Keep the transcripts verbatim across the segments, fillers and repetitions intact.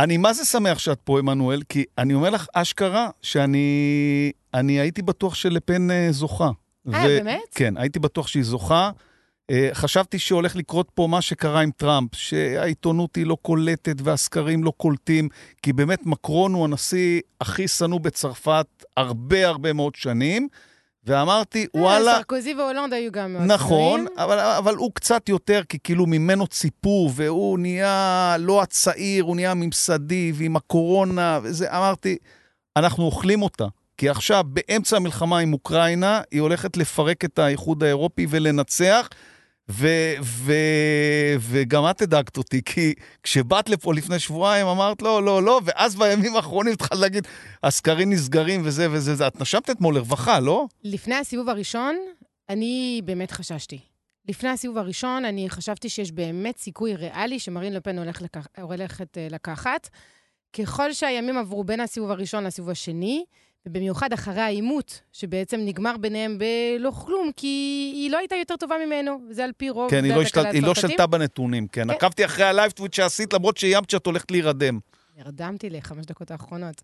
אני מה זה שמח שאת פה, אמנואל, כי אני אומר לך אשכרה שאני אני הייתי בטוח שלפן זוכה. אה, באמת? כן, הייתי בטוח שהיא זוכה. חשבתי שהולך לקרות פה מה שקרה עם טראמפ, שהעיתונות היא לא קולטת והסקרים לא קולטים, כי באמת מקרון הוא הנשיא הכי שנוא בצרפת הרבה הרבה מאוד שנים, ואמרתי, וואלה... סרקוזי והולנד היו גם מאוד נכון, אבל, אבל הוא קצת יותר, כי כאילו ממנו ציפו, והוא נהיה לא הצעיר, הוא נהיה ממסדי, ועם הקורונה, וזה, אמרתי, אנחנו אוכלים אותה. כי עכשיו, באמצע המלחמה עם אוקראינה, היא הולכת לפרק את האיחוד האירופי ולנצח, ו- ו- וגם את הדאגת אותי, כי כשבאת לפה לפני שבועיים, אמרת לא, לא, לא, ואז בימים האחרונים התחלת להגיד, הסקרים נסגרים וזה וזה, זה. את נשמת אתמול לרווחה, לא? לפני הסיבוב הראשון, אני באמת חששתי. לפני הסיבוב הראשון, אני חשבתי שיש באמת סיכוי ריאלי שמרין לפן הולך לקח, הולכת לקחת. ככל שהימים עברו בין הסיבוב הראשון לסיבוב השני, ובמיוחד אחרי האימות, שבעצם נגמר ביניהם בלא כלום, כי היא לא הייתה יותר טובה ממנו, וזה על פי רוב. כן, היא לא, השתל... היא לא שלטה בנתונים, כן. כן. עקבתי אחרי הלייב טוויט שעשית, למרות שאיימת שאת הולכת להירדם. הרדמתי לחמש דקות האחרונות.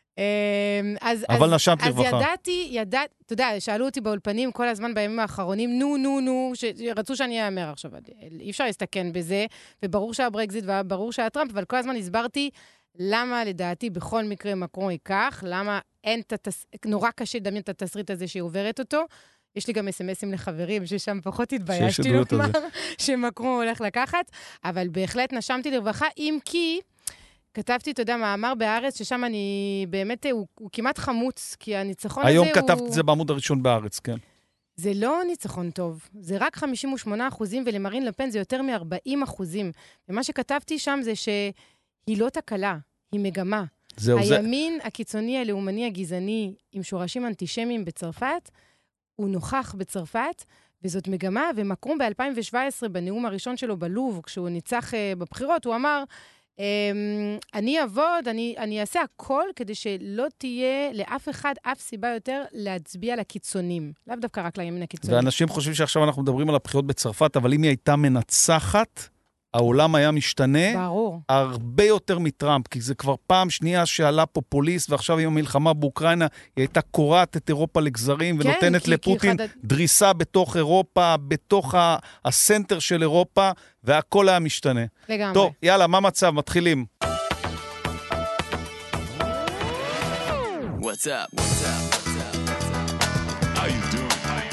אז, אבל אז, נשמת לרווחה. אז ידעתי, ידעת, אתה יודע, שאלו אותי באולפנים כל הזמן בימים האחרונים, נו, נו, נו, שרצו שאני אאמר עכשיו. אי אפשר להסתכן בזה, וברור שהברקזיט, וברור שהטראמפ, אבל כל הזמן הסברתי למה לדעתי בכל מקרה מקרון ייקח, למה אין את התס... נורא קשה לדמיין את התסריט הזה שהיא עוברת אותו. יש לי גם אס-אמסים לחברים, ששם פחות התביישתי לומר שמקרון הולך לקחת, אבל בהחלט נשמתי לרווחה, אם כי כתבתי, אתה יודע, מאמר בארץ, ששם אני באמת, הוא, הוא כמעט חמוץ, כי הניצחון הזה הוא... היום כתבת את זה בעמוד הראשון בארץ, כן. זה לא ניצחון טוב, זה רק חמישים ושמונה אחוזים, ולמרין לפן זה יותר מ-ארבעים אחוזים. ומה שכתבתי שם זה שהיא לא תקלה, היא מגמה. זהו, הימין זה... הקיצוני, הלאומני, הגזעני, עם שורשים אנטישמיים בצרפת, הוא נוכח בצרפת, וזאת מגמה, ומקרון ב-אלפיים שבע עשרה, בנאום הראשון שלו בלוב, כשהוא ניצח uh, בבחירות, הוא אמר, um, אני אעבוד, אני, אני אעשה הכל, כדי שלא תהיה לאף אחד, אף סיבה יותר, להצביע לקיצונים. לאו דווקא רק לימין הקיצוני. ואנשים חושבים שעכשיו אנחנו מדברים על הבחירות בצרפת, אבל אם היא הייתה מנצחת, העולם היה משתנה ברור. הרבה יותר מטראמפ, כי זה כבר פעם שנייה שעלה פופוליסט, ועכשיו עם המלחמה באוקראינה, היא הייתה קוראת את אירופה לגזרים, כן, ונותנת כי, לפוטין כי אחד... דריסה בתוך אירופה, בתוך הסנטר של אירופה, והכל היה משתנה. לגמרי. טוב, יאללה, מה מצב? מתחילים. What's up? What's up? What's up? How you doing?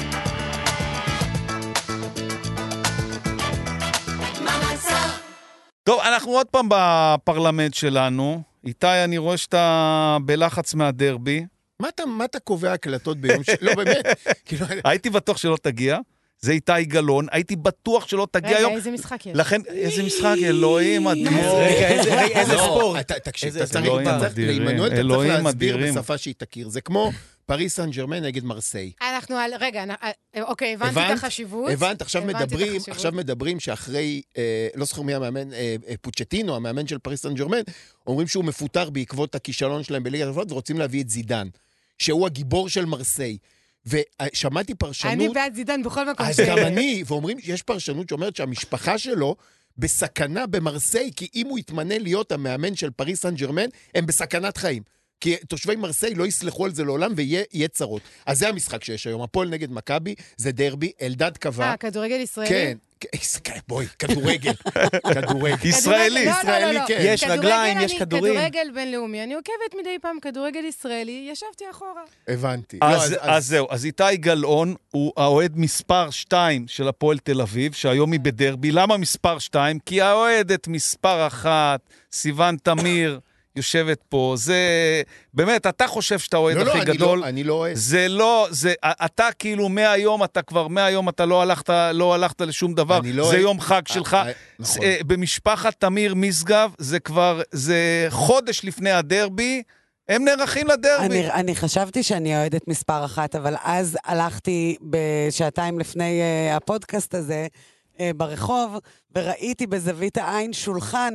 טוב, אנחנו עוד פעם בפרלמנט שלנו. איתי, אני רואה שאתה בלחץ מהדרבי. מה אתה, מה אתה קובע הקלטות ביום ש... לא, באמת. הייתי בטוח שלא תגיע. זה איתי גלון. הייתי בטוח שלא תגיע היום. רגע, איזה משחק יש? לכן, איזה משחק? אלוהים אדיר. רגע, איזה ספורט. תקשיב, אתה צריך להימנואל, אתה צריך להסביר בשפה שהיא תכיר. זה כמו פריס סן ז'רמן נגד מרסיי. אנחנו על, רגע, אוקיי, הבנתי את החשיבות. הבנת, עכשיו מדברים, עכשיו מדברים שאחרי, לא זוכר מי המאמן, פוצ'טינו, המאמן של פריס סן ז'רמן, אומרים שהוא מפוטר בעקבות הכישלון שלהם בליגת האלופות, ורוצים להביא את זידן, שהוא הגיבור של מרסיי. ושמעתי פרשנות... אני בעד זידן בכל מקום. אז גם אני, ואומרים שיש פרשנות שאומרת שהמשפחה שלו בסכנה במרסיי, כי אם הוא יתמנה להיות המאמן של פריס סן ז'רמן, הם בסכנת חיים. כי תושבי מרסיי לא יסלחו על זה לעולם ויהיה צרות. אז זה המשחק שיש היום. הפועל נגד מכבי, זה דרבי, אלדד קבע. אה, כדורגל ישראלי? כן. בואי, כדורגל. כדורגל. ישראלי. ישראלי, כן. יש רגליים, יש כדורים. כדורגל בינלאומי. אני עוקבת מדי פעם כדורגל ישראלי, ישבתי אחורה. הבנתי. אז זהו, אז איתי גלאון הוא האוהד מספר שתיים של הפועל תל אביב, שהיום היא בדרבי. למה מספר שתיים? כי האוהדת מספר אחת, סיוון תמיר, יושבת פה, זה, באמת, אתה חושב שאתה אוהד הכי גדול. לא, אני לא אוהד. זה לא, זה, אתה כאילו מהיום, אתה כבר מהיום, אתה לא הלכת, לא הלכת לשום דבר, זה יום חג שלך. במשפחת תמיר משגב, זה כבר, זה חודש לפני הדרבי, הם נערכים לדרבי. אני, אני חשבתי שאני אוהדת מספר אחת, אבל אז הלכתי בשעתיים לפני uh, הפודקאסט הזה, uh, ברחוב, וראיתי בזווית העין שולחן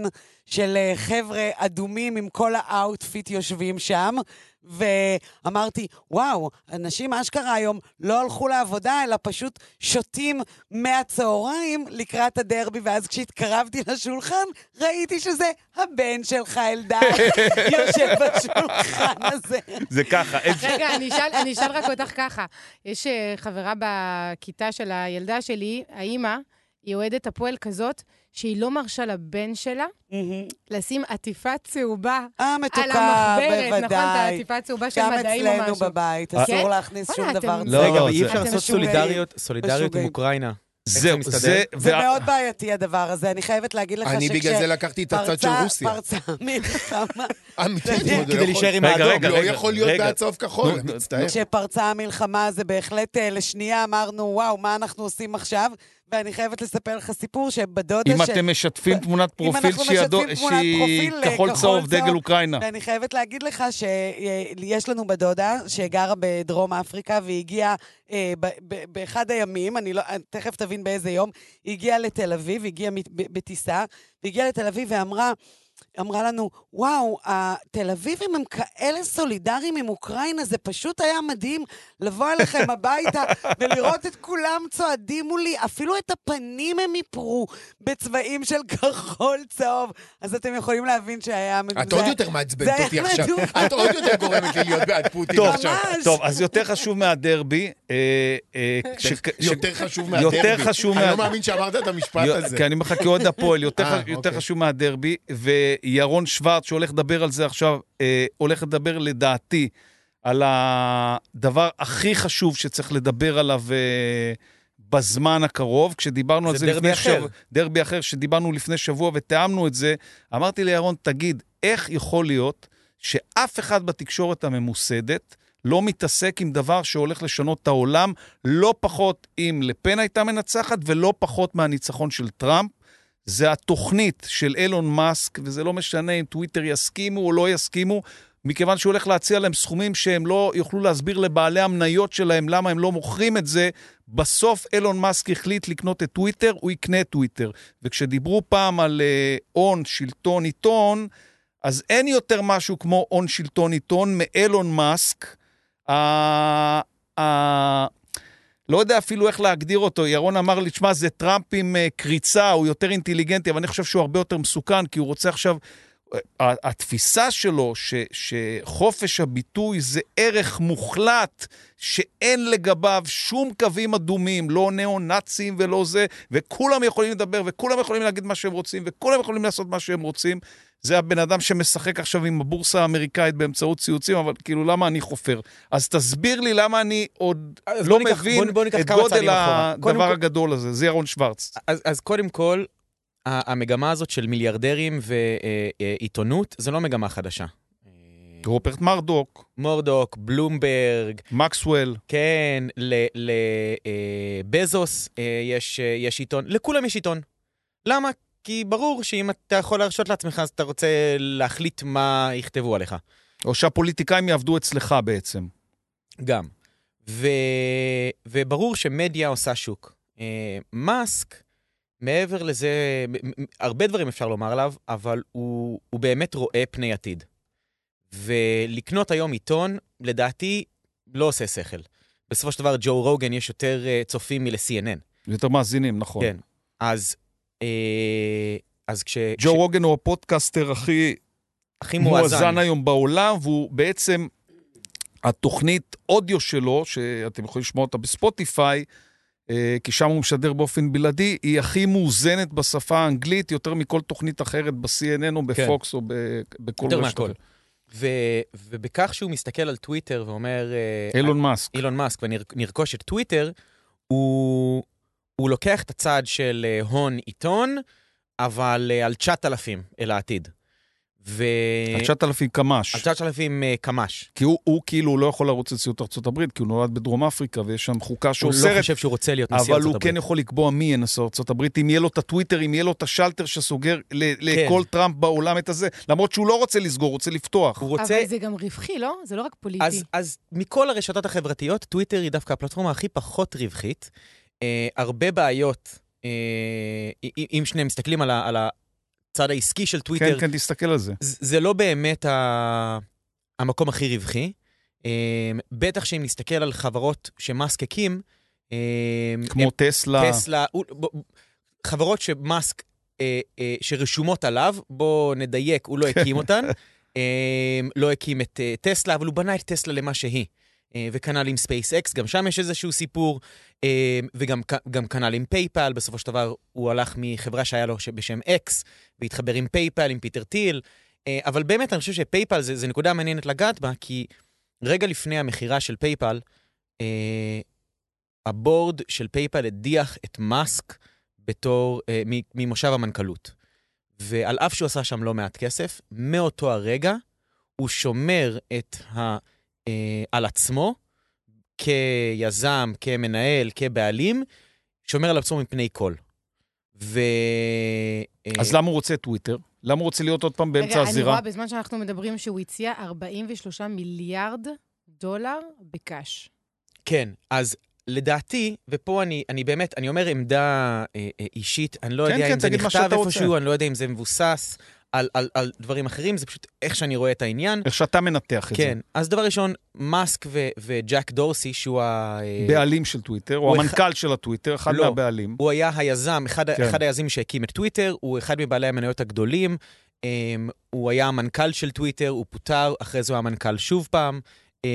של חבר'ה אדומים עם כל האוטפיט יושבים שם, ואמרתי, וואו, אנשים אשכרה היום לא הלכו לעבודה, אלא פשוט שותים מהצהריים לקראת הדרבי, ואז כשהתקרבתי לשולחן, ראיתי שזה הבן שלך, אלדד, יושב בשולחן הזה. זה ככה. רגע, אני אשאל רק אותך ככה. יש חברה בכיתה של הילדה שלי, האמא, היא אוהדת הפועל כזאת, שהיא לא מרשה לבן שלה לשים עטיפה צהובה על המחברת, נכון? את העטיפה הצהובה של מדעים או משהו. גם אצלנו בבית, אסור להכניס שום דבר. רגע, אי אפשר לעשות סולידריות עם אוקראינה. זהו, זה... זה מאוד בעייתי הדבר הזה, אני חייבת להגיד לך אני בגלל זה לקחתי את הצד של רוסיה. פרצה מלחמה. כדי להישאר עם האדום. לא יכול להיות בעצוב כחול, מצטער. כשפרצה המלחמה זה בהחלט לשנייה אמרנו, וואו, מה אנחנו עושים עכשיו? ואני חייבת לספר לך סיפור שבדודה... אם אתם משתפים תמונת פרופיל שהיא כחול צהוב דגל אוקראינה. ואני חייבת להגיד לך שיש לנו בדודה שגרה בדרום אפריקה, והיא הגיעה באחד הימים, אני תכף תבין באיזה יום, היא הגיעה לתל אביב, היא הגיעה בטיסה, והגיעה לתל אביב ואמרה, אמרה לנו, וואו, התל אביבים הם כאלה סולידריים עם אוקראינה, זה פשוט היה מדהים לבוא אליכם הביתה ולראות את כולם צועדים מולי, אפילו את הפנים הם יפרו בצבעים של כחול צהוב, אז אתם יכולים להבין שהיה... את עוד יותר מעצבנת אותי עכשיו, את עוד יותר גורמת לי להיות בעד פוטין עכשיו. טוב, אז יותר חשוב מהדרבי, יותר חשוב מהדרבי, אני לא מאמין שאמרת את המשפט הזה. כי אני מחכה עוד הפועל, יותר חשוב מהדרבי, וירון שוורץ שהולך לדבר על זה עכשיו, הולך לדבר לדעתי על הדבר הכי חשוב שצריך לדבר עליו בזמן הקרוב, כשדיברנו על זה לפני שבוע, דרבי אחר שדיברנו לפני שבוע ותאמנו את זה, אמרתי לירון, תגיד, איך יכול להיות שאף אחד בתקשורת הממוסדת לא מתעסק עם דבר שהולך לשנות את העולם, לא פחות אם לפן הייתה מנצחת, ולא פחות מהניצחון של טראמפ, זה התוכנית של אילון מאסק, וזה לא משנה אם טוויטר יסכימו או לא יסכימו, מכיוון שהוא הולך להציע להם סכומים שהם לא יוכלו להסביר לבעלי המניות שלהם למה הם לא מוכרים את זה, בסוף אילון מאסק החליט לקנות את טוויטר, הוא יקנה את טוויטר. וכשדיברו פעם על און, uh, שלטון, עיתון, אז אין יותר משהו כמו און, שלטון, עיתון, מאילון מאסק, ה... Uh, uh, לא יודע אפילו איך להגדיר אותו, ירון אמר לי, שמה, זה טראמפ עם uh, קריצה, הוא יותר אינטליגנטי, אבל אני חושב שהוא הרבה יותר מסוכן, כי הוא רוצה עכשיו, התפיסה שלו ש, שחופש הביטוי זה ערך מוחלט, שאין לגביו שום קווים אדומים, לא נאו-נאצים ולא זה, וכולם יכולים לדבר, וכולם יכולים להגיד מה שהם רוצים, וכולם יכולים לעשות מה שהם רוצים. זה הבן אדם שמשחק עכשיו עם הבורסה האמריקאית באמצעות ציוצים, אבל כאילו למה אני חופר? אז תסביר לי למה אני עוד לא ניקח, מבין בוא, בוא את גודל הדבר הגדול הזה. זה ירון שוורץ. אז, אז קודם כל, המגמה הזאת של מיליארדרים ועיתונות, זה לא מגמה חדשה. רופרט מרדוק. מורדוק, בלומברג. מקסוול. כן, לבזוס יש, יש עיתון. לכולם יש עיתון. למה? כי ברור שאם אתה יכול להרשות לעצמך, אז אתה רוצה להחליט מה יכתבו עליך. או שהפוליטיקאים יעבדו אצלך בעצם. גם. ו... וברור שמדיה עושה שוק. מאסק, מעבר לזה, הרבה דברים אפשר לומר עליו, אבל הוא, הוא באמת רואה פני עתיד. ולקנות היום עיתון, לדעתי, לא עושה שכל. בסופו של דבר, ג'ו רוגן יש יותר צופים מ-סי אן אן. יותר מאזינים, נכון. כן. אז, אז כש... ג'ו כש... רוגן הוא הפודקאסטר הכי, הכי מואזן. מואזן היום בעולם, והוא בעצם, התוכנית אודיו שלו, שאתם יכולים לשמוע אותה בספוטיפיי, כי שם הוא משדר באופן בלעדי, היא הכי מאוזנת בשפה האנגלית, יותר מכל תוכנית אחרת ב-סי אן אן או בפוקס כן. או בכל רשת. ו- ובכך שהוא מסתכל על טוויטר ואומר... אילון מאסק. אילון מאסק, ונרכוש את טוויטר, הוא, הוא לוקח את הצד של הון עיתון, אבל על תשעת אלפים אל העתיד. ו... על תשעת אלפים קמש. על תשעת אלפים קמש. כי הוא, הוא כאילו לא יכול לרוץ נשיאות ארצות הברית, כי הוא נולד בדרום אפריקה, ויש שם חוקה שאוסרת. הוא לא חושב שהוא רוצה להיות נשיא ארצות הברית. אבל הוא כן יכול לקבוע מי יהיה נשיא ארצות הברית, אם יהיה לו את הטוויטר, אם יהיה לו את השלטר שסוגר לכל כן. טראמפ בעולם את הזה, למרות שהוא לא רוצה לסגור, הוא רוצה לפתוח. הוא רוצה... אבל זה גם רווחי, לא? זה לא רק פוליטי. אז, אז מכל הרשתות החברתיות, טוויטר היא דווקא הפלטפורמה הכי פחות רווחית. אה, הרבה בעיות, אה, אם שניהם מסתכלים על ה... על ה הצד העסקי של טוויטר. כן, כן, תסתכל על זה. זה לא באמת ה... המקום הכי רווחי. בטח שאם נסתכל על חברות שמאסק הקים, כמו טסלה. טסלה, חברות שמאסק, שרשומות עליו, בוא נדייק, הוא לא הקים אותן, לא הקים את טסלה, אבל הוא בנה את טסלה למה שהיא. וכנ"ל עם SpaceX, גם שם יש איזשהו סיפור, וגם גם כנ"ל עם פייפל, בסופו של דבר הוא הלך מחברה שהיה לו בשם X, והתחבר עם פייפל, עם פיטר טיל, אבל באמת אני חושב שפייפל זה, זה נקודה מעניינת לגעת בה, כי רגע לפני המחירה של פייפל, הבורד של פייפל הדיח את מאסק בתור, ממושב המנכ"לות. ועל אף שהוא עשה שם לא מעט כסף, מאותו הרגע הוא שומר את ה... על עצמו, כיזם, כמנהל, כבעלים, שומר על עצמו מפני כל. ו... אז למה הוא רוצה טוויטר? למה הוא רוצה להיות עוד פעם באמצע הזירה? רגע, אני רואה בזמן שאנחנו מדברים שהוא הציע ארבעים ושלושה מיליארד דולר בקש. כן, אז לדעתי, ופה אני, אני באמת, אני אומר עמדה אה, אה, אישית, אני לא כן, יודע כן, אם זה נכתב איפשהו, רוצה. אני לא יודע אם זה מבוסס על, על, על דברים אחרים, זה פשוט איך שאני רואה את העניין. איך שאתה מנתח את כן, זה. כן, אז דבר ראשון, מאסק ו- וג'ק דורסי, שהוא ה... בעלים של טוויטר, או המנכ"ל אחד... של הטוויטר, אחד לא, מהבעלים. הוא היה היזם, אחד, כן. אחד היזמים שהקים את טוויטר, הוא אחד מבעלי המניות הגדולים, um, הוא היה המנכ"ל של טוויטר, הוא פוטר, אחרי זה הוא המנכ"ל שוב פעם. Um,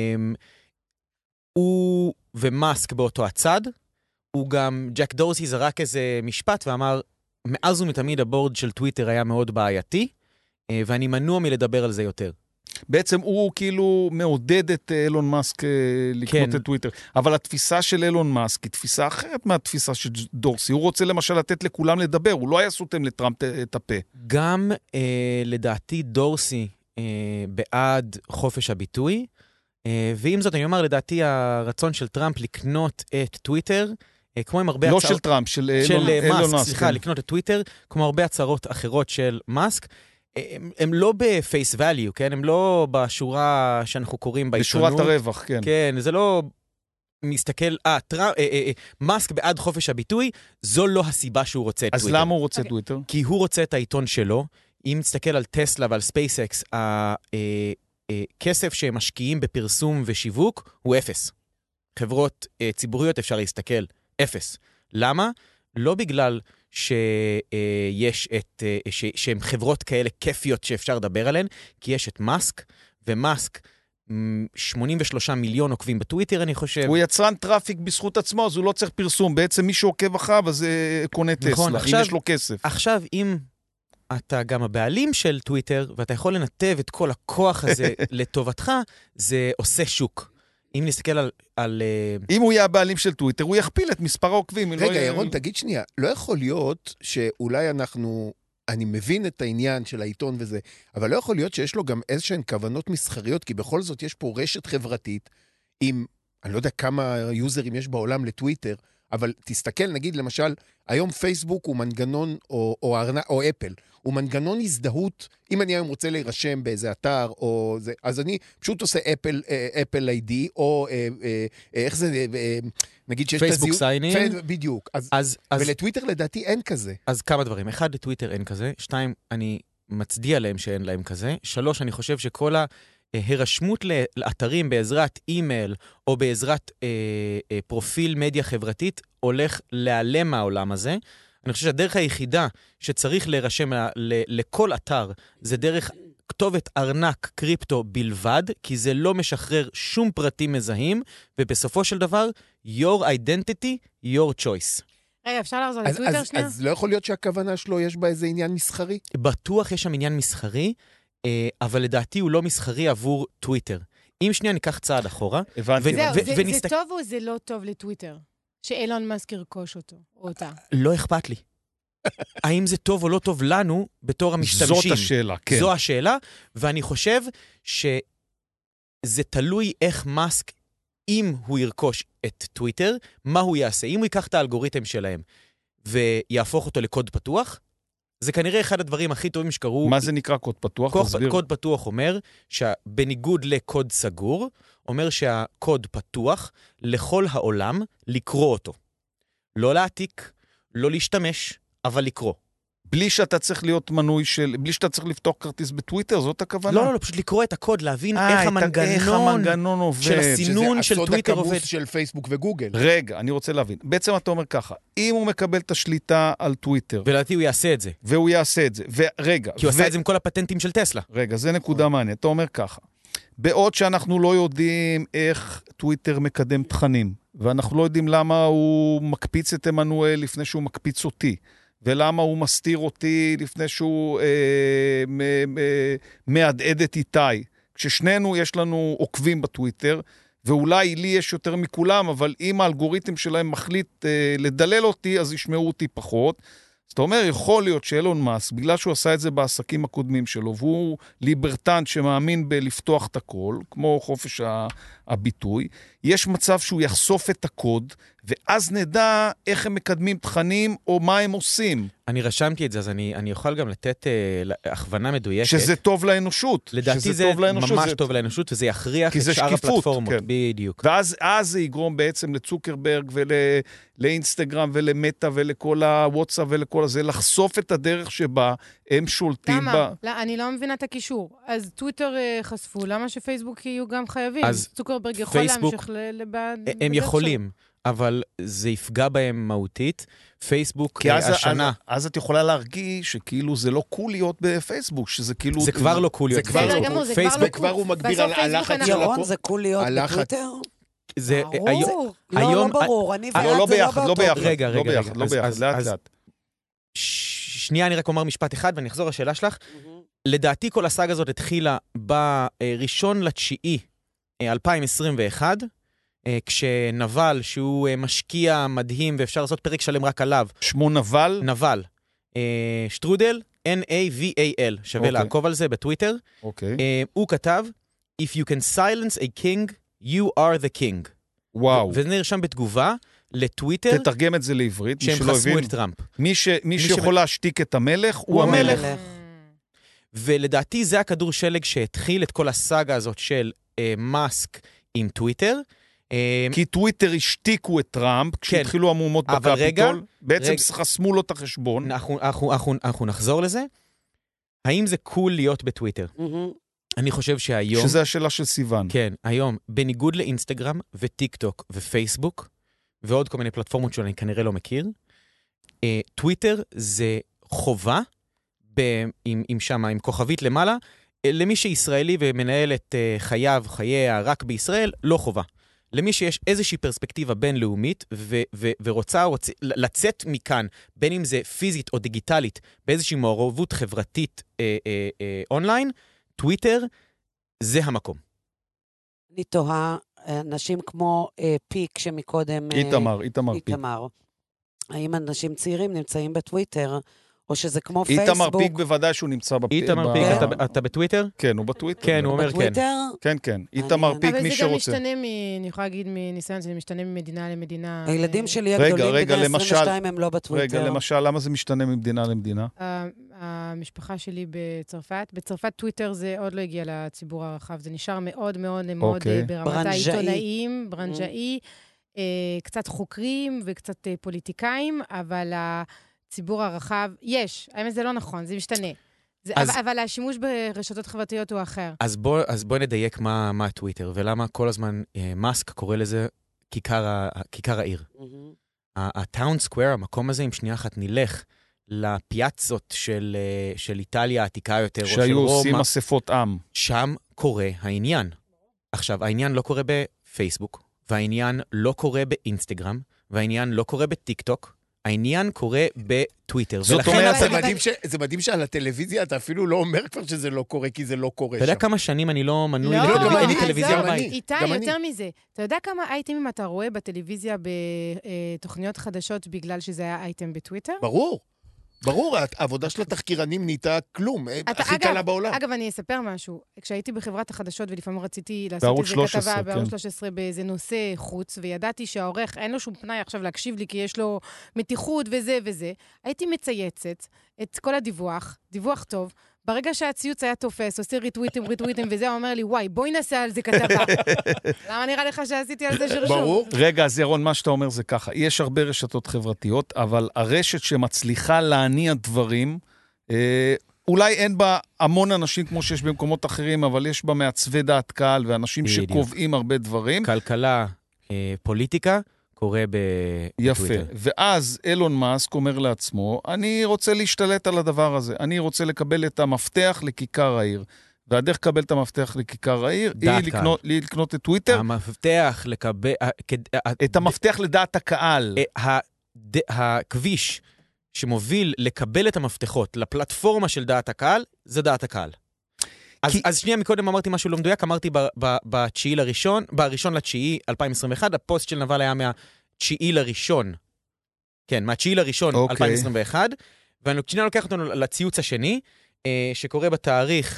הוא ומאסק באותו הצד, הוא גם, ג'ק דורסי זרק איזה משפט ואמר, מאז ומתמיד הבורד של טוויטר היה מאוד בעייתי, ואני מנוע מלדבר על זה יותר. בעצם הוא כאילו מעודד את אילון מאסק לקנות כן. את טוויטר. אבל התפיסה של אילון מאסק היא תפיסה אחרת מהתפיסה של דורסי. הוא רוצה למשל לתת לכולם לדבר, הוא לא היה סותם לטראמפ את הפה. גם אה, לדעתי דורסי אה, בעד חופש הביטוי, אה, ועם זאת אני אומר לדעתי הרצון של טראמפ לקנות את טוויטר, אה, כמו עם הרבה לא הצעות... של טראמפ, של של אילון, אילון מאסק, מאסק. סליחה, כן. לקנות את טוויטר, כמו הרבה הצהרות אחרות של מאסק, הם, הם לא בפייס value, כן? הם לא בשורה שאנחנו קוראים בעיתונות. בשורת הרווח, כן. כן, זה לא מסתכל, אה, טר... אה, אה, אה, מאסק בעד חופש הביטוי, זו לא הסיבה שהוא רוצה את אז טוויטר. למה הוא רוצה אוקיי. טוויטר? כי הוא רוצה את העיתון שלו. אם נסתכל על טסלה ועל ספייסקס, הכסף שהם משקיעים בפרסום ושיווק הוא אפס. חברות אה, ציבוריות אפשר להסתכל, אפס. למה? לא בגלל שיש את, ש, שהן חברות כאלה כיפיות שאפשר לדבר עליהן, כי יש את מאסק, ומאסק שמונים ושלושה מיליון עוקבים בטוויטר, אני חושב. הוא יצרן טראפיק בזכות עצמו, אז הוא לא צריך פרסום. בעצם מי שעוקב אחריו, אז קונה טסלה, נכון, עכשיו, אם יש לו כסף. עכשיו, אם אתה גם הבעלים של טוויטר, ואתה יכול לנתב את כל הכוח הזה לטובתך, זה עושה שוק. אם נסתכל על... על אם הוא יהיה הבעלים של טוויטר, הוא יכפיל את מספר העוקבים. רגע, לא ירון, יהיה... תגיד שנייה, לא יכול להיות שאולי אנחנו... אני מבין את העניין של העיתון וזה, אבל לא יכול להיות שיש לו גם איזשהן כוונות מסחריות, כי בכל זאת יש פה רשת חברתית עם, אני לא יודע כמה יוזרים יש בעולם לטוויטר, אבל תסתכל, נגיד, למשל, היום פייסבוק הוא מנגנון, או, או, או, או אפל, הוא מנגנון הזדהות, אם אני היום רוצה להירשם באיזה אתר, או זה, אז אני פשוט עושה אפל, אפל איי די, או איך זה, נגיד שיש פייסבוק סיינים. בדיוק. אז, אז, ולטוויטר לדעתי אין כזה. אז כמה דברים. אחד, לטוויטר אין כזה. שתיים, אני מצדיע להם שאין להם כזה. שלוש, אני חושב שכל ההירשמות לאתרים בעזרת אימייל, או בעזרת אה, אה, פרופיל מדיה חברתית, הולך להיעלם מהעולם הזה. אני חושב שהדרך היחידה שצריך להירשם ל- ל- לכל אתר, זה דרך כתובת ארנק קריפטו בלבד, כי זה לא משחרר שום פרטים מזהים, ובסופו של דבר, your identity, your choice. רגע, אפשר לחזור אז, לטוויטר אז, שנייה? אז לא יכול להיות שהכוונה שלו יש בה איזה עניין מסחרי? בטוח יש שם עניין מסחרי, אבל לדעתי הוא לא מסחרי עבור טוויטר. אם שנייה ניקח צעד אחורה, הבנתי. ו- זהו, ו- זה, ונסתכל- זה טוב או זה לא טוב לטוויטר? שאילון מאסק ירכוש אותו, או אותה. לא אכפת לי. האם זה טוב או לא טוב לנו בתור המשתמשים? זאת השאלה, כן. זו השאלה, ואני חושב שזה תלוי איך מאסק, אם הוא ירכוש את טוויטר, מה הוא יעשה. אם הוא ייקח את האלגוריתם שלהם ויהפוך אותו לקוד פתוח, זה כנראה אחד הדברים הכי טובים שקרו. מה זה נקרא קוד פתוח? קוד, תסביר. קוד פתוח אומר שבניגוד לקוד סגור, אומר שהקוד פתוח לכל העולם לקרוא אותו. לא להעתיק, לא להשתמש, אבל לקרוא. בלי שאתה צריך להיות מנוי של, בלי שאתה צריך לפתוח כרטיס בטוויטר, זאת הכוונה? לא, לא, לא, פשוט לקרוא את הקוד, להבין אה, איך את- המנגנון, איך המנגנון עובד. של הסינון של שזה טוויטר הסוד עובד. הכמוס של פייסבוק וגוגל. רגע, אני רוצה להבין. בעצם אתה אומר ככה, אם הוא מקבל את השליטה על טוויטר, ולדעתי הוא יעשה את זה. והוא יעשה את זה, ורגע, כי הוא ו- עשה את זה עם כל הפטנטים של טסלה. רגע, זה נקודה מעניינת. אתה אומר ככה, בעוד שאנחנו לא יודעים איך טוויטר מקדם תכנים, ואנחנו לא יודעים למה הוא מקפיץ את אמנואל לפני שהוא מקפיץ אותי, ולמה הוא מסתיר אותי לפני שהוא אה, מ- מ- מעדעד את איתי, כששנינו יש לנו עוקבים בטוויטר, ואולי לי יש יותר מכולם, אבל אם האלגוריתם שלהם מחליט אה, לדלל אותי, אז ישמעו אותי פחות. זאת אומרת, יכול להיות שאילון מאסק, בגלל שהוא עשה את זה בעסקים הקודמים שלו, והוא ליברטנט שמאמין בלפתוח את הכל, כמו חופש הביטוי, יש מצב שהוא יחשוף את הקוד, ואז נדע איך הם מקדמים תכנים, או מה הם עושים. אני רשמתי את זה, אז אני, אני יכול גם לתת אה, הכוונה מדויקת. שזה טוב לאנושות. לדעתי זה טוב לאנושות, ממש זה... טוב לאנושות, וזה יכריח כי את זה שאר שקיפות, הפלטפורמות. כן. בדיוק. ואז אז זה יגרום בעצם לצוקרברג ולאינסטגרם ולמטה ולכל הוואטסאפ ולכל הזה, לחשוף את הדרך שבה הם שולטים למה? בה. לא, אני לא מבינה את הקישור. אז טוויטר uh, חשפו, למה שפייסבוק יהיו גם חייבים? אז צוקרברג יכול פייסבוק, להמשיך ל... לב... הם יכולים, אבל זה יפגע בהם מהותית. פייסבוק כי אז, השנה... אז, אז את יכולה להרגיש שכאילו זה לא קול להיות בפייסבוק, שזה כאילו... זה כבר לא קול להיות. זה כבר בסדר לא גמור, זה פייסבוק- כבר לא וכבר קול. הוא מגביר בסוף על פייסבוק הלחץ אנחנו- של ירון, הלקוח. זה קול להיות הלחץ. בטוויטר? זה... ברור. היום- לא, היום- לא ברור, אני לא, ואת לא זה לא ביחד, לא באותו ביחד, גיל. רגע, לא רגע, ביחד, רגע. לא אז- ביחד, אז- לאט אז- לאט. ש- שנייה, אני רק אומר משפט אחד, ואני אחזור לשאלה שלך. לדעתי כל הסאגה הזאת התחילה בראשון לתשיעי אלפיים עשרים ואחת, כשנבל, שהוא משקיע מדהים, ואפשר לעשות פרק שלם רק עליו, שמו נבל, נבל, אה, שטרודל, N A V A L, שווה אוקיי. לעקוב על זה בטוויטר, אוקיי, אה, הוא כתב, If you can silence a king, you are the king. וואו. וזה נרשם בתגובה לטוויטר, תתרגם את זה לעברית, מי שהם שלא חסמו הבין. את טראמפ. מי ש- מי ש- שיכול להשתיק את המלך, הוא הוא המלך. המלך. ולדעתי זה הכדור שלג שהתחיל את כל הסאגה הזאת של אה, מאסק עם טוויטר. אה, כי טוויטר השתיקו את טראמפ, כשהתחילו המהומות אבל רגע, בקפיטול, בעצם רגע. חסמו לו את החשבון. אנחנו, אנחנו, אנחנו, אנחנו נחזור לזה. האם זה קול להיות בטוויטר? מהמם. אני חושב שהיום... שזה השאלה של סיוון. כן, היום, בניגוד לאינסטגרם וטיק טוק ופייסבוק, ועוד כל מיני פלטפורמות שאני כנראה לא מכיר, אה, טוויטר זה חובה, ב- עם, עם שמה, עם כוכבית למעלה, אה, למי שישראלי ומנהל את אה, חייו, חייה רק בישראל, לא חובה. למי שיש איזושהי פרספקטיבה בינלאומית ו- ו- ורוצה רוצ... לצאת מכאן, בין אם זה פיזית או דיגיטלית, באיזושהי מעורבות חברתית אה, אה, אה, אונליין, טוויטר זה המקום. אני תוהה, אנשים כמו אה, פיק שמקודם... אה, איתמר, איתמר פיק. איתמר. האם אנשים צעירים נמצאים בטוויטר, או שזה כמו איתמר פייסבוק? פיק בוודאי שהוא נמצא בפ... איתמר ב- פיק, כן. אתה, אתה בטוויטר? כן, הוא בטוויטר. כן, הוא אומר כן. בטוויטר? כן, כן. איתמר מעניין. פיק, אבל מי זה גם שרוצה. משתנה, מ... אני יכולה להגיד מניסיון, זה משתנה ממדינה למדינה. הילדים אה, שלי רגע, הגדולים רגע, בני למשל- עשרים ושתיים הם לא בטוויטר. רגע, למשל, למה זה משתנה ממדינה למדינה? ה- המשפחה שלי בצרפת. בצרפת טוויטר זה עוד לא הגיע לציבור הרחב. זה נשאר מאוד מאוד מאוד אוקיי. אה, ברמת ברנז'אי. העיתונאים, ברנג'אי, אה, קצת חוקרים וקצת אה, פוליטיקאים, אבל הציבור הרחב, יש. האמת זה לא נכון, זה משתנה. זה, אז- אבל, אבל השימוש ברשתות חברתיות הוא אחר. אז בוא, אז בוא נדייק מה, מה טוויטר, ולמה כל הזמן אה, מאסק קורא לזה כיכר, ה- כיכר העיר. מהמם. הטאון סקוואר, המקום הזה, אם שנייה אחת נלך לפיאצות של, אה, של איטליה העתיקה יותר, או של שהיו עושים רומא, אספות עם. שם קורה העניין. עכשיו, העניין לא קורה בפייסבוק, והעניין לא קורה באינסטגרם, והעניין לא קורה בטיק טוק, העניין קורה בטוויטר. זאת ולכן אומרת, אתה- זה אבל- מדהים ש- זה מדהים שעל הטלוויזיה אתה אפילו לא אומר כבר שזה לא קורה, כי זה לא קורה אתה יודע שם. כמה שנים אני לא מנוי לא, לטלוויזיה, אין לי עזוב, טלוויזיה גם בבית. אני. איתי, גם אני. יותר מזה. אתה יודע כמה אייטמים אתה רואה בטלוויזיה בתוכניות חדשות בגלל שזה היה אייטם בטוויטר? ברור, ברור, העבודה של התחקירנים נהייתה כלום, אתה- הכי אגב, קלה בעולם. אגב, אני אספר משהו. כשהייתי בחברת החדשות, ולפעמים רציתי לעשות בערוץ איזה שלוש עשרה, כתבה כן. בערוץ שלוש עשרה באיזה נושא חוץ, וידעתי שהעורך, אין לו שום פנאי עכשיו להקשיב לי, כי יש לו מתיחות וזה וזה, הייתי מצייצת את כל הדיווח, דיווח טוב, ברגע שהציוץ היה תופס, עושה ריטוויטים, ריטוויטים, וזה אומר לי, וואי, בואי נעשה על זה כתבה. למה נראה לך שעשיתי על זה שרשום? ברור. רגע, אז ירון, מה שאתה אומר זה ככה. יש הרבה רשתות חברתיות, אבל הרשת שמצליחה להניע דברים, אה, אולי אין בה המון אנשים כמו שיש במקומות אחרים, אבל יש בה מעצבי דעת קהל, ואנשים בדיוק. שקובעים הרבה דברים. כלכלה, אה, פוליטיקה, קורה בטוויטר. יפה. ואז אילון מאסק אומר לעצמו, אני רוצה להשתלט על הדבר הזה. אני רוצה לקבל את המפתח לכיכר העיר. והדרך לקבל את המפתח לכיכר העיר, היא לקנות, לקנות את טוויטר. המפתח לקבל... את המפתח לדעת הקהל. הכביש שמוביל לקבל את המפתחות לפלטפורמה של דעת הקהל, זה דעת הקהל. אז, כי... אז שנייה מקודם אמרתי משהו לא מדויק, אמרתי בתשיעי לראשון, בראשון לתשיעי אלפיים עשרים ואחת, הפוסט של נבל היה מהתשיעי לראשון, כן, מהתשיעי לראשון okay. אלפיים עשרים ואחת, ואני שנייה לוקח אותנו לציוץ השני, אה, שקורה בתאריך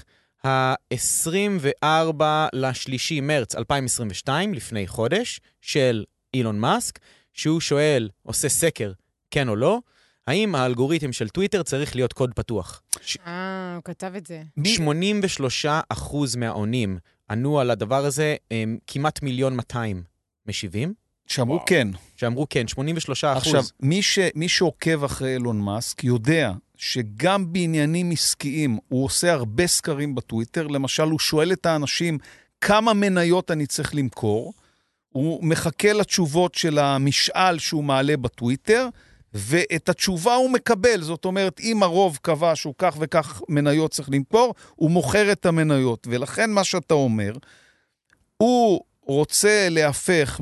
ה-עשרים וארבעה לשלישי מרץ אלפיים עשרים ושתיים, לפני חודש, של אילון מאסק, שהוא שואל, עושה סקר, כן או לא, האם האלגוריתם של טוויטר צריך להיות קוד פתוח? אה, הוא כתב את זה. שמונים ושלושה אחוז מהעונים ענו על הדבר הזה, הם כמעט מיליון מאתיים משיבים. שאמרו כן. שאמרו כן, שמונים ושלושה אחוז. עכשיו, מי, ש, מי שעוקב אחרי אילון מאסק יודע שגם בעניינים עסקיים הוא עושה הרבה סקרים בטוויטר, למשל הוא שואל את האנשים כמה מניות אני צריך למכור, הוא מחכה לתשובות של המשאל שהוא מעלה בטוויטר, ואת התשובה הוא מקבל, זאת אומרת, אם הרוב קבע שהוא כך וכך מניות צריך למכור, הוא מוכר את המניות, ולכן מה שאתה אומר, הוא רוצה להפך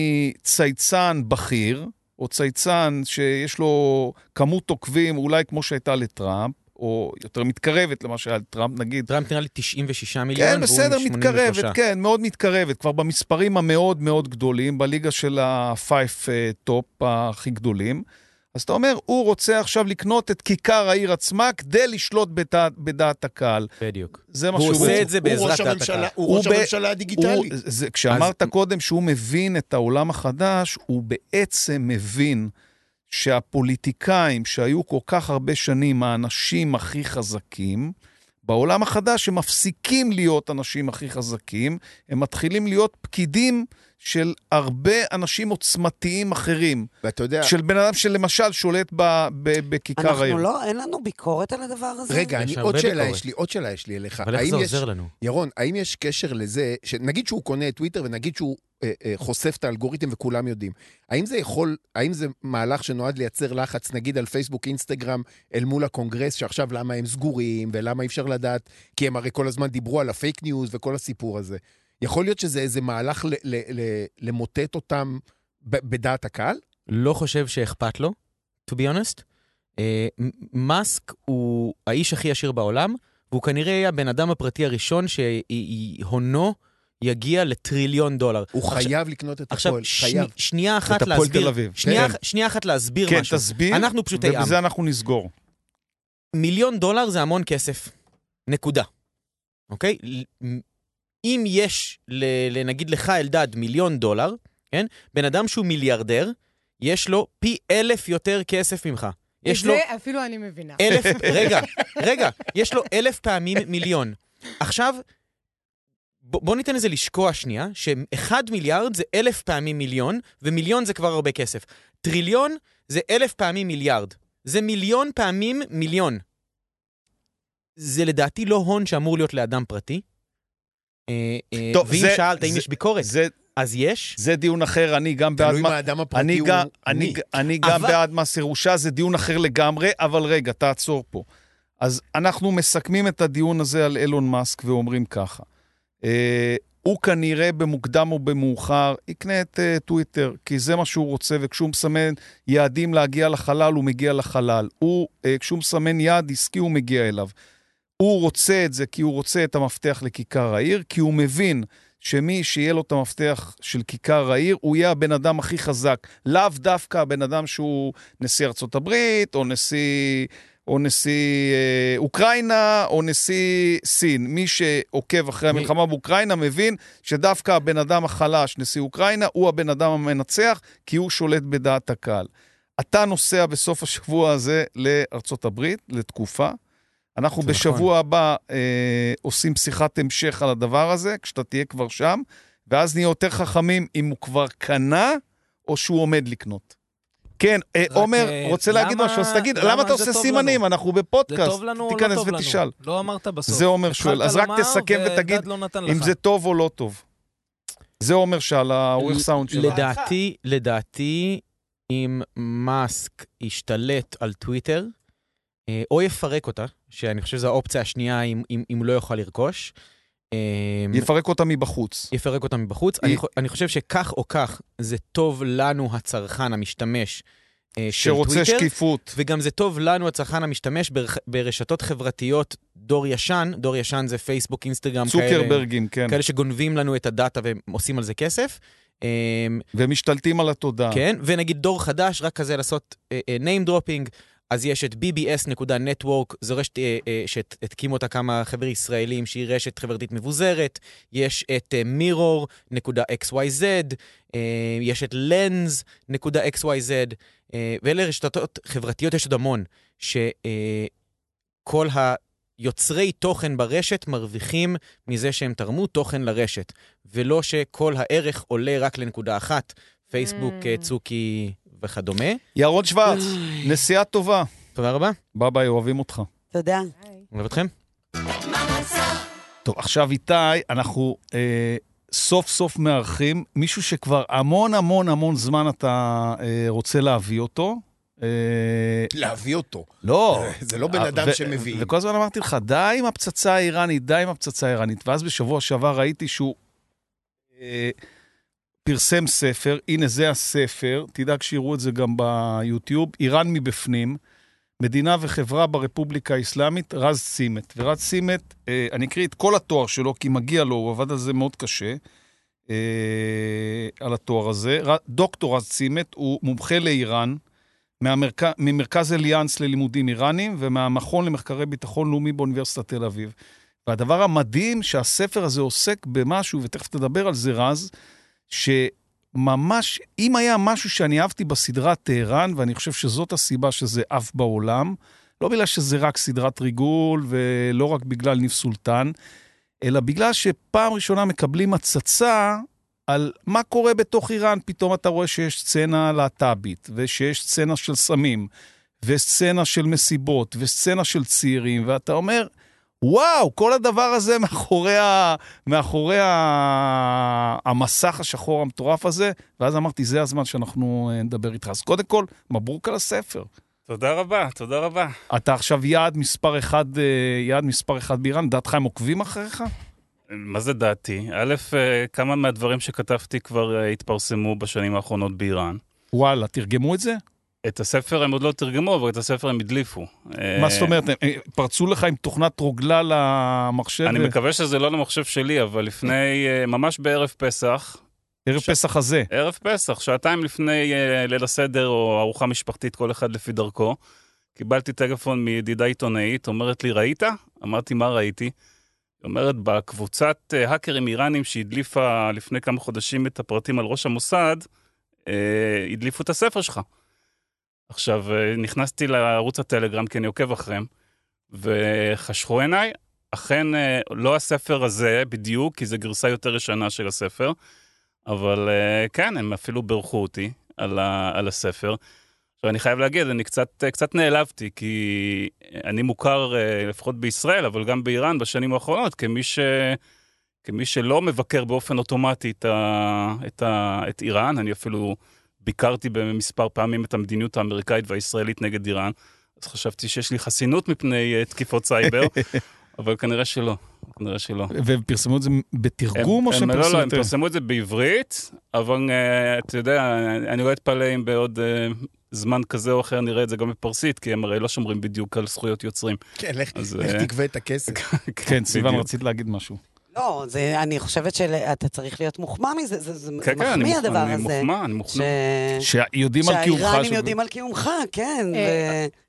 מצייצן בכיר, או צייצן שיש לו כמות עוקבים, אולי כמו שהייתה לטראמפ, או יותר מתקרבת למה שהיה לטראמפ, נגיד. טראמפ נראה לי תשעים ושישה מיליון, כן, בסדר, מתקרבת, כן, מאוד מתקרבת, כבר במספרים המאוד מאוד גדולים, בליגה של ה-פייב טופ הכי גדולים, אז אתה אומר, הוא רוצה עכשיו לקנות את כיכר העיר עצמה, כדי לשלוט בדעת, בדעת הקהל. בדיוק. זה מה הוא שהוא... עושה את זה בעזרת דעת הקהל. הוא ראש הממשלה הדיגיטלי. כשאמרת קודם שהוא מבין את העולם החדש, הוא בעצם מבין שהפוליטיקאים שהיו כל כך הרבה שנים האנשים הכי חזקים, בעולם החדש הם מפסיקים להיות אנשים הכי חזקים, הם מתחילים להיות פקידים של הרבה אנשים עוצמתיים אחרים. ואתה יודע... של בן אדם שלמשל שולט ב, ב, בכיכר אנחנו העיר. אנחנו לא, אין לנו ביקורת על הדבר הזה? רגע, אני, עוד שאלה יש לי, עוד שאלה יש לי אליך. אבל איך זה עוזר לנו? ירון, האם יש קשר לזה, שנגיד שהוא קונה את טוויטר, ונגיד שהוא אה, אה, חושף את האלגוריתם וכולם יודעים, האם זה יכול, האם זה מהלך שנועד לייצר לחץ, נגיד על פייסבוק, אינסטגרם, אל מול הקונגרס, שעכשיו למה הם סגורים, ולמה אי אפשר לדעת, כי הם הרי כל הזמן דיברו על הפייק ניוז וכל הסיפור הזה. יכול להיות שזה איזה מהלך ל- ל- ל- למוטט אותם ב- בדעת הקהל? לא חושב שאכפת לו, to be honest. מאסק הוא האיש הכי עשיר בעולם, והוא כנראה יהיה הבן אדם הפרטי הראשון שהונו יגיע לטריליון דולר. הוא עכשיו, חייב לקנות את עכשיו, הפועל, ש... חייב. שנייה אחת את הפועל להסביר, תל אביב. שנייה, כן. שנייה אחת להסביר כן, משהו. כן, תסביר, אנחנו פשוטי עם. ובזה אנחנו נסגור. מיליון דולר זה המון כסף. נקודה. אוקיי? אם יש, נגיד לך אלדד, מיליון דולר, כן? בן אדם שהוא מיליארדר, יש לו פי אלף יותר כסף ממך. את זה אפילו אני מבינה. אלף, רגע, רגע, יש לו אלף פעמים מיליון. עכשיו, בוא ניתן לזה לשקוע שנייה, שאחד מיליארד זה אלף פעמים מיליון, ומיליון זה כבר הרבה כסף. טריליון זה אלף פעמים מיליארד. זה מיליון פעמים מיליון. זה לדעתי לא הון שאמור להיות לאדם פרטי. טוב, ואם זה, שאלת אם זה, יש ביקורת, זה, אז יש. זה דיון אחר, אני גם בעד... תלוי מהאדם הפרטי אני הוא גם, מי. אני, אני גם אבל... בעד מס ירושה, זה דיון אחר לגמרי, אבל רגע, תעצור פה. אז אנחנו מסכמים את הדיון הזה על אילון מאסק ואומרים ככה. אה, הוא כנראה במוקדם או במאוחר יקנה את uh, טוויטר, כי זה מה שהוא רוצה, וכשהוא מסמן יעדים להגיע לחלל, הוא מגיע לחלל. הוא, uh, כשהוא מסמן יעד עסקי, הוא מגיע אליו. הוא רוצה את זה כי הוא רוצה את המפתח לכיכר העיר, כי הוא מבין שמי שיהיה לו את המפתח של כיכר העיר, הוא יהיה הבן אדם הכי חזק. לאו דווקא הבן אדם שהוא נשיא ארצות הברית, או נשיא, או נשיא אה, אוקראינה, או נשיא סין. מי שעוקב אחרי המלחמה באוקראינה מבין שדווקא הבן אדם החלש, נשיא אוקראינה, הוא הבן אדם המנצח, כי הוא שולט בדעת הקהל. אתה נוסע בסוף השבוע הזה לארצות הברית, לתקופה, אנחנו בשבוע הבא אה, עושים שיחת המשך על הדבר הזה, כשאתה תהיה כבר שם, ואז נהיה יותר חכמים אם הוא כבר קנה, או שהוא עומד לקנות. כן, אה, עומר, רוצה להגיד משהו, אז תגיד, למה אתה עושה סימנים? אנחנו בפודקאסט, זה טוב לנו או לא טוב לנו? לא אמרת בסוף. זה עומר שואל, אז רק תסכם ותגיד אם זה טוב או לא טוב. זה עומר שעל העורך סאונד שלנו. לדעתי, לדעתי, אם מאסק ישתלט על טוויטר, או יפרק אותה, שאני חושב שזו האופציה השנייה אם, אם, אם לא יוכל לרכוש. יפרק אותה מבחוץ. יפרק אותה מבחוץ. היא... אני, אני חושב שכך או כך זה טוב לנו הצרכן המשתמש שרוצה טוויטר, שקיפות. וגם זה טוב לנו הצרכן המשתמש ברח... ברשתות חברתיות דור ישן, דור ישן זה פייסבוק, אינסטגרם, צוקרברגים, כאלה, כן. כאלה שגונבים לנו את הדאטה ועושים על זה כסף. ומשתלטים על התודעה. כן, ונגיד דור חדש, רק כזה לעשות uh, uh, name dropping, אז יש את בי בי אס דוט נטוורק, זו רשת uh, uh, שהתקימו אותה כמה חבר ישראלים, שהיא רשת חברתית מבוזרת, יש את מירור דוט אקס וואי זד, uh, יש את לנז דוט אקס וואי זד, uh, ואלה רשתות חברתיות יש עוד המון, שכל uh, היוצרי תוכן ברשת מרוויחים מזה שהם תרמו תוכן לרשת, ולא שכל הערך עולה רק לנקודה אחת, פייסבוק, mm. צוקי וכדומה. ירון שוורץ, נסיעה טובה. תודה רבה. ביי ביי, אוהבים אותך. תודה. אוהב אתכם. טוב, עכשיו איתי, אנחנו אה, סוף סוף מארחים מישהו שכבר המון המון המון זמן אתה אה, רוצה להביא אותו. אה, להביא אותו. לא. זה לא בן אדם שמביא. וכל הזמן אמרתי לך, די עם הפצצה האיראנית, די עם הפצצה האיראנית. ואז בשבוע שעבר ראיתי שהוא אה, פרסם ספר, הנה זה הספר, תדאג שיראו את זה גם ביוטיוב, איראן מבפנים, מדינה וחברה ברפובליקה האסלאמית, רז צימת. ורז צימת, אה, אני אקריא את כל התואר שלו, כי מגיע לו, הוא עבד על זה מאוד קשה, אה, על התואר הזה. ר, דוקטור רז צימת הוא מומחה לאיראן, מהמרכ... ממרכז אליאנס ללימודים איראנים, ומהמכון למחקרי ביטחון לאומי באוניברסיטת תל אביב. והדבר המדהים שהספר הזה עוסק במשהו, ותכף תדבר על זה רז, שממש, אם היה משהו שאני אהבתי בסדרת טהרן, ואני חושב שזאת הסיבה שזה אף בעולם, לא בגלל שזה רק סדרת ריגול, ולא רק בגלל ניב סולטן, אלא בגלל שפעם ראשונה מקבלים הצצה על מה קורה בתוך איראן. פתאום אתה רואה שיש סצנה להט"בית, ושיש סצנה של סמים, וסצנה של מסיבות, וסצנה של צעירים, ואתה אומר, וואו, כל הדבר הזה מאחורי, ה... מאחורי ה... המסך השחור המטורף הזה, ואז אמרתי, זה הזמן שאנחנו נדבר איתך. אז קודם כל, מברוק על הספר. תודה רבה, תודה רבה. אתה עכשיו יעד מספר אחד, יעד מספר אחד באיראן, דעתך הם עוקבים אחריך? מה זה דעתי? א', כמה מהדברים שכתבתי כבר התפרסמו בשנים האחרונות באיראן. וואלה, תרגמו את זה? את הספר הם עוד לא תרגמו, אבל את הספר הם הדליפו. מה זאת אומרת? פרצו לך עם תוכנת רוגלה למחשב? אני מקווה שזה לא למחשב שלי, אבל לפני, ממש בערב פסח. ערב פסח הזה? ערב פסח, שעתיים לפני ליל הסדר או ארוחה משפחתית, כל אחד לפי דרכו. קיבלתי טלפון מידידה עיתונאית, אומרת לי, ראית? אמרתי, מה ראיתי? היא אומרת, בקבוצת האקרים איראנים שהדליפה לפני כמה חודשים את הפרטים על ראש המוסד, הדליפו את הספר שלך. עכשיו, נכנסתי לערוץ הטלגרם, כי אני עוקב אחריהם, וחשכו עיניי, אכן לא הספר הזה בדיוק, כי זו גרסה יותר ישנה של הספר, אבל כן, הם אפילו ברכו אותי על, ה, על הספר. עכשיו, אני חייב להגיד, אני קצת, קצת נעלבתי, כי אני מוכר לפחות בישראל, אבל גם באיראן בשנים האחרונות, כמי, ש, כמי שלא מבקר באופן אוטומטי את, ה, את, ה, את איראן, אני אפילו ביקרתי במספר פעמים את המדיניות האמריקאית והישראלית נגד איראן, אז חשבתי שיש לי חסינות מפני תקיפות סייבר, אבל כנראה שלא, כנראה שלא. ופרסמו את זה בתרגום או שהם פרסמו את זה? לא, לא, הם פרסמו את זה בעברית, אבל אתה יודע, אני לא אתפלא אם בעוד זמן כזה או אחר נראה את זה גם בפרסית, כי הם הרי לא שומרים בדיוק על זכויות יוצרים. כן, לך תגבה את הכסף. כן, סיוון, רצית להגיד משהו. לא, זה, אני חושבת שאתה צריך להיות מוחמא מזה, זה, זה כן, מחמיא הדבר אני הזה. מוחמא, אני מוחמא. שיודעים על קיומך. שהאיראנים יודעים על קיומך, כן.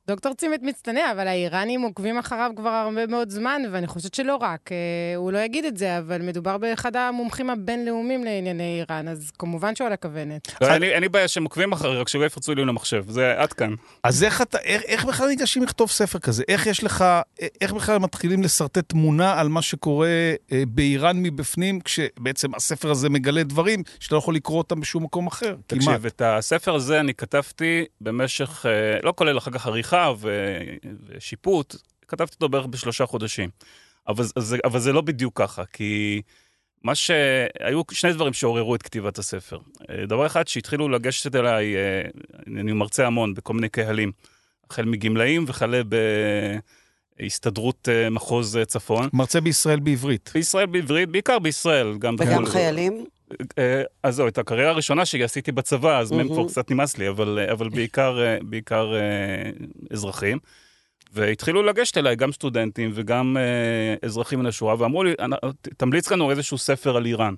דוקטור צימת מצטנע, אבל האיראנים עוקבים אחריו כבר הרבה מאוד זמן, ואני חושבת שלא רק. הוא לא יגיד את זה, אבל מדובר באחד המומחים הבינלאומיים לענייני איראן, אז כמובן שהוא על הכוונת. אין לי בעיה שהם עוקבים אחרי, רק שלא יפרצו לי למחשב, זה עד כאן. אז איך בכלל ניגשים לכתוב ספר כזה? איך יש לך, איך בכלל מתחילים לסרטט תמונה על מה שקורה באיראן מבפנים, כשבעצם הספר הזה מגלה דברים שאתה לא יכול לקרוא אותם בשום מקום אחר? תקשיב, את הספר הזה אני כתבתי במשך, לא כולל אחר כך עריכה ושיפוט, כתבתי אותו בערך בשלושה חודשים. אבל זה, אבל זה לא בדיוק ככה, כי מה שהיו שני דברים שעוררו את כתיבת הספר. דבר אחד, שהתחילו לגשת אליי, אני מרצה המון בכל מיני קהלים, החל מגמלאים וכלה בהסתדרות מחוז צפון. מרצה בישראל בעברית. בישראל בעברית, בעיקר בישראל. גם וגם חיילים? אז זהו, את הקריירה הראשונה שעשיתי בצבא, אז מהם כבר קצת נמאס לי, אבל, אבל בעיקר, בעיקר אזרחים. והתחילו לגשת אליי גם סטודנטים וגם אזרחים מן השורה, ואמרו לי, תמליץ לנו איזשהו ספר על איראן.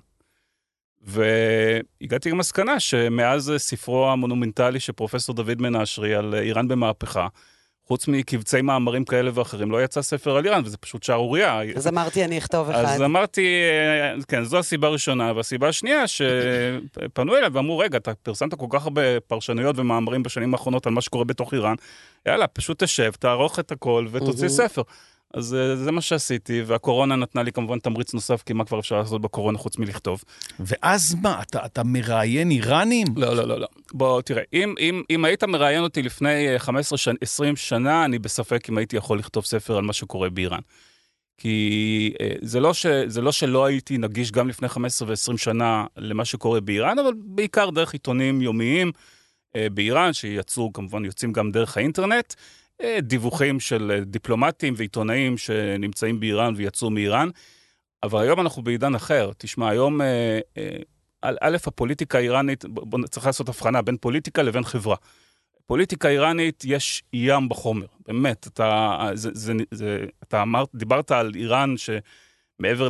והגעתי למסקנה שמאז ספרו המונומנטלי של פרופסור דוד מנשרי על איראן במהפכה, חוץ מקבצי מאמרים כאלה ואחרים, לא יצא ספר על איראן, וזה פשוט שערוריה. אז אמרתי, אני אכתוב אחד. אז אמרתי, כן, זו הסיבה הראשונה, והסיבה השנייה שפנו אליי ואמרו, רגע, אתה פרסמת כל כך הרבה פרשנויות ומאמרים בשנים האחרונות על מה שקורה בתוך איראן, יאללה, פשוט תשב, תערוך את הכל ותוציא ספר. אז זה מה שעשיתי, והקורונה נתנה לי כמובן תמריץ נוסף, כי מה כבר אפשר לעשות בקורונה חוץ מלכתוב. ואז מה, אתה, אתה מראיין איראנים? לא, לא, לא, לא. בוא, תראה, אם, אם, אם היית מראיין אותי לפני חמש עשרה עשרים שנה, אני בספק אם הייתי יכול לכתוב ספר על מה שקורה באיראן. כי זה לא, ש, זה לא שלא הייתי נגיש גם לפני חמש עשרה ועשרים שנה למה שקורה באיראן, אבל בעיקר דרך עיתונים יומיים באיראן, שיצאו, כמובן, יוצאים גם דרך האינטרנט, דיווחים של דיפלומטים ועיתונאים שנמצאים באיראן ויצאו מאיראן, אבל היום אנחנו בעידן אחר. תשמע, היום, א', הפוליטיקה האיראנית, צריך לעשות הבחנה בין פוליטיקה לבין חברה. פוליטיקה איראנית יש ים בחומר, באמת. אתה, זה, זה, זה, אתה אמרת, דיברת על איראן שמעבר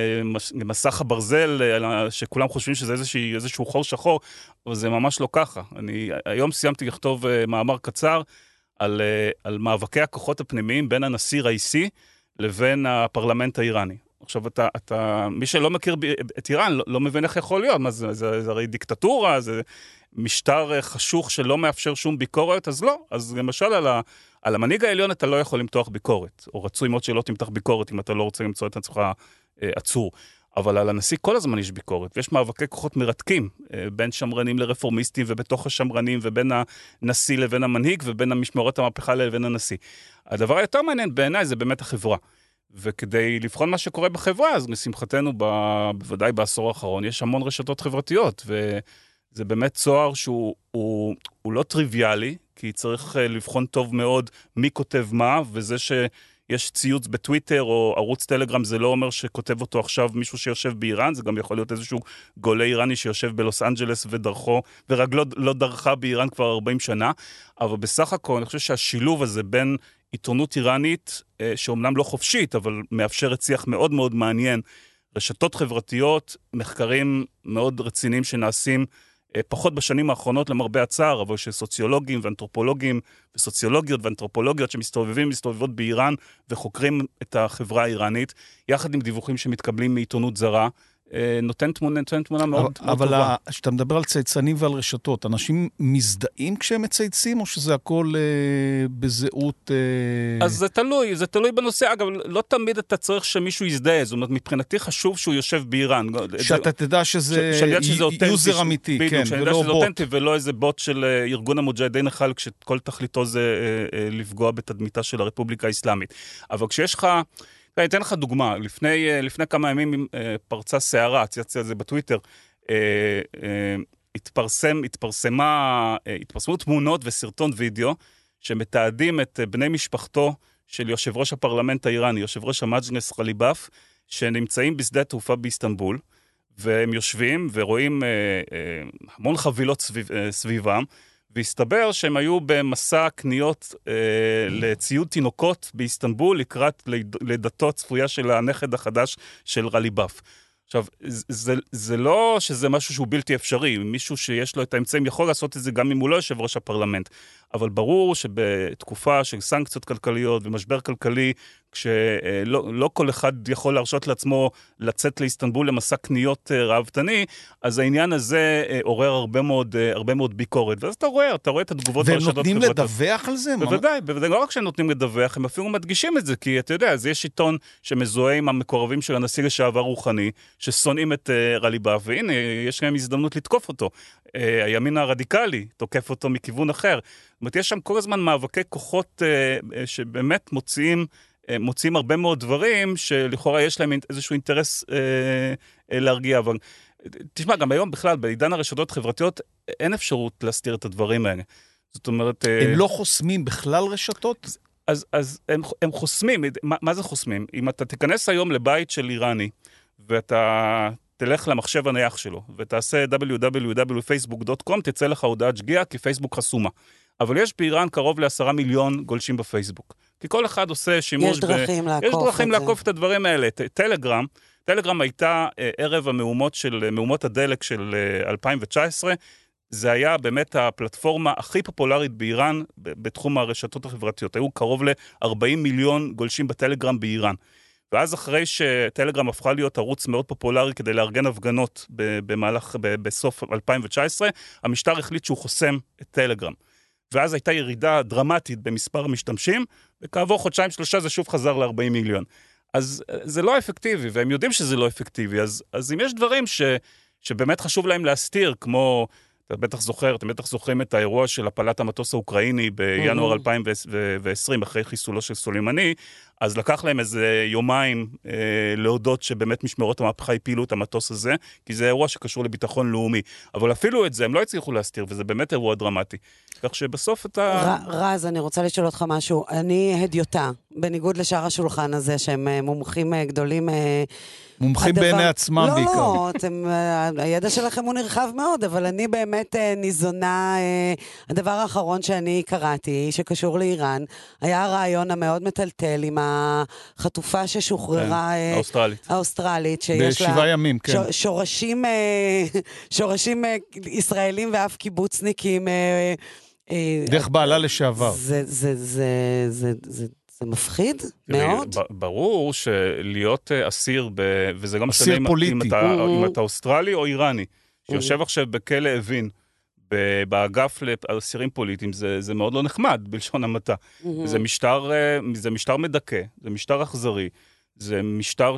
למסך הברזל, שכולם חושבים שזה איזשהו, איזשהו חור שחור, אבל זה ממש לא ככה. אני היום סיימתי לכתוב מאמר קצר, על, על מאבקי הכוחות הפנימיים בין הנשיא ראיסי לבין הפרלמנט האיראני. עכשיו, אתה, אתה, מי שלא מכיר את איראן, לא, לא מבין איך יכול להיות. מה זה, זה, זה הרי דיקטטורה, זה משטר חשוך שלא מאפשר שום ביקורת, אז לא. אז למשל, על, ה, על המנהיג העליון אתה לא יכול למתוח ביקורת, או רצוי מאוד שלא תמתח ביקורת אם אתה לא רוצה למצוא את עצמך אה, עצור. אבל על הנשיא כל הזמן יש ביקורת, ויש מאבקי כוחות מרתקים, בין שמרנים לרפורמיסטים, ובתוך השמרנים, ובין הנשיא לבין המנהיג, ובין המשמרות המהפכה לבין הנשיא. הדבר היותר מעניין בעיניי זה באמת החברה. וכדי לבחון מה שקורה בחברה, אז לשמחתנו, בוודאי בעשור האחרון, יש המון רשתות חברתיות, וזה באמת צוהר שהוא הוא, הוא לא טריוויאלי, כי צריך לבחון טוב מאוד מי כותב מה, וזה ש... יש ציוץ בטוויטר או ערוץ טלגרם, זה לא אומר שכותב אותו עכשיו מישהו שיושב באיראן, זה גם יכול להיות איזשהו גולה איראני שיושב בלוס אנג'לס ודרכו, ורגלו לא דרכה באיראן כבר ארבעים שנה, אבל בסך הכל אני חושב שהשילוב הזה בין עיתונות איראנית, שאומנם לא חופשית, אבל מאפשרת שיח מאוד מאוד מעניין, רשתות חברתיות, מחקרים מאוד רציניים שנעשים, פחות בשנים האחרונות למרבה הצער, אבל שסוציולוגים ואנתרופולוגים וסוציולוגיות ואנתרופולוגיות שמסתובבים, מסתובבות באיראן וחוקרים את החברה האיראנית, יחד עם דיווחים שמתקבלים מעיתונות זרה, נותן תמונה, נותן תמונה מאוד, מאוד אבל טובה. אבל כשאתה מדבר על צייצנים ועל רשתות, אנשים מזדהים כשהם מצייצים, או שזה הכל אה, בזהות... אה... אז זה תלוי, זה תלוי בנושא. אגב, לא תמיד אתה צריך שמישהו יזדהה, זאת אומרת, מבחינתי חשוב שהוא יושב באיראן. שאתה תדע שזה, ש... שזה אותנטי, יוזר אמיתי, בדיוק, כן, שאני ולא יודע שזה בוט. אותנטי, ולא איזה בוט של ארגון המוג'הדין החל, כשכל תכליתו זה אה, אה, לפגוע בתדמיתה של הרפובליקה האסלאמית. אבל כשיש לך... אני אתן לך דוגמה, לפני, לפני כמה ימים פרצה שערה, צייצתי על זה בטוויטר, התפרסם, התפרסמה, התפרסמו תמונות וסרטון וידאו, שמתעדים את בני משפחתו של יושב ראש הפרלמנט האיראני, יושב ראש המג'לס חליבאף, שנמצאים בשדה התעופה באיסטנבול, והם יושבים ורואים המון חבילות סביב, סביבם, והסתבר שהם היו במסע קניות אה, לציוד תינוקות באיסטנבול, לקראת ליד, לידתו הצפויה של הנכד החדש של רליבאף. עכשיו, זה, זה לא שזה משהו שהוא בלתי אפשרי, מישהו שיש לו את האמצעים יכול לעשות את זה גם אם הוא לא יושב ראש הפרלמנט, אבל ברור שבתקופה של סנקציות כלכליות ומשבר כלכלי, כשלא לא כל אחד יכול להרשות לעצמו לצאת לאיסטנבול למסע קניות רעבתני, אז העניין הזה עורר הרבה מאוד, הרבה מאוד ביקורת, ואז אתה רואה, אתה רואה את התגובות ברשתות חברתיות. והם נותנים לדווח על זה? בוודאי, בוודאי, לא רק שהם נותנים לדווח, הם אפילו מדגישים את זה, כי אתה יודע, אז יש עיתון שמזוהה עם המקורבים של הנשיא לשעבר רוחני, ששונאים את רליבה, והנה, יש להם הזדמנות לתקוף אותו. הימין הרדיקלי תוקף אותו מכיוון אחר. זאת אומרת, יש שם כל הזמן מאבקי כוחות שבאמת מוציאים, מוציאים הרבה מאוד דברים, שלכאורה יש להם איזשהו אינטרס להרגיע. אבל תשמע, גם היום בכלל, בעידן הרשתות החברתיות, אין אפשרות להסתיר את הדברים האלה. זאת אומרת... הם לא חוסמים בכלל רשתות? אז, אז הם, הם חוסמים. מה, מה זה חוסמים? אם אתה תיכנס היום לבית של איראני, ואתה תלך למחשב הנייח שלו, ותעשה דאבליו דאבליו דאבליו דוט פייסבוק דוט קום, תצא לך הודעת שגיאה, כי פייסבוק חסומה. אבל יש באיראן קרוב לעשרה מיליון גולשים בפייסבוק. כי כל אחד עושה שימוש... יש דרכים ב... לעקוף יש דרכים לעקוף את הדברים האלה. טלגרם, טלגרם הייתה ערב המהומות של, מהומות הדלק של אלפיים תשע עשרה, זה היה באמת הפלטפורמה הכי פופולרית באיראן, בתחום הרשתות החברתיות. היו קרוב ל-ארבעים מיליון גולשים בטלגרם באיראן. ואז אחרי שטלגרם הפכה להיות ערוץ מאוד פופולרי כדי לארגן הפגנות במהלך, בסוף אלפיים תשע עשרה, המשטר החליט שהוא חוסם את טלגרם. ואז הייתה ירידה דרמטית במספר המשתמשים, וכעבור חודשיים שלושה זה שוב חזר ל-ארבעים מיליון. אז זה לא אפקטיבי, והם יודעים שזה לא אפקטיבי. אז, אז אם יש דברים ש, שבאמת חשוב להם להסתיר, כמו... אתה בטח זוכר, אתם בטח זוכרים את האירוע של הפלת המטוס האוקראיני בינואר אלפיים ועשרים, אחרי חיסולו של סולימני, אז לקח להם איזה יומיים אה, להודות שבאמת משמרות המהפכה הפילו את המטוס הזה, כי זה אירוע שקשור לביטחון לאומי. אבל אפילו את זה הם לא הצליחו להסתיר, וזה באמת אירוע דרמטי. כך שבסוף אתה... רז, אני רוצה לשאול אותך משהו. אני הדיוטה, בניגוד לשאר השולחן הזה, שהם מומחים גדולים... מומחים הדבר... בעיני עצמם לא, בעיקר. לא, לא, אתם, הידע שלכם הוא נרחב מאוד, אבל אני באמת ניזונה, הדבר האחרון שאני קראתי, שקשור לאיראן, היה הרעיון המאוד מטלטל עם החטופה ששוחררה... כן, האוסטרלית. האוסטרלית, שיש לה... בשבעה ימים, כן. שורשים, שורשים ישראלים ואף קיבוצניקים... דרך בעלה לשעבר. זה, זה, זה, זה, זה... זה מפחיד מאוד. ברור שלהיות אסיר, וזה גם משנה אם אתה אוסטרלי או איראני, שיושב עכשיו בכלא אבין, באגף לאסירים פוליטיים, זה מאוד לא נחמד, בלשון המעטה. זה משטר מדכא, זה משטר אכזרי, זה משטר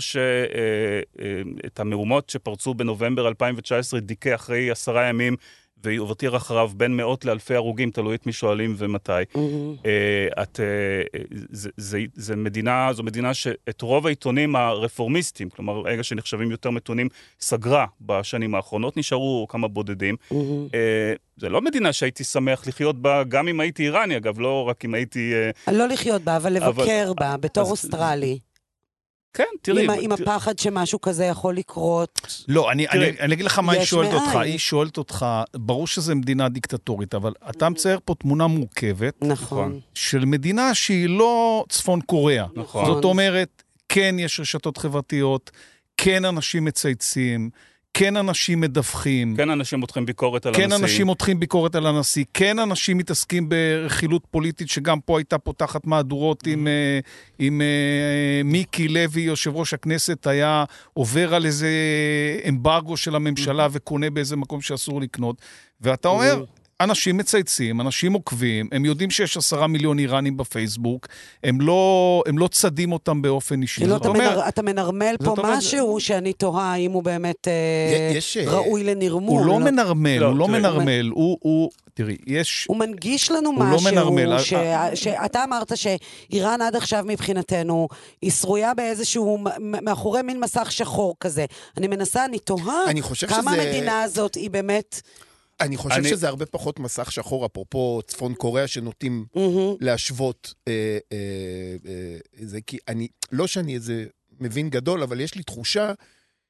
שאת המהומות שפרצו בנובמבר אלפיים תשע עשרה דיכא אחרי עשרה ימים, והותיר אחריו בין מאות לאלפי הרוגים, תלוי את מי שואלים ומתי. את, זה, זה, זה מדינה, זו מדינה שאת רוב העיתונים הרפורמיסטים, כלומר, אלה שנחשבים יותר מתונים, סגרה בשנים האחרונות, נשארו כמה בודדים. זה לא מדינה שהייתי שמח לחיות בה, גם אם הייתי איראני, אגב, לא רק אם הייתי... לא לחיות בה, אבל לבקר בה, בתור אוסטרלי. כן, תראי. עם, עם הפחד שמשהו כזה יכול לקרות. לא, אני, אני, אני אגיד לך מה היא שואלת אותך. היא שואלת אותך, ברור שזו מדינה דיקטטורית, אבל אתה מצייר פה תמונה מורכבת. נכון. של מדינה שהיא לא צפון קוריאה. נכון. זאת אומרת, כן יש רשתות חברתיות, כן אנשים מצייצים, כן אנשים מדווחים. כן אנשים מותחים ביקורת על כן הנשיא. כן אנשים מותחים ביקורת על הנשיא. כן אנשים מתעסקים ברכילות פוליטית, שגם פה הייתה פותחת מהדורות עם, עם מיקי לוי, יושב ראש הכנסת, היה עובר על איזה אמברגו של הממשלה וקונה באיזה מקום שאסור לקנות. ואתה אומר... אנשים מצייצים, אנשים עוקבים, הם יודעים שיש עשרה מיליון איראנים בפייסבוק, הם לא, הם לא צדים אותם באופן אישי. לא, אתה, אומר, מנר, אתה מנרמל פה משהו אומר... שאני תוהה האם הוא באמת יש, ראוי לנרמול. הוא לא מנרמל, לא, הוא לא מנרמל, הוא, הוא, תראי, יש... הוא מנגיש לנו משהו, לא מנרמל, ש... שאתה אמרת שאיראן עד עכשיו מבחינתנו, היא שרויה באיזשהו, מאחורי מין מסך שחור כזה. אני מנסה, אני תוהה, אני כמה שזה... המדינה הזאת היא באמת... אני חושב אני... שזה הרבה פחות מסך שחור, אפרופו צפון קוריאה שנוטים mm-hmm. להשוות אה, אה, אה, זה, כי אני, לא שאני איזה מבין גדול, אבל יש לי תחושה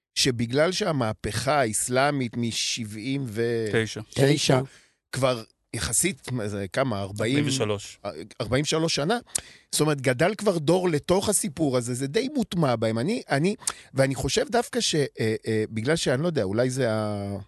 שבגלל שהמהפכה האסלאמית מ-שבעים ותשע כבר יחסית, זה כמה, ארבעים... ארבעים ושלוש. ארבעים ושלוש שנה. זאת אומרת, גדל כבר דור לתוך הסיפור הזה, זה די מוטמע בהם. אני, אני, ואני חושב דווקא שבגלל שאני לא יודע, אולי זה ה...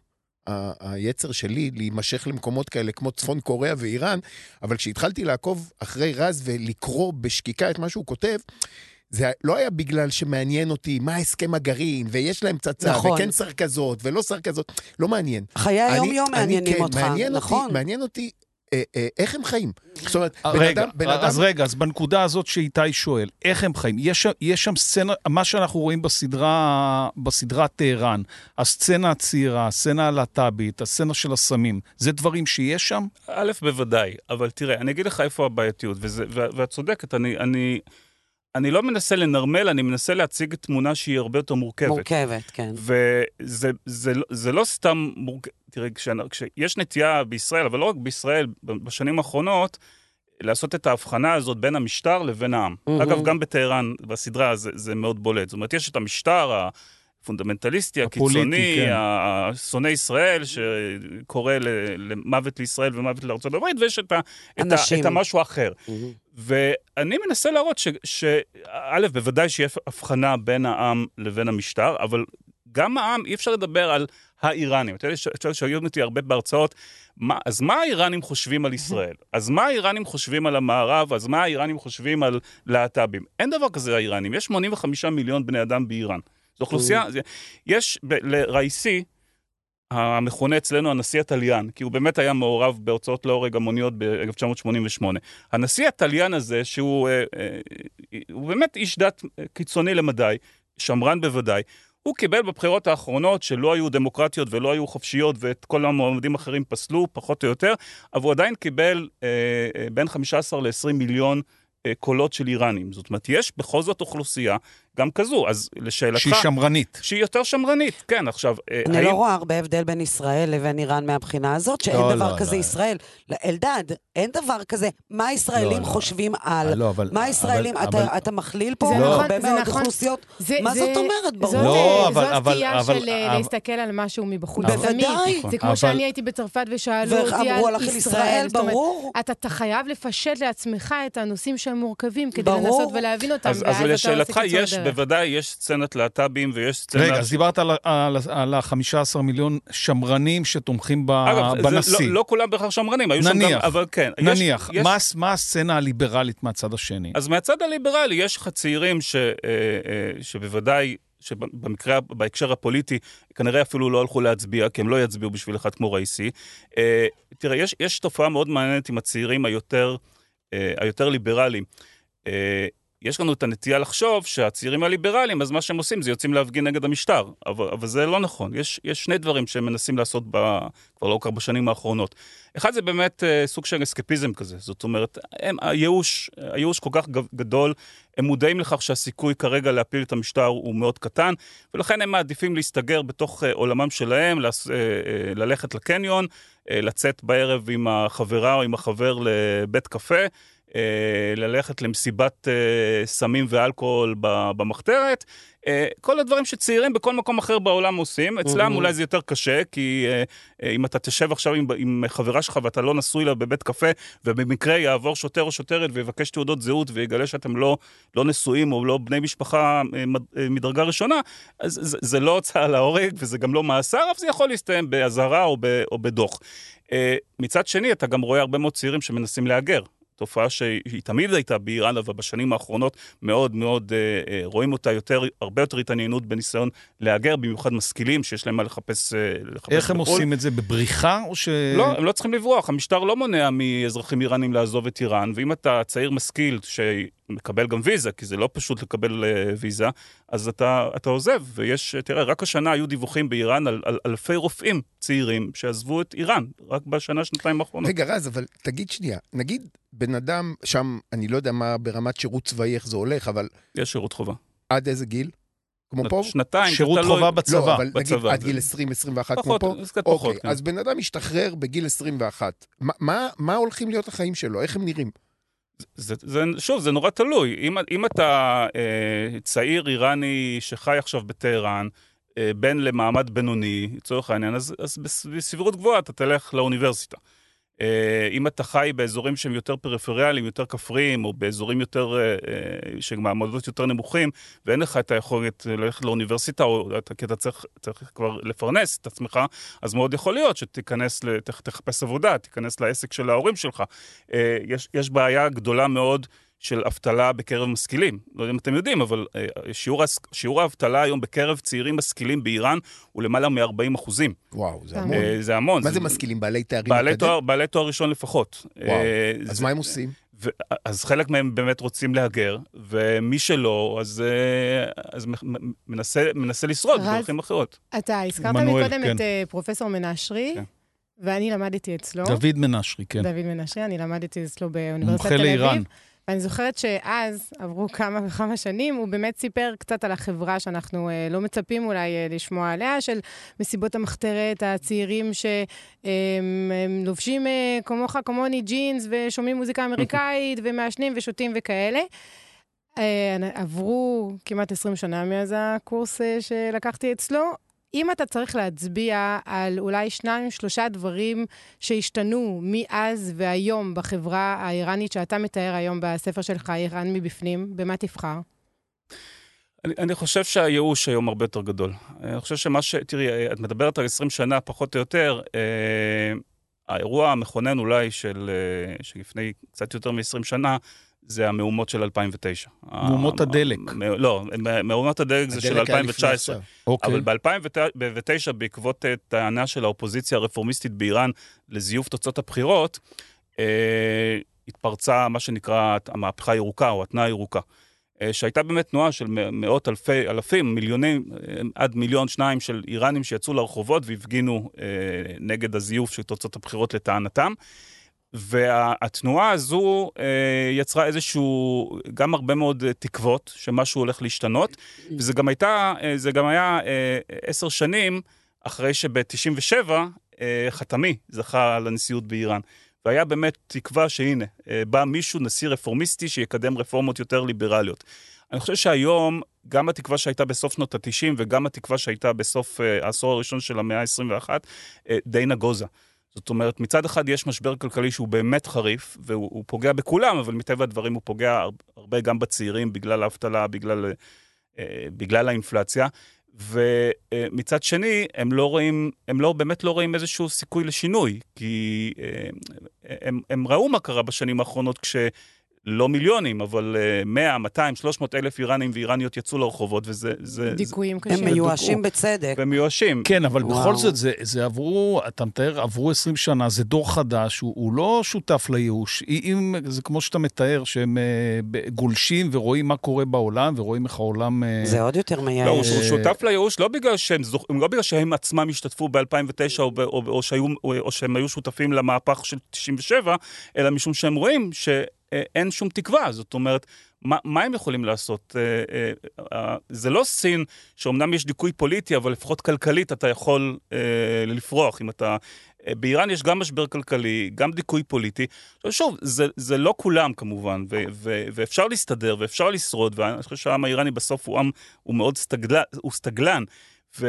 היצר שלי להימשך למקומות כאלה כמו צפון קוריאה ואיראן, אבל כשהתחלתי לעקוב אחרי רז ולקרוא בשקיקה את מה שהוא כותב, זה לא היה בגלל שמעניין אותי מה הסכם הגרעין, ויש להם צצה, נכון. וכן סרקזות, ולא סרקזות, לא מעניין. חיי היום יום מעניינים כן, אותך, מעניין נכון. אותי, מעניין אותי אה, אה, איך הם חיים. זאת אומרת, רגע, בן אדם, בן אדם... אז רגע, אז בנקודה הזאת שאיתי שואל, איך הם חיים? יש, יש שם סצנה, מה שאנחנו רואים בסדרה, בסדרת טהרן, הסצנה הצעירה, הסצנה הלהט"בית, הסצנה של הסמים, זה דברים שיש שם? א', בוודאי, אבל תראה, אני אגיד לך איפה הבעייתיות, וזה, ואת צודקת, אני... אני... אני לא מנסה לנרמל, אני מנסה להציג תמונה שהיא הרבה יותר מורכבת. מורכבת, כן. וזה זה, זה לא סתם מורכבת. תראה, כשיש נטייה בישראל, אבל לא רק בישראל, בשנים האחרונות, לעשות את ההבחנה הזאת בין המשטר לבין העם. Mm-hmm. אגב, גם בטהרן, בסדרה, זה, זה מאוד בולט. זאת אומרת, יש את המשטר הפונדמנטליסטי, הקיצוני, כן. השונא ישראל, שקורא למוות לישראל ומוות לארצות הברית, ויש את, ה, את, ה, את המשהו האחר. Mm-hmm. ואני מנסה להראות שא', בוודאי שיש הבחנה בין העם לבין המשטר, אבל גם העם, אי אפשר לדבר על האיראנים. אתה יודע, שהיום אותי הרבה בהרצאות, מה, אז מה האיראנים חושבים על ישראל? אז מה האיראנים חושבים על המערב? אז מה האיראנים חושבים על להט"בים? אין דבר כזה האיראנים. יש שמונים וחמישה מיליון בני אדם באיראן. זו אוכלוסייה, יש לראיסי, המכונה אצלנו הנשיא הטליאן, כי הוא באמת היה מעורב בהוצאות להורג המוניות ב-אלף תשע מאות שמונים ושמונה. הנשיא הטליאן הזה, שהוא הוא באמת איש דת קיצוני למדי, שמרן בוודאי, הוא קיבל בבחירות האחרונות שלא היו דמוקרטיות ולא היו חופשיות, ואת כל המועמדים האחרים פסלו, פחות או יותר, אבל הוא עדיין קיבל אה, אה, בין חמישה עשר לעשרים מיליון אה, קולות של איראנים. זאת אומרת, יש בכל זאת אוכלוסייה גם כזו, אז לשאלתך... שהיא שמרנית. שהיא יותר שמרנית, כן, עכשיו... אני האם... לא רואה הרבה הבדל בין ישראל לבין איראן מהבחינה הזאת, שאין לא, דבר לא, כזה לא. ישראל. אלדד, אין דבר כזה, מה ישראלים לא, חושבים לא. על... לא, אבל, מה ישראלים, אבל, אתה, אבל... אתה מכליל פה לא, הרבה מאוד נכון. אוכלוסיות? זה, מה זה, זאת אומרת? ברור. זאת, לא, זאת אבל, אבל, סטייה אבל, של אבל, להסתכל על משהו מבחוץ. בוודאי. זה כמו שאני הייתי בצרפת ושאלו אותי על ישראל. ברור. אתה חייב לפשט לעצמך את הנושאים שהם מורכבים, כדי לנסות ולהבין אותם. אז לשאלתך יש, בוודאי, יש סצנת להט"בים ויש סצנת... רגע, אז דיברת על, על, על ה-חמישה עשר מיליון שמרנים שתומכים ב, אגב, בנשיא. לא, לא כולם בכלל שמרנים, היו נניח, שם גם, אבל כן. נניח, יש, מה, יש... מה הסצנה הליברלית מהצד השני? אז מהצד הליברלי יש לך צעירים ש, שבוודאי, שבמקרה, בהקשר הפוליטי, כנראה אפילו לא הלכו להצביע, כי הם לא יצביעו בשביל אחד כמו ראיסי. תראה, יש, יש תופעה מאוד מעניינת עם הצעירים היותר, היותר ליברליים. יש לנו את הנטייה לחשוב שהצעירים הליברליים, אז מה שהם עושים זה יוצאים להפגין נגד המשטר. אבל, אבל זה לא נכון. יש, יש שני דברים שהם מנסים לעשות ב, כבר לא כך בשנים האחרונות. אחד זה באמת uh, סוג של אסקפיזם כזה. זאת אומרת, הם, הייאוש, הייאוש כל כך גדול, הם מודעים לכך שהסיכוי כרגע להפיל את המשטר הוא מאוד קטן, ולכן הם מעדיפים להסתגר בתוך uh, עולמם שלהם, לס, uh, uh, ללכת לקניון, uh, לצאת בערב עם החברה או עם החבר לבית קפה, ללכת למסיבת סמים ואלכוהול במחתרת, כל הדברים שצעירים בכל מקום אחר בעולם עושים, אצלם אולי זה יותר קשה, כי אם אתה תשב עכשיו עם, עם חברה שלך ואתה לא נשוי לה בבית קפה, ובמקרה יעבור שוטר או שוטרת ויבקש תעודות זהות ויגלה שאתם לא, לא נשואים או לא בני משפחה מדרגה ראשונה, אז זה, זה לא הוצאה להורג וזה גם לא מאסר, אבל זה יכול להסתיים באזהרה או, ב, או בדוח. מצד שני, אתה גם רואה הרבה מאוד צעירים שמנסים להגר. תופעה שהיא תמיד הייתה באיראן, אבל בשנים האחרונות מאוד מאוד אה, אה, רואים אותה יותר, הרבה יותר התעניינות בניסיון להגר, במיוחד משכילים שיש להם מה לחפש, אה, לחפש איך הם בחול. עושים את זה? בבריחה או ש... לא, הם לא צריכים לברוח. המשטר לא מונע מאזרחים איראנים לעזוב את איראן, ואם אתה צעיר משכיל שמקבל גם ויזה, כי זה לא פשוט לקבל אה, ויזה, אז אתה, אתה עוזב. ויש, תראה, רק השנה היו דיווחים באיראן על, על אלפי רופאים צעירים שעזבו את איראן, רק בשנה, שנתיים האחרונות. רגע, רז, אבל תגיד שנייה, נגיד בן אדם, שם, אני לא יודע מה ברמת שירות צבאי, איך זה הולך, אבל... יש שירות חובה. עד איזה גיל? כמו פה? שנתיים. שירות חובה בצבא. לא, אבל נגיד עד גיל עשרים עשרים ואחת כמו פה? פחות, פחות. אז בן אדם משתחרר בגיל עשרים ואחת. מה הולכים להיות החיים שלו? איך הם נראים? שוב, זה נורא תלוי. אם אתה צעיר איראני שחי עכשיו בטהרן, בין למעמד בינוני, לצורך העניין, אז בסבירות גבוהה אתה תלך לאוניברסיטה. אם אתה חי באזורים שהם יותר פריפריאליים, יותר כפריים, או באזורים יותר, שמעמדות יותר נמוכים, ואין לך את היכולת ללכת לאוניברסיטה, או כי אתה צריך, צריך כבר לפרנס את עצמך, אז מאוד יכול להיות שתיכנס, תחפש עבודה, תיכנס לעסק של ההורים שלך. יש, יש בעיה גדולה מאוד של אבטלה בקרב משכילים. לא יודע אם אתם יודעים, אבל שיעור, שיעור האבטלה היום בקרב צעירים משכילים באיראן הוא למעלה מ-ארבעים אחוזים. וואו, זה המון. זה המון. מה זה משכילים? בעלי תארים? בעלי תואר, בעלי תואר ראשון לפחות. וואו, אז מה הם עושים? ו- אז חלק מהם באמת רוצים להגר, ומי שלא, אז, אז מנסה, מנסה לשרוד בדרכים אחרות. אתה הזכרת מקודם את פרופסור מנשרי, ואני למדתי אצלו. דוד מנשרי, כן. דוד מנשרי, אני למדתי אצלו באוניברסיטת תל אביב. ואני זוכרת שאז עברו כמה וכמה שנים, הוא באמת סיפר קצת על החברה שאנחנו אה, לא מצפים אולי אה, לשמוע עליה, של מסיבות המחתרת, הצעירים שלובשים אה, כמוך, כמוני ג'ינס, ושומעים מוזיקה אמריקאית, ומעשנים ושותים וכאלה. אה, עברו כמעט עשרים שנה מאז הקורס אה, שלקחתי אצלו, אם אתה צריך להצביע על אולי שניים, שלושה דברים שהשתנו מאז והיום בחברה האיראנית שאתה מתאר היום בספר שלך, איראן מבפנים, במה תבחר? אני, אני חושב שהייאוש היום הרבה יותר גדול. אני חושב שמה ש... תראי, את מדברת על עשרים שנה, פחות או יותר, אה, האירוע המכונן אולי של, אה, שלפני קצת יותר מ-עשרים שנה, זה המהומות של אלפיים ותשע. מהומות הדלק. לא, מהומות הדלק זה של אלפיים תשע עשרה. אבל ב-אלפיים ותשע, בעקבות טענה של האופוזיציה הרפורמיסטית באיראן לזיוף תוצאות הבחירות, התפרצה מה שנקרא המהפכה הירוקה, או התנועה הירוקה, שהייתה באמת תנועה של מאות אלפי, אלפים, מיליונים, עד מיליון שניים של איראנים שיצאו לרחובות והפגינו נגד הזיוף של תוצאות הבחירות לטענתם. והתנועה הזו אה, יצרה איזשהו, גם הרבה מאוד תקוות שמשהו הולך להשתנות, וזה גם הייתה, אה, זה גם היה אה, עשר שנים אחרי שב-תשעים ושבע אה, חתמי זכה לנשיאות באיראן. והיה באמת תקווה שהנה, אה, בא מישהו, נשיא רפורמיסטי, שיקדם רפורמות יותר ליברליות. אני חושב שהיום, גם התקווה שהייתה בסוף שנות ה-תשעים, וגם התקווה שהייתה בסוף אה, העשור הראשון של המאה ה-עשרים ואחת, אה, די נגוזה. זאת אומרת, מצד אחד יש משבר כלכלי שהוא באמת חריף, והוא פוגע בכולם, אבל מטבע הדברים הוא פוגע הרבה גם בצעירים, בגלל האבטלה, בגלל, בגלל האינפלציה, ומצד שני, הם לא רואים, הם לא, באמת לא רואים איזשהו סיכוי לשינוי, כי הם, הם ראו מה קרה בשנים האחרונות כש... לא מיליונים, אבל מאה, מאתיים, שלוש מאות אלף איראנים ואיראניות יצאו לרחובות, וזה... זה, דיכויים קשים. הם מיואשים בצדק. הם מיואשים. כן, אבל וואו. בכל זאת, זה, זה עברו, אתה מתאר, עברו עשרים שנה, זה דור חדש, הוא, הוא לא שותף לייאוש. אם, זה כמו שאתה מתאר, שהם uh, גולשים ורואים מה קורה בעולם, ורואים איך העולם... Uh, זה עוד יותר מייאש. לא, הוא שותף לייאוש, לא בגלל שהם, לא בגלל שהם עצמם השתתפו ב-אלפיים ותשע, או, או, או, שהיו, או, או שהם היו שותפים למהפך של תשעים ושבע, אלא משום שהם רואים ש... אין שום תקווה, זאת אומרת, מה, מה הם יכולים לעשות? זה לא סין שאומנם יש דיכוי פוליטי, אבל לפחות כלכלית אתה יכול לפרוח. אם אתה... באיראן יש גם משבר כלכלי, גם דיכוי פוליטי. שוב, זה, זה לא כולם כמובן, ו, ו, ואפשר להסתדר, ואפשר לשרוד, ואני חושב שהעם האיראני בסוף הוא עם, הוא מאוד סטגלן, הוא סטגלן, ו...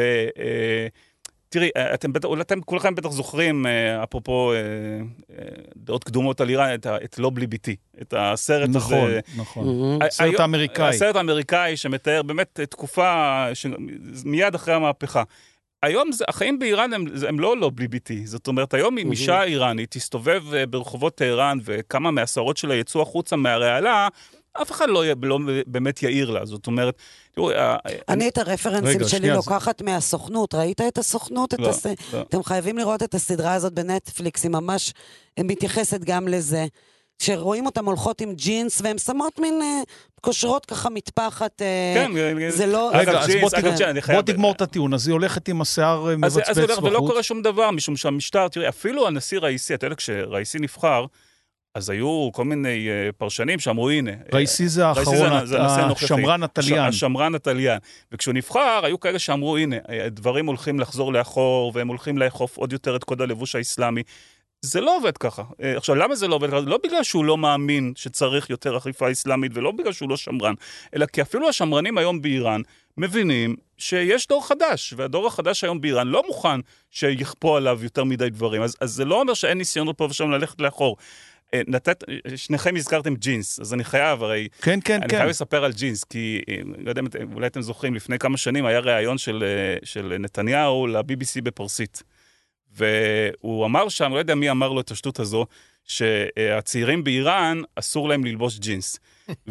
תראי, אתם, אולי אתם כולכם בטח זוכרים, אפרופו דעות קדומות על איראן, את, את לא בלי ביתי, את הסרט נכון, הזה. נכון, נכון. הסרט האמריקאי. הסרט האמריקאי שמתאר באמת תקופה מיד אחרי המהפכה. היום זה, החיים באיראן הם, הם לא לא בלי ביתי. זאת אומרת, היום אם אישה איראנית תסתובב ברחובות טהרן, וכמה מהסערות שלה יצאו החוצה מהרעלה, אף אחד לא, לא באמת יעיר לה. זאת אומרת, תראו... אני את הרפרנסים שלי לוקחת מהסוכנות. ראית את הסוכנות? לא, הס... לא. אתם חייבים לראות את הסדרה הזאת בנטפליקס, היא ממש מתייחסת גם לזה. שרואים אותם הולכות עם ג'ינס, והן שמות מין קושרות ככה מטפחת. כן, זה לא... רגע, אז בוא תגמור את הטיעון, אז היא הולכת עם השיער מבצבץ בחוץ. ולא קורה שום דבר, משום שהמשטר, תראי, אפילו הנשיא ראיסי, אתה יודע, כשראיסי נבחר, אז היו כל מיני פרשנים שאמרו, הנה... ראיסי זה האחרון, השמרן הטליין. השמרן הטליין. וכשהוא נבחר, היו כאלה שאמרו, הנה, הדברים הולכים לחזור לאחור, והם הולכים לאכוף עוד יותר את קוד הלבוש האסלאמי. זה לא עובד ככה. עכשיו, למה זה לא עובד ככה? לא בגלל שהוא לא מאמין שצריך יותר אכיפה אסלאמית, ולא בגלל שהוא לא שמרן, אלא כי אפילו השמרנים היום באיראן מבינים שיש דור חדש, והדור החדש היום באיראן לא מוכן שיכפו עליו יותר מדי דברים. אז, אז זה לא אומר שאין ניסיונות פה ושם ללכת לאחור. נתת, שניכם הזכרתם ג'ינס, אז אני חייב, הרי... כן, כן, אני כן. חייב לספר על ג'ינס, כי, לא יודע, אולי אתם זוכרים, לפני כמה שנים היה ראיון של, של נתניהו ל-בי בי סי בפרסית. והוא אמר שם, לא יודע מי אמר לו את השטות הזו, שהצעירים באיראן אסור להם ללבוש ג'ינס.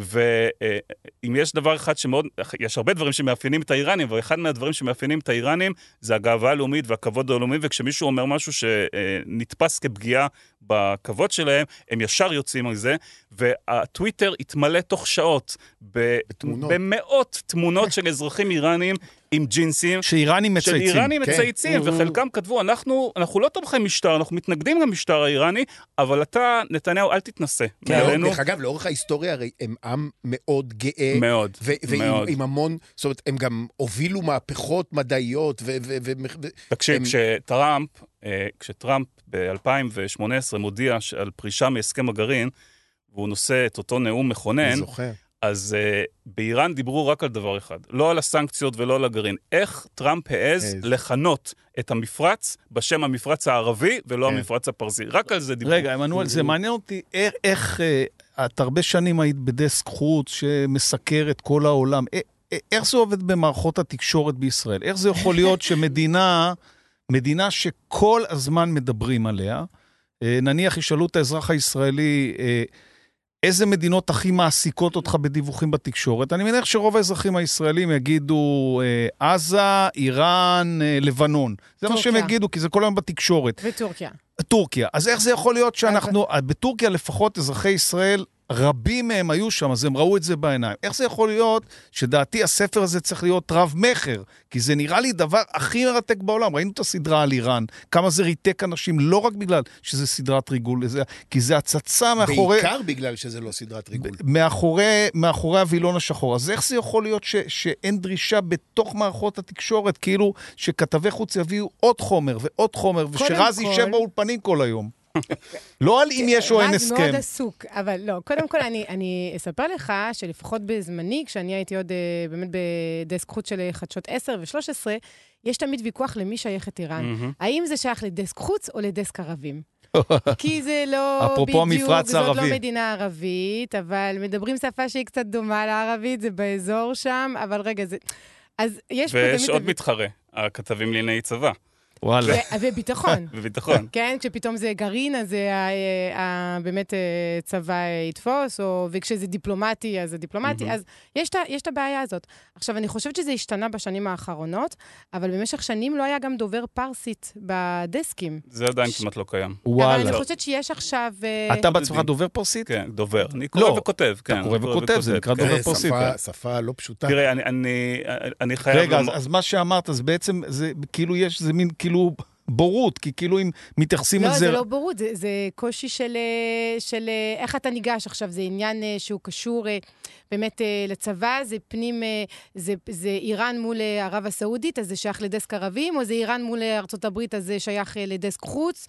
ואם יש דבר אחד שמאוד, יש הרבה דברים שמאפיינים את האיראנים, ואחד מהדברים שמאפיינים את האיראנים זה הגאווה הלאומית והכבוד הלאומי, וכשמישהו אומר משהו שנתפס כפגיעה בכבוד שלהם, הם ישר יוצאים על זה, והטוויטר התמלא תוך שעות בתמונות. במאות תמונות של אזרחים איראנים עם ג'ינסים. שאיראנים מצייצים. שאיראנים מצייצים, כן. וחלקם כתבו, אנחנו, אנחנו לא תומכי משטר, אנחנו מתנגדים למשטר האיראני, אבל אתה, נתניהו, אל תתנסה. כן, דרך אגב, לאורך ההיסטוריה הרי הם עם מאוד גאה. מאוד, ו- מאוד. ועם המון, זאת אומרת, הם גם הובילו מהפכות מדעיות. ו- ו- ו- תקשיב, הם... כשטראמפ, כשטראמפ ב-אלפיים שמונה עשרה מודיע על פרישה מהסכם הגרעין, והוא נושא את אותו נאום מכונן, זוכר. אז uh, באיראן דיברו רק על דבר אחד, לא על הסנקציות ולא על הגרעין. איך טראמפ העז לכנות את המפרץ בשם המפרץ הערבי ולא כן. המפרץ הפרסי. רק על זה דיברו. רגע, אמנואל, זה מעניין אותי איך, איך uh, את הרבה שנים היית בדסק חוץ שמסקר את כל העולם. איך זה עובד במערכות התקשורת בישראל? איך זה יכול להיות שמדינה, מדינה שכל הזמן מדברים עליה, uh, נניח ישאלו את האזרח הישראלי... Uh, איזה מדינות הכי מעסיקות אותך בדיווחים בתקשורת? אני מניח שרוב האזרחים הישראלים יגידו עזה, איראן, לבנון. זה מה שהם יגידו, כי זה כל היום בתקשורת. וטורקיה. טורקיה. אז איך זה יכול להיות שאנחנו, בטורקיה לפחות אזרחי ישראל, רבים מהם היו שם, אז הם ראו את זה בעיניים. איך זה יכול להיות שדעתי הספר הזה צריך להיות רב מחר? כי זה נראה לי דבר הכי מרתק בעולם. ראינו את הסדרה על איראן, כמה זה ריתק אנשים, לא רק בגלל שזה סדרת ריגול, כי זה הצצה מאחורי... בעיקר בגלל שזה לא סדרת ריגול. מאחורי, מאחורי הווילון השחור. אז איך זה יכול להיות ש, שאין דרישה בתוך מערכות התקשורת, כאילו שכתבי חוץ יביאו עוד חומר ועוד חומר, ושרז יישב באולפנים כל היום? לא על אם יש או אין הסכם. רז מאוד עסוק, אבל לא. קודם כל, אני, אני אספר לך שלפחות בזמני, כשאני הייתי עוד באמת בדסק חוץ של חדשות עשר ושלוש עשרה, יש תמיד ויכוח למי שייכת איראן. האם זה שייך לדסק חוץ או לדסק ערבים? כי זה לא בדיוק, זאת לא מדינה ערבית, אבל מדברים שפה שהיא קצת דומה לערבית, זה באזור שם, אבל רגע, זה... אז יש פה תמיד... ויש עוד מתחרה, הכתבים לענייני צבא. וואלה. וביטחון. וביטחון. כן, כשפתאום זה גרעין, אז באמת צבא יתפוס, וכשזה דיפלומטי, אז זה דיפלומטי, אז יש את הבעיה הזאת. עכשיו, אני חושבת שזה השתנה בשנים האחרונות, אבל במשך שנים לא היה גם דובר פרסית בדסקים. זה עדיין כמעט לא קיים. וואלה. אבל אני חושבת שיש עכשיו... אתה בעצמך דובר פרסית? כן, דובר. אני קורא וכותב. אתה קורא וכותב, זה נקרא דובר פרסית. שפה לא פשוטה. תראה, אני חייב... רגע, אז מה שאמרת, אז בעצם זה כאילו יש, זה מין כאילו בורות, כי כאילו אם מתייחסים על זה... לא, זה לא בורות, זה, זה קושי של, של איך אתה ניגש עכשיו, זה עניין שהוא קשור באמת לצבא, זה פנים, זה, זה איראן מול ערב הסעודית, אז זה שייך לדסק ערבים, או זה איראן מול ארצות הברית, אז זה שייך לדסק חוץ.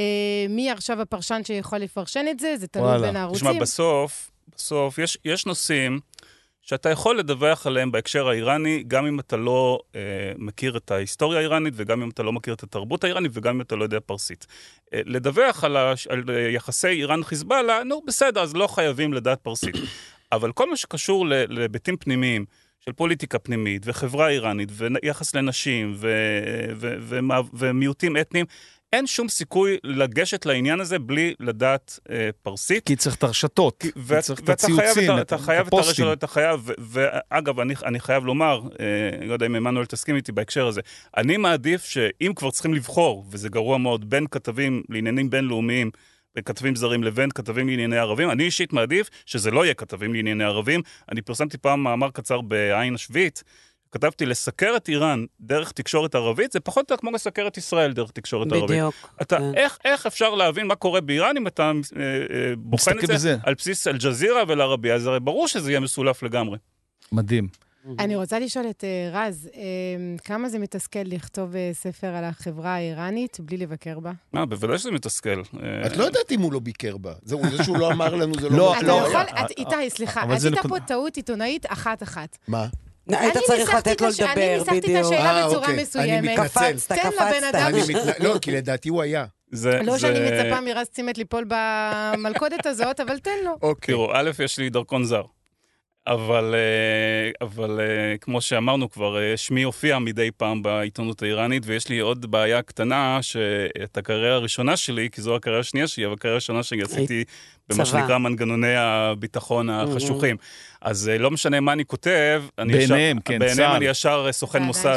מי עכשיו הפרשן שיכול לפרשן את זה? זה תלוי בין הערוצים. תשמע, בסוף, בסוף, יש, יש נושאים שאתה יכול לדווח עליהם בהקשר האיראני, גם אם אתה לא אה, מכיר את ההיסטוריה האיראנית, וגם אם אתה לא מכיר את התרבות האיראנית, וגם אם אתה לא יודע פרסית. אה, לדווח על, הש... על יחסי איראן-חיזבאללה, נו, בסדר, אז לא חייבים לדעת פרסית. אבל כל מה שקשור להיבטים פנימיים, של פוליטיקה פנימית, וחברה איראנית, ויחס לנשים, ו... ו... ו... ו... ומיעוטים אתניים, אין שום סיכוי לגשת לעניין הזה בלי לדעת אה, פרסית. כי צריך את הרשתות, כי צריך את הציוצים, אתה חייב את הרשתות, אתה חייב, ואגב, אני, אני חייב לומר, אה, לא יודע אם אמנואל תסכים איתי בהקשר הזה, אני מעדיף שאם כבר צריכים לבחור, וזה גרוע מאוד, בין כתבים לעניינים בינלאומיים, בין כתבים זרים לבין כתבים לענייני ערבים, אני אישית מעדיף שזה לא יהיה כתבים לענייני ערבים. אני פרסמתי פעם מאמר קצר בעין השביעית, כתבתי לסקר את איראן דרך תקשורת ערבית, זה פחות או כמו לסקר את ישראל דרך תקשורת ערבית. בדיוק. אתה, איך, איך אפשר להבין מה קורה באיראן אם אתה אה, אה, בוחן את זה, זה על בסיס אל-ג'זירה ולערבייה? זה הרי ברור שזה יהיה מסולף לגמרי. מדהים. אני רוצה לשאול את uh, רז, uh, כמה זה מתסכל לכתוב uh, ספר על החברה האיראנית בלי לבקר בה? מה, בוודאי שזה מתסכל. את לא יודעת אם הוא לא ביקר בה. זה שהוא לא אמר לנו, זה לא... לא, אתה יכול, איתי, סליחה, עשית פה טעות עיתונאית אחת-אחת. מה? היית צריך לתת לו לדבר, בדיוק. אני ניסחתי את השאלה בצורה מסוימת. קפצת, קפצת. לא, כי לדעתי הוא היה. לא שאני מצפה מרז צימת ליפול במלכודת הזאת, אבל תן לו. תראו, א', יש לי דרכון זר. אבל, אבל כמו שאמרנו כבר, שמי הופיע מדי פעם בעיתונות האיראנית, ויש לי עוד בעיה קטנה, שאת הקריירה הראשונה שלי, כי זו הקריירה השנייה שלי, אבל הקריירה הראשונה שלי עשיתי במה שנקרא מנגנוני הביטחון החשוכים. אז לא משנה מה אני כותב, ביניהם, כן, ביניהם אני ישר סוכן מוסד,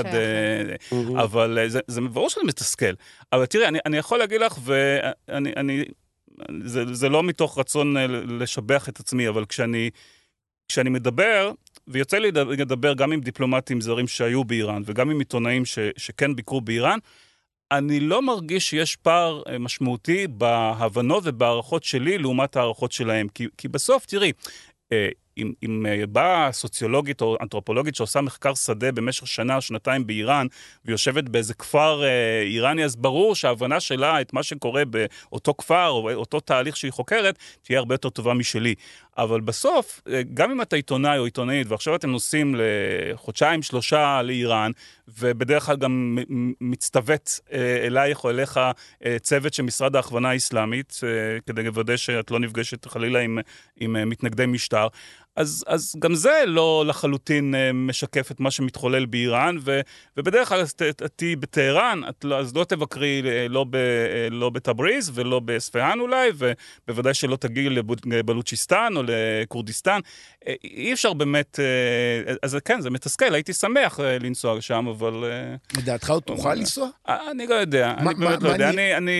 אבל זה ברור שאני מתסכל. אבל תראי, אני יכול להגיד לך, ואני, זה לא מתוך רצון לשבח את עצמי, אבל כשאני כשאני מדבר, ויוצא לי לדבר גם עם דיפלומטים זרים שהיו באיראן, וגם עם עיתונאים ש, שכן ביקרו באיראן, אני לא מרגיש שיש פער משמעותי בהבנות ובערכות שלי לעומת הערכות שלהם. כי, כי בסוף, תראי, אם, אם באה סוציולוגית או אנתרופולוגית שעושה מחקר שדה במשך שנה או שנתיים באיראן, ויושבת באיזה כפר איראני, אז ברור שההבנה שלה את מה שקורה באותו כפר או אותו תהליך שהיא חוקרת, תהיה הרבה יותר טובה משלי. אבל בסוף, גם אם אתה עיתונאי או עיתונאית, ועכשיו אתם נוסעים לחודשיים, שלושה לאיראן, ובדרך כלל גם מצטוות אלייך או אליך צוות של משרד ההכוונה האסלאמית, כדי לוודא שאת לא נפגשת חלילה עם, עם מתנגדי משטר, אז, אז גם זה לא לחלוטין משקף את מה שמתחולל באיראן, ו, ובדרך כלל את תהי בטהרן, את לא, אז לא תבקרי לא, ב, לא בטבריז ולא בספהאן אולי, ובוודאי שלא תגיעי לבלוצ'יסטן או לקורדיסטן. אי אפשר באמת, אז כן, זה מתסכל, הייתי שמח לנסוע שם, אבל... לדעתך עוד תוכל לנסוע? אני לא יודע, אני באמת לא יודע,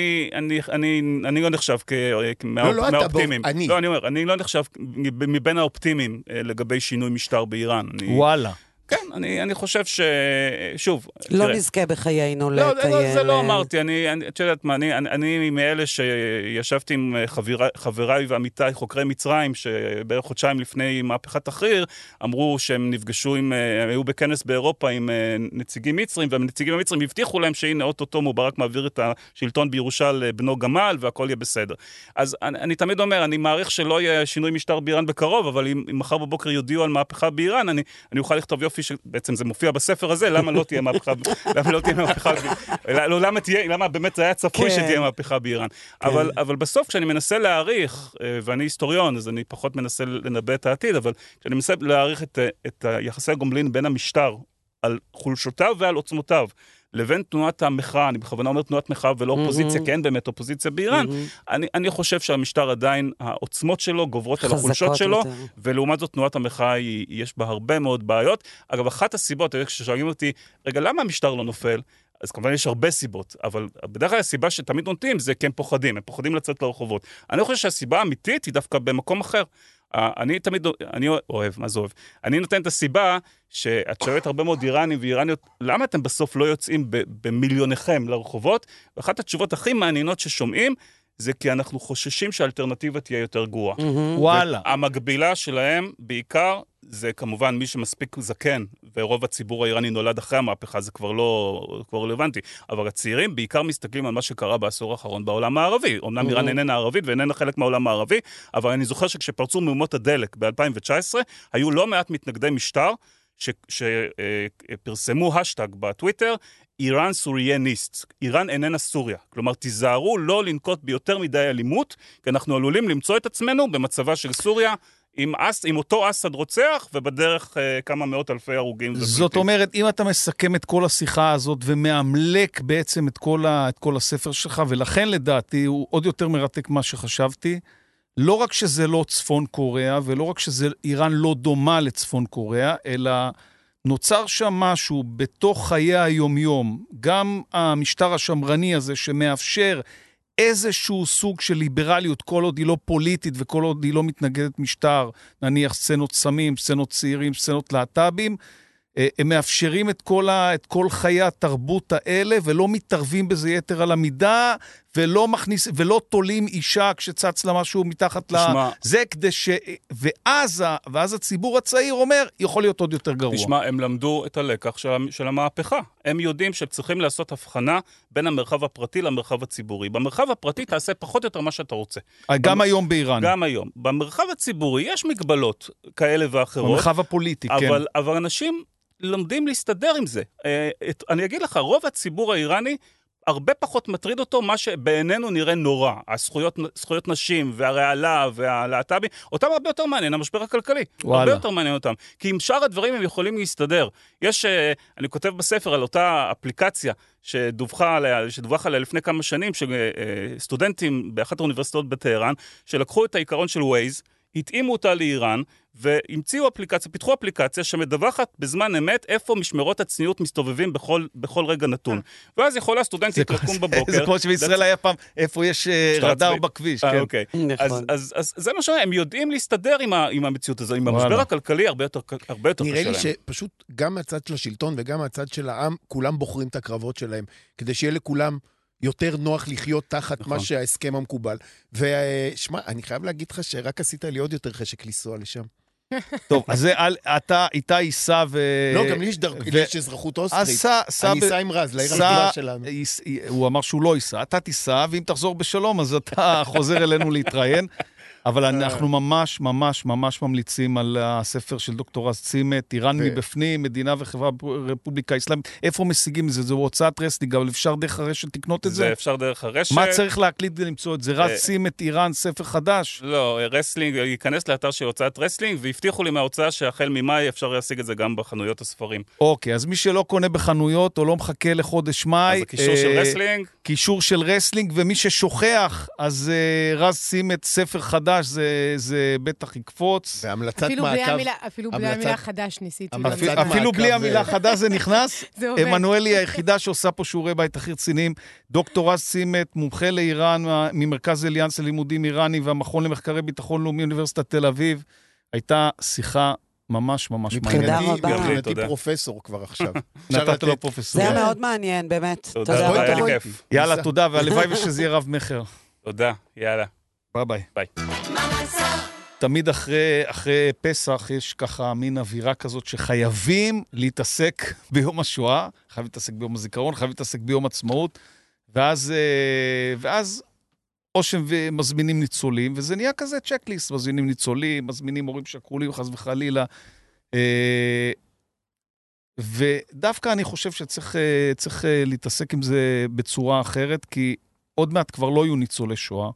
אני לא נחשב מהאופטימיים. לא, אני אומר, אני לא נחשב מבין האופטימיים לגבי שינוי משטר באיראן. וואלה. כן, אני, אני חושב ש... שוב... לא תראה, נזכה בחיינו לא, לציין... לא, זה לא אמרתי. אני, אני, את יודעת מה, אני, אני, אני מאלה שישבתי עם חברי, חבריי ועמיתיי חוקרי מצרים, שבערך חודשיים לפני מהפכת תחריר, אמרו שהם נפגשו עם... הם היו בכנס באירופה עם נציגים מצרים, והנציגים המצרים הבטיחו להם שהנה אוטוטו מובארק מעביר את השלטון בירושה לבנו גמל, והכל יהיה בסדר. אז אני, אני תמיד אומר, אני מעריך שלא יהיה שינוי משטר באיראן בקרוב, אבל אם, אם מחר בבוקר יודיעו על מהפכה באיראן, אני, אני אוכל לכתוב יופי שבעצם זה מופיע בספר הזה, למה לא תהיה מהפכה, למה לא תהיה מהפכה, לא, למה תהיה, למה באמת זה היה צפוי שתהיה מהפכה באיראן. אבל, אבל בסוף כשאני מנסה להעריך, ואני היסטוריון, אז אני פחות מנסה לנבא את העתיד, אבל כשאני מנסה להעריך את, את יחסי הגומלין בין המשטר, על חולשותיו ועל עוצמותיו, לבין תנועת המחאה, אני בכוונה אומר תנועת מחאה ולא אופוזיציה, כי אין באמת אופוזיציה באיראן, אני, אני חושב שהמשטר עדיין, העוצמות שלו גוברות על החולשות שלו, ולעומת זאת תנועת המחאה היא, יש בה הרבה מאוד בעיות. אגב, אחת הסיבות, כששואלים אותי, רגע, למה המשטר לא נופל? אז כמובן יש הרבה סיבות, אבל בדרך כלל הסיבה שתמיד נותנים זה כי הם פוחדים, הם פוחדים לצאת לרחובות. אני חושב שהסיבה האמיתית היא דווקא במקום אחר. אני תמיד, אני אוהב, מה זה אוהב? אני נותן את הסיבה שאת שואלת הרבה מאוד איראנים ואיראניות, למה אתם בסוף לא יוצאים במיליוניכם לרחובות? ואחת התשובות הכי מעניינות ששומעים, זה כי אנחנו חוששים שהאלטרנטיבה תהיה יותר גרועה. וואלה. המקבילה שלהם בעיקר, זה כמובן מי שמספיק זקן, ורוב הציבור האיראני נולד אחרי המהפכה, זה כבר לא, כבר רלוונטי. אבל הצעירים בעיקר מסתכלים על מה שקרה בעשור האחרון בעולם הערבי. אומנם איראן איננה ערבית ואיננה חלק מהעולם הערבי, אבל אני זוכר שכשפרצו מהומות הדלק ב-אלפיים תשע עשרה, היו לא מעט מתנגדי משטר, שפרסמו השטג בטוויטר, איראן סורייניסט, איראן איננה סוריה. כלומר, תיזהרו לא לנקוט ביותר מדי אלימות, כי אנחנו עלולים למצוא את עצמנו במצבה של סוריה, עם, אס, עם אותו אסד רוצח, ובדרך אה, כמה מאות אלפי הרוגים. זאת אומרת, אם אתה מסכם את כל השיחה הזאת, ומאמלק בעצם את כל, ה, את כל הספר שלך, ולכן לדעתי הוא עוד יותר מרתק מה שחשבתי, לא רק שזה לא צפון קוריאה, ולא רק שזה איראן לא דומה לצפון קוריאה, אלא נוצר שם משהו בתוך חיי היומיום, גם המשטר השמרני הזה שמאפשר איזשהו סוג של ליברליות, כל עוד היא לא פוליטית וכל עוד היא לא מתנגדת משטר, נניח סצנות סמים, סצנות צעירים, סצנות להט"בים, הם מאפשרים את כל, ה, את כל חיי התרבות האלה, ולא מתערבים בזה יתר על המידה, ולא מכניס, ולא תולים אישה כשצץ לה משהו מתחת ל... זה כדי ש... ואז, ואז הציבור הצעיר אומר, יכול להיות עוד יותר גרוע. תשמע, הם למדו את הלקח של, של המהפכה. הם יודעים שצריכים לעשות הבחנה בין המרחב הפרטי למרחב הציבורי. במרחב הפרטי תעשה פחות או יותר מה שאתה רוצה. גם במ... היום באיראן. גם היום. במרחב הציבורי יש מגבלות כאלה ואחרות. במרחב הפוליטי, אבל, כן. אבל אנשים לומדים להסתדר עם זה. אני אגיד לך, רוב הציבור האיראני הרבה פחות מטריד אותו מה שבעינינו נראה נורא. הזכויות, זכויות נשים והרעלה והלהט"בים, אותם הרבה יותר מעניין, המשבר הכלכלי. וואלה. הרבה יותר מעניין אותם. כי עם שאר הדברים הם יכולים להסתדר. יש, אני כותב בספר על אותה אפליקציה שדווחה עליה, שדווח עליה לפני כמה שנים, שסטודנטים באחת האוניברסיטאות בטהרן, שלקחו את העיקרון של ווייז, התאימו אותה לאיראן, והמציאו אפליקציה, פיתחו אפליקציה שמדווחת בזמן אמת איפה משמרות הצניעות מסתובבים בכל, בכל רגע נתון. ואז יכולה סטודנטית לקום בבוקר. זה כמו שבישראל היה פעם, איפה יש רדאר בכביש. אה, אוקיי. אז זה מה שאומר, הם יודעים להסתדר עם המציאות הזו, עם המשבר הכלכלי הרבה יותר קשה להם. נראה לי שפשוט גם מהצד של השלטון וגם מהצד של העם, כולם בוחרים את הקרבות שלהם, כדי שיהיה לכולם יותר נוח לחיות תחת נכון. מה שההסכם המקובל. ושמע, אני חייב להגיד לך שרק עשית לי עוד יותר חשק לנסוע לשם. טוב, אז זה, אתה, איתה ייסע ו... לא, גם לי יש, דרג... ו... יש אזרחות אוסטרית. אני ייסע עם רז, לעיר המדינה שלנו. יש... הוא אמר שהוא לא ייסע. אתה תיסע, ואם תחזור בשלום, אז אתה חוזר אלינו להתראיין. אבל אנחנו ממש, ממש, ממש ממליצים על הספר של דוקטור רז צימת, איראן מבפנים, מדינה וחברה רפובליקה אסלאמית. איפה משיגים את זה? זו הוצאת רסלינג, אבל אפשר דרך הרשת לקנות את זה? זה אפשר דרך הרשת. מה צריך להקליט ולמצוא את זה? רז צימת, איראן, ספר חדש? לא, רסלינג, ייכנס לאתר של הוצאת רסלינג, והבטיחו לי מההוצאה שהחל ממאי אפשר להשיג את זה גם בחנויות הספרים. אוקיי, אז מי שלא קונה בחנויות או לא מחכה לחודש מאי, אז הקישור של רסלינג. קישור של רסלינג, ומי ששוכח, אז רז צימת, ספר חדש, זה, זה בטח יקפוץ. והמלצת מעקב... אפילו בלי המילה חדש ניסיתי. אפילו בלי המילה חדש זה נכנס. אמנואל היא היחידה שעושה פה שיעורי בית הכי רציניים. דוקטור רז צימת, מומחה לאיראן, ממרכז אליאנס ללימודים איראני, והמכון למחקרי ביטחון לאומי, אוניברסיטת תל אביב. הייתה שיחה ממש ממש מעניינת. תודה רבה. מבחינתי פרופסור כבר עכשיו. נתת לו פרופסור. זה היה מאוד מעניין, באמת. תודה, היה לי כיף. יאללה, תודה, והלוואי ושזה יהיה רב מחר. תודה, יאללה. ביי ביי. ביי. תמיד אחרי, אחרי פסח יש ככה מין אווירה כזאת שחייבים להתעסק ביום השואה, חייבים להתעסק ביום הזיכרון, חייבים להתעסק ביום עצמאות, ואז, ואז או שהם מזמינים ניצולים, וזה נהיה כזה צ'קליסט, מזמינים ניצולים, מזמינים הורים שכולים, חס וחלילה, ודווקא אני חושב שצריך צריך להתעסק עם זה בצורה אחרת, כי עוד מעט כבר לא יהיו ניצולי שואה,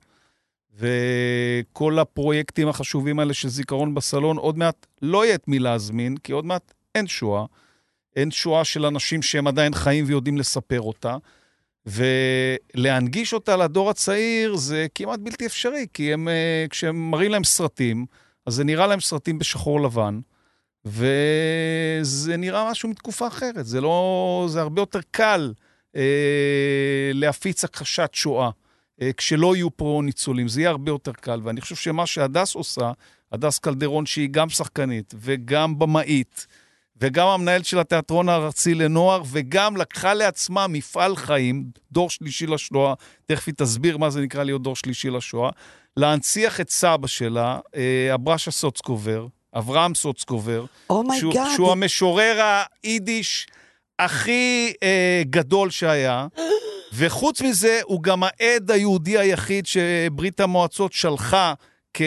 וכל הפרויקטים החשובים האלה של זיכרון בסלון, עוד מעט לא יהיה את מי להזמין, כי עוד מעט אין שואה, אין שואה של אנשים שהם עדיין חיים ויודעים לספר אותה, ולהנגיש אותה לדור הצעיר זה כמעט בלתי אפשרי, כי הם, כשהם מראים להם סרטים, אז זה נראה להם סרטים בשחור לבן, וזה נראה משהו מתקופה אחרת, זה לא, זה הרבה יותר קל אה, להפיץ הכחשת שואה, כשלא יהיו פה ניצולים, זה יהיה הרבה יותר קל, ואני חושב שמה שהדס עושה, הדס קלדרון שהיא גם שחקנית, וגם במאית, וגם המנהל של התיאטרון הארצי לנוער, וגם לקחה לעצמה מפעל חיים, דור שלישי לשואה, תכף היא תסביר מה זה נקרא להיות דור שלישי לשואה, להנציח את סבא שלה, אברשה סוצקובר, אברהם סוצקובר, oh שהוא, שהוא המשורר היידיש הכי אה, גדול שהיה, וחוץ מזה, הוא גם העד היהודי היחיד שברית המועצות שלחה כ...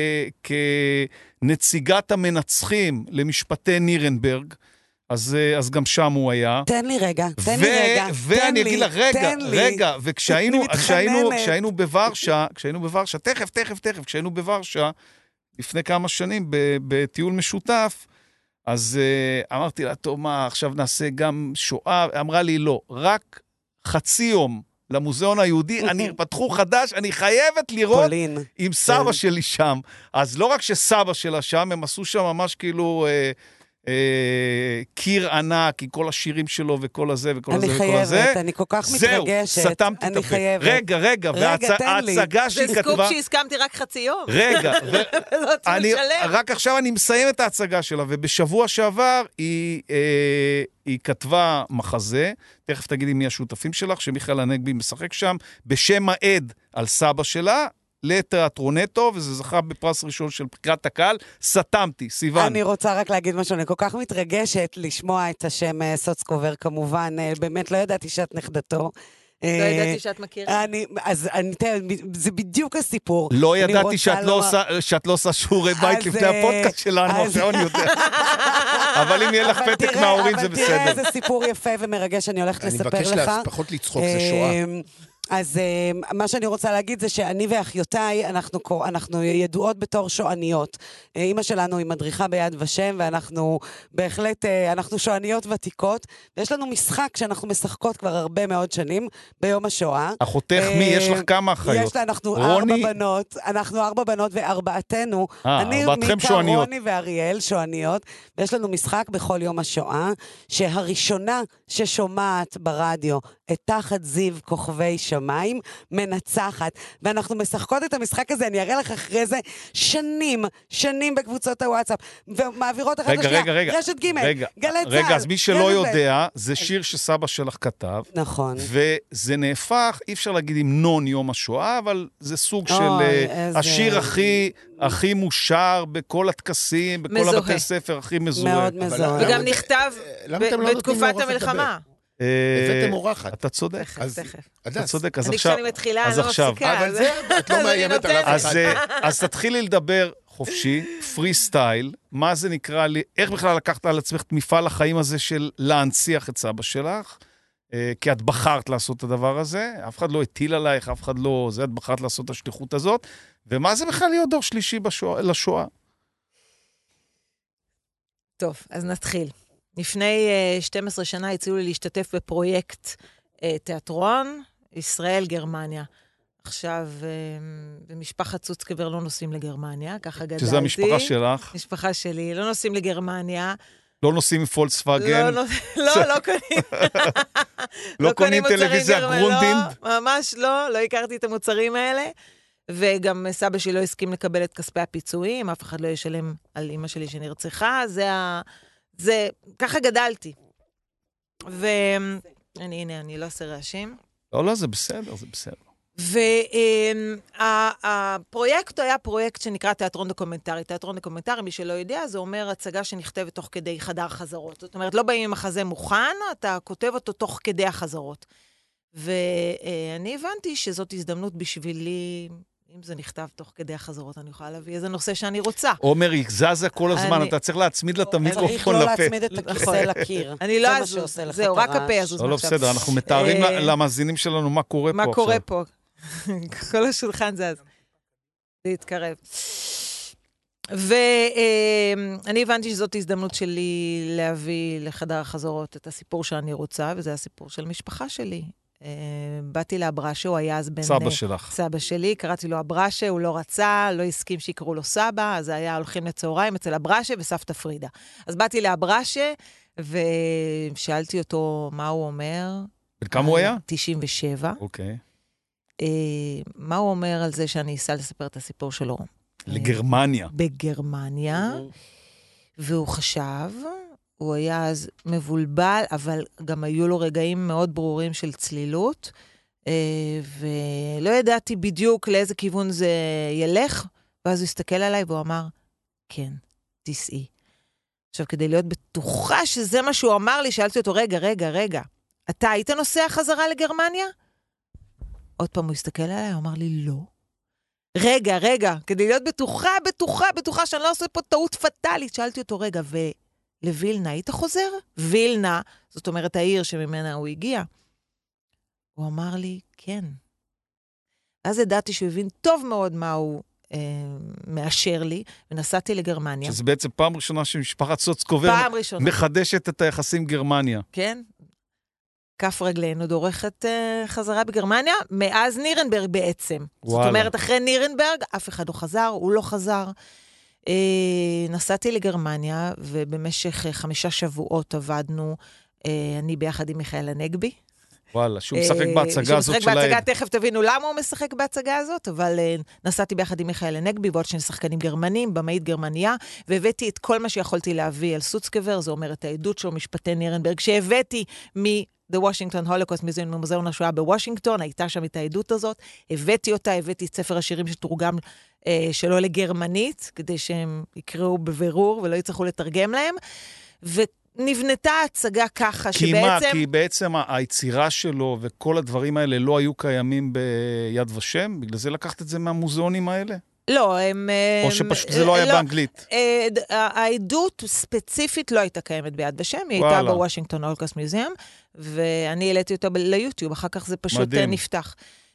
כנציגת המנצחים למשפטי נירנברג, אז, אז גם שם הוא היה. תן לי רגע, תן ו... לי רגע, ואני תן אגיד לי, לך, רגע, תן רגע, לי. וכשהיינו כשהיינו, כשהיינו בוורשה, כשהיינו בוורשה, תכף, תכף, תכף, כשהיינו בוורשה, לפני כמה שנים, בטיול משותף, אז uh, אמרתי לה, טוב, מה, עכשיו נעשה גם שואה? אמרה לי, לא, רק חצי יום למוזיאון היהודי, אני פתחו חדש, אני חייבת לראות פולין. עם סבא שלי שם. אז לא רק שסבא שלה שם, הם עשו שם ממש כאילו, אה, אה, קיר ענק, עם כל השירים שלו וכל הזה וכל הזה וכל הזה. אני חייבת, אני כל כך מתרגשת. זהו, סתמתי את הפה. רגע, רגע, וההצגה שהיא כתבה... זה סקופ שהסכמתי רק חצי יום. רגע, לא צריך לשלם. רק עכשיו אני מסיים את ההצגה שלה, ובשבוע שעבר היא, אה, היא כתבה מחזה, תכף תגידי מי השותפים שלך, שמיכאל הנגבי משחק שם, בשם העד על סבא שלה, לתיאטרונטו, וזה זכה בפרס ראשון של בחירת הקהל, סתמתי, סיוון. אני רוצה רק להגיד משהו, אני כל כך מתרגשת לשמוע את השם סוצקובר, כמובן, באמת לא ידעתי שאת נכדתו. לא ידעתי שאת מכירה. אז אני תראה, זה בדיוק הסיפור. לא ידעתי שאת לא עושה שיעורי בית לפני הפודקאסט שלנו, עכשיו אני יודע. אבל אם יהיה לך פתק מההורים זה בסדר. אבל תראה איזה סיפור יפה ומרגש שאני הולכת לספר לך. אני מבקש פחות לצחוק, זה שואה. אז uh, מה שאני רוצה להגיד זה שאני ואחיותיי, אנחנו, אנחנו ידועות בתור שועניות. Uh, אמא שלנו היא מדריכה ביד ושם, ואנחנו בהחלט, uh, אנחנו שועניות ותיקות, ויש לנו משחק שאנחנו משחקות כבר הרבה מאוד שנים, ביום השואה. אחותך uh, מי? יש לך כמה אחיות? יש לה, אנחנו רוני? ארבע בנות, אנחנו ארבע בנות וארבעתנו. אה, ארבעתכם שועניות. רוני ואריאל, שועניות, ויש לנו משחק בכל יום השואה, שהראשונה ששומעת ברדיו, את תחת זיו כוכבי שמיים, מנצחת. ואנחנו משחקות את המשחק הזה, אני אראה לך אחרי זה, שנים, שנים בקבוצות הוואטסאפ, ומעבירות אחת רגע, לשנייה, רגע, רגע, רשת ג', רגע, גלי צהל. רגע, אז מי שלא יודע, זה שיר שסבא שלך כתב. נכון. וזה נהפך, אי אפשר להגיד המנון יום השואה, אבל זה סוג של איזה... השיר הכי, הכי מושר בכל הטקסים, בכל מזוהה. הבתי ספר, הכי מזוהה. מאוד מזוהה. וגם נכתב בתקופת המלחמה. הבאתם אורחת. אתה צודק. אתה צודק, אז אני עכשיו... כשאני מתחילה, אני לא מפסיקה. אבל זה, את לא מאיימת על אף אחד. אז תתחילי לדבר חופשי, פרי סטייל, מה זה נקרא לי, איך בכלל לקחת על עצמך את מפעל החיים הזה של להנציח את סבא שלך, כי את בחרת לעשות את הדבר הזה, אף אחד לא הטיל עלייך, אף אחד לא... זה, את בחרת לעשות את השליחות הזאת, ומה זה בכלל להיות דור שלישי לשואה? טוב, אז נתחיל. לפני uh, שתים עשרה שנה הציעו לי להשתתף בפרויקט uh, תיאטרון, ישראל-גרמניה. עכשיו, uh, במשפחת סוצקבר לא נוסעים לגרמניה, ככה גדלתי. שזה המשפחה שלך. משפחה שלי, לא נוסעים לגרמניה. לא נוסעים פולקסווגן. לא, לא, לא קונים. לא קונים טלוויזיה גרונדינד. לא, ממש לא, לא הכרתי את המוצרים האלה. וגם סבא שלי לא הסכים לקבל את כספי הפיצויים, אף אחד לא ישלם על אמא שלי שנרצחה, זה ה... זה, ככה גדלתי. ואני, הנה, אני לא עושה רעשים. לא, לא, זה בסדר, זה בסדר. והפרויקט היה פרויקט שנקרא תיאטרון דוקומנטרי. תיאטרון דוקומנטרי, מי שלא יודע, זה אומר הצגה שנכתבת תוך כדי חדר חזרות. זאת אומרת, לא באים עם החזה מוכן, אתה כותב אותו תוך כדי החזרות. ואני הבנתי שזאת הזדמנות בשבילי... אם זה נכתב תוך כדי החזרות, אני יכולה להביא איזה נושא שאני רוצה. עומר, היא זזה כל הזמן, אתה צריך להצמיד לה את המיקרופון לפה. צריך לא להצמיד את הכיסא לקיר. אני לא אזוז, זהו, רק הפה אזוז. לא, לא, בסדר, אנחנו מתארים למאזינים שלנו מה קורה פה עכשיו. מה קורה פה. כל השולחן זז. להתקרב. ואני הבנתי שזאת הזדמנות שלי להביא לחדר החזרות את הסיפור שאני רוצה, וזה הסיפור של משפחה שלי. באתי לאברשה, הוא היה אז בן... סבא שלך. סבא שלי, קראתי לו אברשה, הוא לא רצה, לא הסכים שיקראו לו סבא, אז היה הולכים לצהריים אצל אברשה וסבתא פרידה. אז באתי לאברשה, ושאלתי אותו מה הוא אומר. בן כמה הוא היה? תשעים ושבע. אוקיי. מה הוא אומר על זה שאני אסע לספר את הסיפור שלו? לגרמניה. בגרמניה, והוא חשב... הוא היה אז מבולבל, אבל גם היו לו רגעים מאוד ברורים של צלילות, ולא ידעתי בדיוק לאיזה כיוון זה ילך, ואז הוא הסתכל עליי והוא אמר, כן, תסעי. עכשיו, כדי להיות בטוחה שזה מה שהוא אמר לי, שאלתי אותו, רגע, רגע, רגע, אתה היית נוסע חזרה לגרמניה? עוד פעם הוא הסתכל עליי, הוא אמר לי, לא. רגע, רגע, כדי להיות בטוחה, בטוחה, בטוחה, שאני לא עושה פה טעות פטלית, שאלתי אותו, רגע, ו... לווילנה, היית חוזר? וילנה, זאת אומרת העיר שממנה הוא הגיע. הוא אמר לי, כן. אז ידעתי שהוא הבין טוב מאוד מה הוא אה, מאשר לי, ונסעתי לגרמניה. שזה בעצם פעם ראשונה שמשפחת סוצקובר מחדשת את היחסים גרמניה. כן. כף רגלינו דורכת אה, חזרה בגרמניה, מאז נירנברג בעצם. וואלה. זאת אומרת, אחרי נירנברג, אף אחד לא חזר, הוא לא חזר. נסעתי לגרמניה, ובמשך חמישה שבועות עבדנו, אני ביחד עם מיכאל הנגבי. וואלה, שהוא משחק בהצגה הזאת של העד. בהצגה, תכף תבינו למה הוא משחק בהצגה הזאת, אבל נסעתי ביחד עם מיכאל הנגבי, ועוד שני שחקנים גרמנים, במאית גרמניה, והבאתי את כל מה שיכולתי להביא על סוצקבר, זה אומר את העדות שלו, משפטי נירנברג, שהבאתי מ... The Washington Holocaust Museum, מוזיאון השואה בוושינגטון, הייתה שם את העדות הזאת, הבאתי אותה, הבאתי את ספר השירים שתורגם אה, שלו לגרמנית, כדי שהם יקראו בבירור ולא יצטרכו לתרגם להם, ונבנתה הצגה ככה כי שבעצם... כי מה? כי בעצם היצירה שלו וכל הדברים האלה לא היו קיימים ביד ושם? בגלל זה לקחת את זה מהמוזיאונים האלה? לא, הם... או שפשוט זה לא היה באנגלית? העדות ספציפית לא הייתה קיימת ביד ושם, היא הייתה בוושינגטון הולוקוסט מיוזיאום, ואני העליתי אותו ליוטיוב, אחר כך זה פשוט נפתח.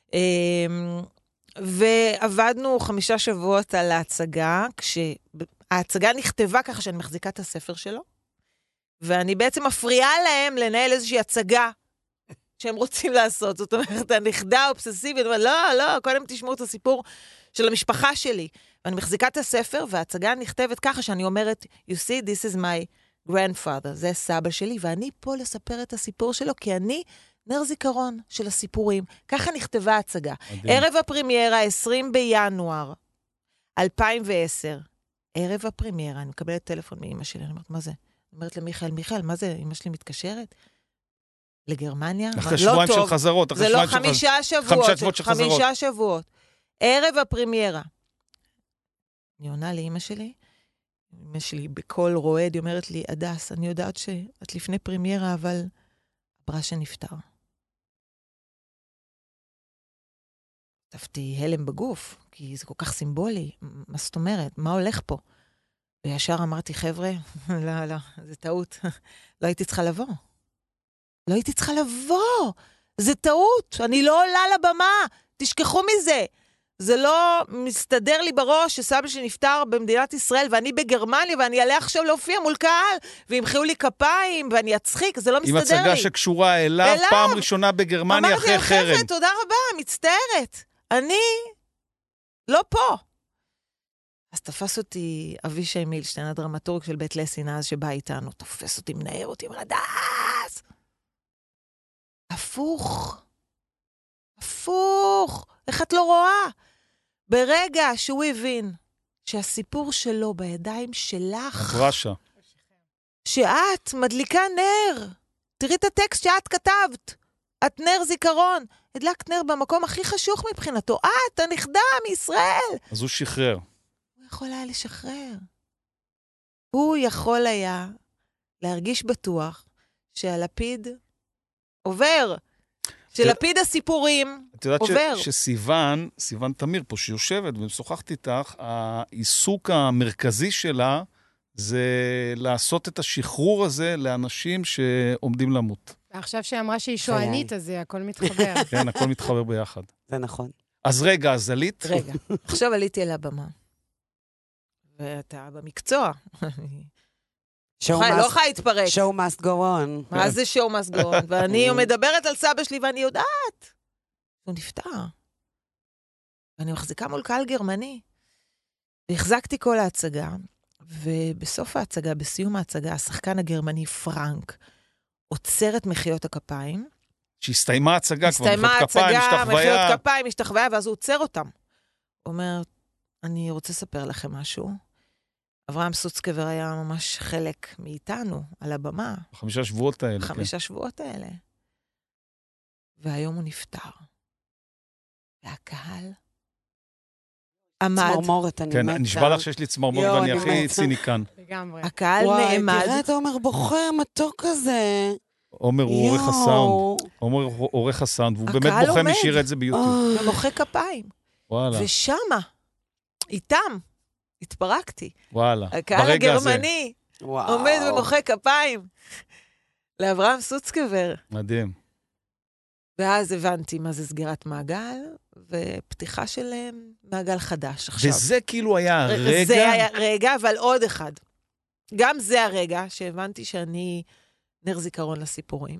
ועבדנו חמישה שבועות על ההצגה, כשההצגה נכתבה ככה שאני מחזיקה את הספר שלו, ואני בעצם מפריעה להם לנהל איזושהי הצגה שהם רוצים לעשות. זאת אומרת, הנכדה האובססיבית, אומרת, לא, לא, קודם תשמעו את הסיפור של המשפחה שלי. ואני מחזיקה את הספר, וההצגה נכתבת ככה שאני אומרת, you see, this is my grandfather, זה סבא שלי, ואני פה לספר את הסיפור שלו, כי אני נר זיכרון של הסיפורים. ככה נכתבה ההצגה. מדהים. ערב הפרימיירה, עשרים בינואר אלפיים ועשר. ערב הפרימיירה, אני מקבלת טלפון מאמא שלי, אני אומרת, מה זה? אני אומרת למיכאל, מיכאל, מה זה? אמא שלי מתקשרת? לגרמניה? אחרי שבועיים של חזרות. זה לא חמישה שבועות. חמישה שבועות. ערב הפרימיירה. אני עונה לאמא שלי, אמא שלי בקול רועד, היא אומרת לי, הדס, אני יודעת שאת לפני פרימיירה, אבל ברשה נפטר. כתבתי הלם בגוף, כי זה כל כך סימבולי. מה זאת אומרת? מה הולך פה? וישר אמרתי, חבר'ה, לא, לא, זה טעות. לא הייתי צריכה לבוא. לא הייתי צריכה לבוא. זה טעות. אני לא עולה לבמה. תשכחו מזה. זה לא מסתדר לי בראש שסבא שלי נפטר במדינת ישראל, ואני בגרמניה, ואני אעלה עכשיו להופיע מול קהל, וימחאו לי כפיים, ואני אצחיק, זה לא מסתדר לי. עם הצגה שקשורה אליו, אליו. פעם ראשונה בגרמניה אחרי חרם. אמרתי, חבר'ה, תודה רבה, מצטערת. אני לא פה. אז תפס אותי אבישי מילשטיין, הדרמטורג של בית לסין, אז שבא איתנו, תופס אותי, מנער אותי, אמר, דס! הפוך. הפוך. איך את לא רואה? ברגע שהוא הבין שהסיפור שלו בידיים שלך, ברשה. שאת מדליקה נר. תראי את הטקסט שאת כתבת. את נר זיכרון. הדלקת נר במקום הכי חשוך מבחינתו. את הנכדה מישראל. אז הוא שחרר. הוא יכול היה לשחרר. הוא יכול היה להרגיש בטוח שהלפיד עובר. שלפיד הסיפורים את יודעת עובר. ש, שסיוון, סיוון תמיר פה, שיושבת ומשוחחת איתך, העיסוק המרכזי שלה זה לעשות את השחרור הזה לאנשים שעומדים למות. עכשיו שאמרה שהיא שואנית, אז הכל מתחבר. כן, הכל מתחבר ביחד. זה נכון. אז רגע, אז עלית? רגע, עכשיו עליתי אל הבמה. ואתה במקצוע. לא יכולה להתפרק. show must go on. מה זה show must go on? ואני מדברת על סבא שלי ואני יודעת. הוא נפטר. ואני מחזיקה מול קהל גרמני. והחזקתי כל ההצגה, ובסוף ההצגה, בסיום ההצגה, השחקן הגרמני פרנק עוצר את מחיאות הכפיים. שהסתיימה ההצגה כבר, מחיאות כפיים, השתחוויה. מחיאות כפיים, השתחוויה, ואז הוא עוצר אותם. הוא אומר, אני רוצה לספר לכם משהו. אברהם סוצקבר היה ממש חלק מאיתנו, על הבמה. חמישה שבועות האלה. חמישה שבועות האלה. והיום הוא נפטר. והקהל עמד. צמרמורת, אני כן, מתה. נשבע לך שיש לי צמרמורת ואני הכי ציניקן. לגמרי. הקהל נעמד. וואי, תראה את עומר בוכה, מתוק כזה. עומר הוא עורך הסאונד. עומר הוא עורך הסאונד, והוא באמת בוכה משאיר את זה ביוטיוב. ומוחא כפיים. וואלה. ושמה, איתם, התפרקתי. וואלה. הקהל הגרמני עומד ומוחא כפיים. לאברהם סוצקבר. מדהים. ואז הבנתי מה זה סגירת מעגל, ופתיחה של מעגל חדש עכשיו. וזה כאילו היה הרגע? זה היה רגע, אבל עוד אחד. גם זה הרגע שהבנתי שאני נר זיכרון לסיפורים.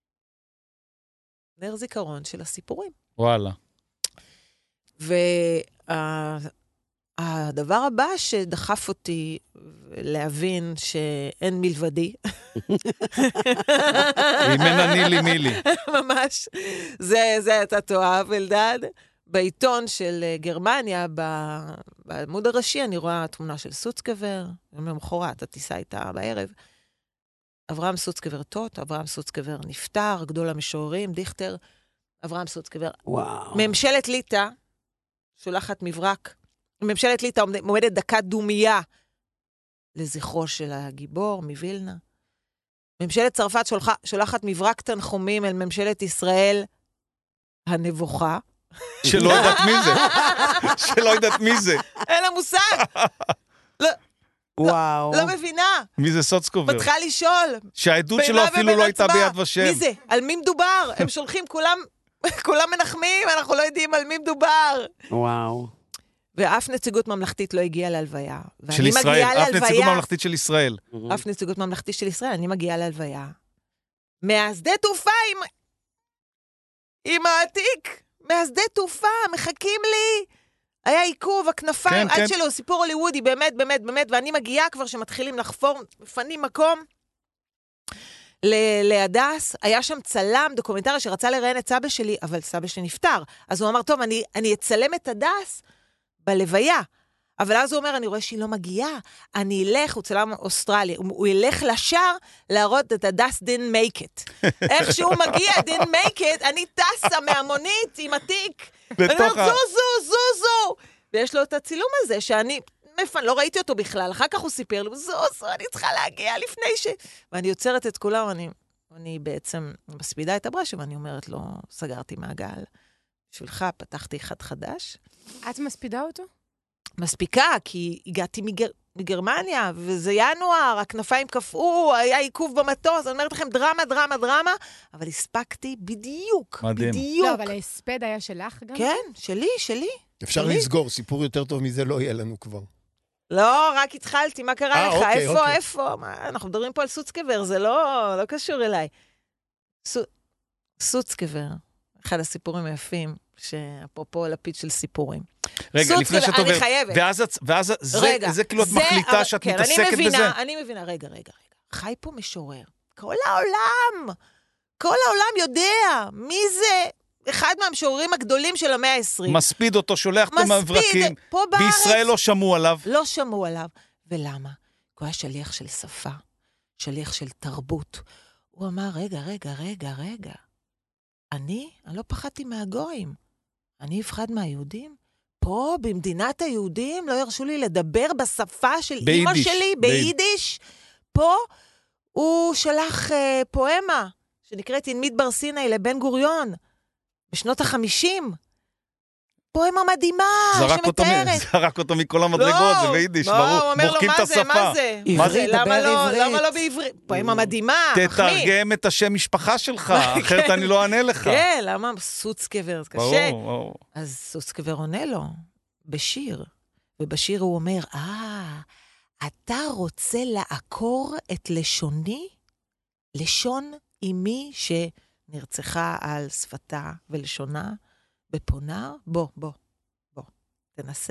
נר זיכרון של הסיפורים. וואלה. הדבר הבא שדחף אותי להבין שאין מלבדי. אם אין אני לי מי לי. ממש. זה, זה אתה תאהב, אלדד. בעיתון של גרמניה, בעמוד הראשי, אני רואה תמונה של סוצקבר, ממחרת, הטיסה הייתה בערב. אברהם סוצקבר תות, אברהם סוצקבר נפטר, גדול המשוררים, דיכטר, אברהם סוצקבר. וואו. ממשלת ליטא, שולחת מברק, ממשלת ליטא עומדת דקת דומייה לזכרו של הגיבור מווילנה. ממשלת צרפת שולחה, שולחת מברק תנחומים אל ממשלת ישראל הנבוכה. שלא יודעת מי זה. שלא יודעת מי זה. אין לה מושג. לא, וואו. לא, לא מבינה. מי זה סוצקובר? מתחילה לשאול. שהעדות שלו אפילו לא הייתה ביד ושם. מי זה? על מי מדובר? הם שולחים כולם, כולם מנחמים, אנחנו לא יודעים על מי מדובר. וואו. ואף נציגות ממלכתית לא הגיעה להלוויה. של ישראל, אף נציגות ממלכתית של ישראל. אף נציגות ממלכתית של ישראל, אני מגיעה להלוויה. מהשדה תעופה עם... עם העתיק. מהשדה תעופה, מחכים לי. היה עיכוב, הכנפיים, עד שלו, סיפור הוליוודי, באמת, באמת, באמת, ואני מגיעה כבר שמתחילים לחפור, מפנים מקום. להדס, היה שם צלם דוקומנטרי שרצה לראיין את סבא שלי, אבל סבא שלי נפטר. אז הוא אמר, טוב, אני, אני אצלם את הדס בלוויה. אבל אז הוא אומר, אני רואה שהיא לא מגיעה, אני אלך, הוא צלם אוסטרליה, הוא, הוא ילך לשער להראות את הדס didn't make it. איך שהוא מגיע, didn't make it, אני טסה מהמונית עם התיק. ואני אומר, זו, זו, זו, זו. ויש לו את הצילום הזה, שאני, מפן, לא ראיתי אותו בכלל, אחר כך הוא סיפר לי, זו, זו, אני צריכה להגיע לפני ש... ואני יוצרת את כולם, אני, אני בעצם מספידה את הברשם, ואני אומרת לו, סגרתי מעגל. בשבילך פתחתי אחד חדש. את מספידה אותו? מספיקה, כי הגעתי מגר... מגרמניה, וזה ינואר, הכנפיים קפאו, היה עיכוב במטוס, אני אומרת לכם, דרמה, דרמה, דרמה, אבל הספקתי בדיוק, מדהים. בדיוק. לא, אבל ההספד היה שלך גם? כן, שלי, שלי. אפשר שלי. לסגור, סיפור יותר טוב מזה לא יהיה לנו כבר. לא, רק התחלתי, מה קרה 아, לך? אוקיי, איפה, אוקיי. איפה? מה, אנחנו מדברים פה על סוצקבר, זה לא, לא קשור אליי. סו... סוצקבר, אחד הסיפורים היפים, שאפרופו לפיד של סיפורים. רגע, לפני שאת עוברת, ואז, ואז זה, רגע, זה כאילו את זה, מחליטה אבל, שאת כן, מתעסקת אני מבינה, בזה? אני מבינה, רגע, רגע, רגע. חי פה משורר. כל העולם, כל העולם יודע מי זה אחד מהמשוררים הגדולים של המאה ה-עשרים. מספיד אותו, שולח אותו מהברקים. פה בארץ. בישראל לא שמעו עליו. לא שמעו עליו. ולמה? הוא היה שליח של שפה, שליח של תרבות. הוא אמר, רגע, רגע, רגע, רגע. אני, אני לא פחדתי מהגויים. אני אפחד מהיהודים. פה, במדינת היהודים, לא ירשו לי לדבר בשפה של אמא שלי, ביידיש. פה הוא שלח אה, פואמה, שנקראת ינמית בר סיני לבן גוריון, בשנות החמישים. פואמה מדהימה, שמתארת. זרק אותו מכל המדרגות, זה ביידיש, ברור. מוחקים את השפה. מה זה? עברית, דבר עברית. למה לא בעברית? פואמה מדהימה, תתרגם את השם משפחה שלך, אחרת אני לא אענה לך. כן, למה סוצקבר, זה קשה. ברור. אז סוצקבר עונה לו, בשיר. ובשיר הוא אומר, אה, אתה רוצה לעקור את לשוני? לשון אמי שנרצחה על שפתה ולשונה? בפונר? בוא, בוא, בוא, תנסה.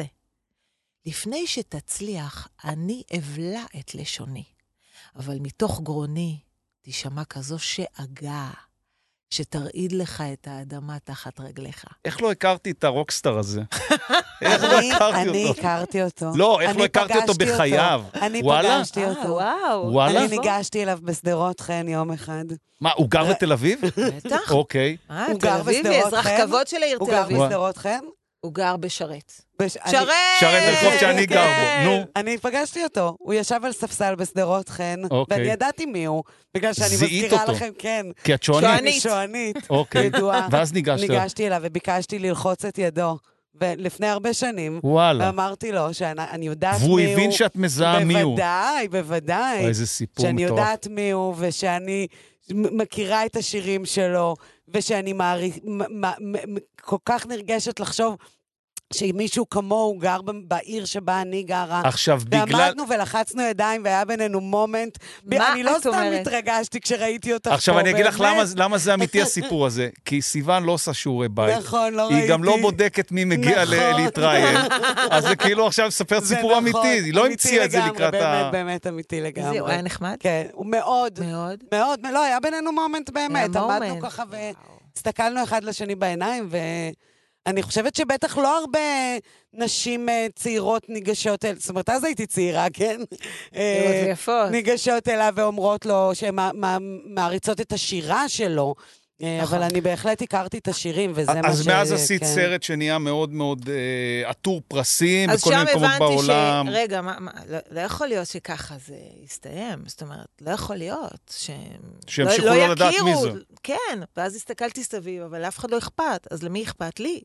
לפני שתצליח, אני אבלה את לשוני. אבל מתוך גרוני תשמע כזו שאגה, שתרעיד לך את האדמה תחת רגליך. איך לא הכרתי את הרוקסטאר הזה? איך לא הכרתי אותו? אני הכרתי אותו. לא, איך לא הכרתי אותו בחייו? אני פגשתי אותו. וואו. אני ניגשתי אליו בשדרות חן יום אחד. מה, הוא גר בתל אביב? בטח. אוקיי. אה, תל אביב, אזרח כבוד של העיר תל אביב. הוא גר בשדרות חן? הוא גר בשרת. שרת! שרת ברחוב שאני גר בו, נו. אני פגשתי אותו, הוא ישב על ספסל בשדרות חן, ואני ידעתי מי הוא, בגלל שאני מזכירה לכם, כן. כי את שוענית. שוענית. אוקיי, ידועה. ואז ניגשת. ניגשתי אליו וביקשתי ללחוץ את ידו, ולפני הרבה שנים, ואמרתי לו שאני יודעת מי הוא. והוא הבין שאת מזהה מי הוא. בוודאי, בוודאי. איזה סיפור מטורף. שאני יודעת מי הוא, ושאני מכירה את השירים שלו, ושאני כל כך נרגשת לחשוב שמישהו כמוהו גר בעיר שבה אני גרה. עכשיו, בגלל... ועמדנו ולחצנו ידיים, והיה בינינו מומנט. מה אני לא את סתם אומרת? התרגשתי כשראיתי אותך פה. עכשיו, אני אגיד לך למה, באמת. למה זה אמיתי הסיפור הזה. כי סיוון לא עושה שיעורי בית. נכון, לא היא ראיתי. גם לא בודקת מי מגיע נכון. ל- להתראיין. אז זה כאילו עכשיו מספר זה סיפור נכון, אמיתי. היא לא המציאה את זה לגמרי, לקראת באמת, ה... באמת אמיתי לגמרי. זה, הוא היה נחמד? כן, הוא מאוד, מאוד. מאוד, לא, היה בינינו מומנט באמת. היה עמדנו מומנט. ככה וואו. והסתכלנו אחד לשני בעיניים, ואני חושבת שבטח לא הרבה נשים אה, צעירות ניגשות אל, זאת אומרת, אז הייתי צעירה, כן? אה, צעירות ויפות. ניגשות אליו ואומרות לו שהן מעריצות את השירה שלו, אה, אבל אני בהחלט הכרתי את השירים, וזה מה ש... אז מאז עשית כן. סרט שנהיה מאוד מאוד אה, עטור פרסים, אז בכל שם מיני מקומות הבנתי ש... בעולם. רגע, מה, מה, לא, לא יכול להיות שככה זה יסתיים. זאת אומרת, לא יכול להיות ש... שימשיכו לא לדעת מי זה. כן, ואז הסתכלתי סביב, אבל לאף אחד לא אכפת. אז למי אכפת לי?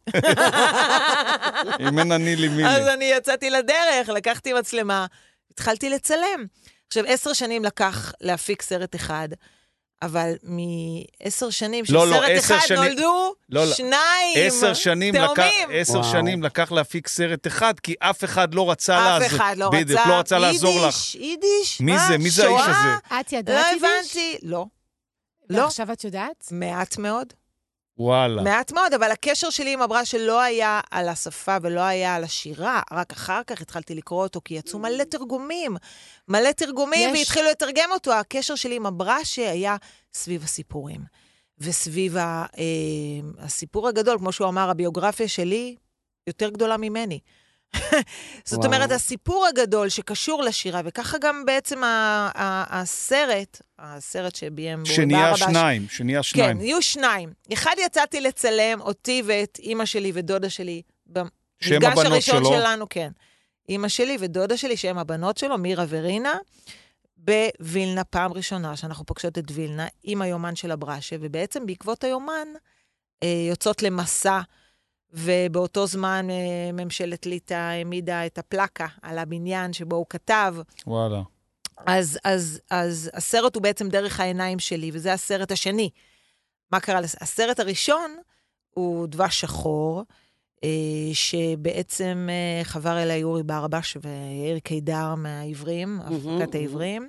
אם אין אני לי מי אז לי. אני יצאתי לדרך, לקחתי מצלמה, התחלתי לצלם. עכשיו, עשר שנים לקח להפיק סרט אחד, אבל מעשר שנים של לא, לא, סרט עשר אחד שנים- נולדו לא, לא. שניים עשר שנים לקח, תאומים. עשר וואו. שנים לקח להפיק סרט אחד, כי אף אחד לא רצה אף לעזור. אחד לא בדיוק, רצה. לא רצה לעזור לך. יידיש, יידיש. מי מה? זה? מי זה האיש שואה? הזה? את ידעת לא יידיש? הבנתי. לא. לא. ועכשיו את יודעת? מעט מאוד. וואלה. מעט מאוד, אבל הקשר שלי עם הברש לא היה על השפה ולא היה על השירה, רק אחר כך התחלתי לקרוא אותו, כי יצאו מלא תרגומים, מלא תרגומים, יש- והתחילו לתרגם אותו. הקשר שלי עם הברש היה סביב הסיפורים, וסביב ה, אה, הסיפור הגדול, כמו שהוא אמר, הביוגרפיה שלי יותר גדולה ממני. זאת וואו. אומרת, הסיפור הגדול שקשור לשירה, וככה גם בעצם ה- ה- הסרט, הסרט שביים בו שנהיה ברבש, שניים, שנהיה שניים. כן, יהיו שניים. אחד יצאתי לצלם אותי ואת אימא שלי ודודה שלי, שהם במפגש הבנות הראשון שלו. שלנו, כן. אימא שלי ודודה שלי, שהם הבנות שלו, מירה ורינה, בווילנה, פעם ראשונה שאנחנו פוגשות את וילנה, עם היומן של הברשה, ובעצם בעקבות היומן אה, יוצאות למסע, ובאותו זמן אה, ממשלת ליטא העמידה את הפלקה על הבניין שבו הוא כתב, וואלה. אז, אז, אז הסרט הוא בעצם דרך העיניים שלי, וזה הסרט השני. מה קרה? הסרט הראשון הוא דבש שחור, אה, שבעצם אה, חבר אליי יורי ברבש ויאיר קידר מהעברים, הפקת העברים,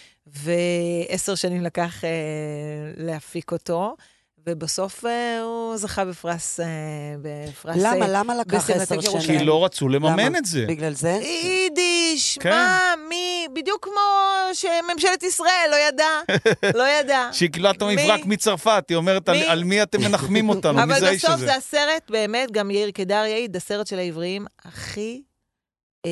ועשר שנים לקח אה, להפיק אותו, ובסוף אה, הוא זכה בפרס... אה, בפרס למה? אה, למה לקח בסרט עשר ירושלים. שנים? כי לא רצו לממן למה? את זה. בגלל זה? יידיש, כן. מה, מי, בדיוק כמו שממשלת ישראל לא ידעה, לא ידעה. שהקלט מי? המברק מצרפת, היא אומרת, על- מי? על מי אתם מנחמים אותנו, מי זה אבל האיש בסוף הזה? זה הסרט, באמת, גם יאיר קידר יעיד, הסרט של העבריים הכי, אה,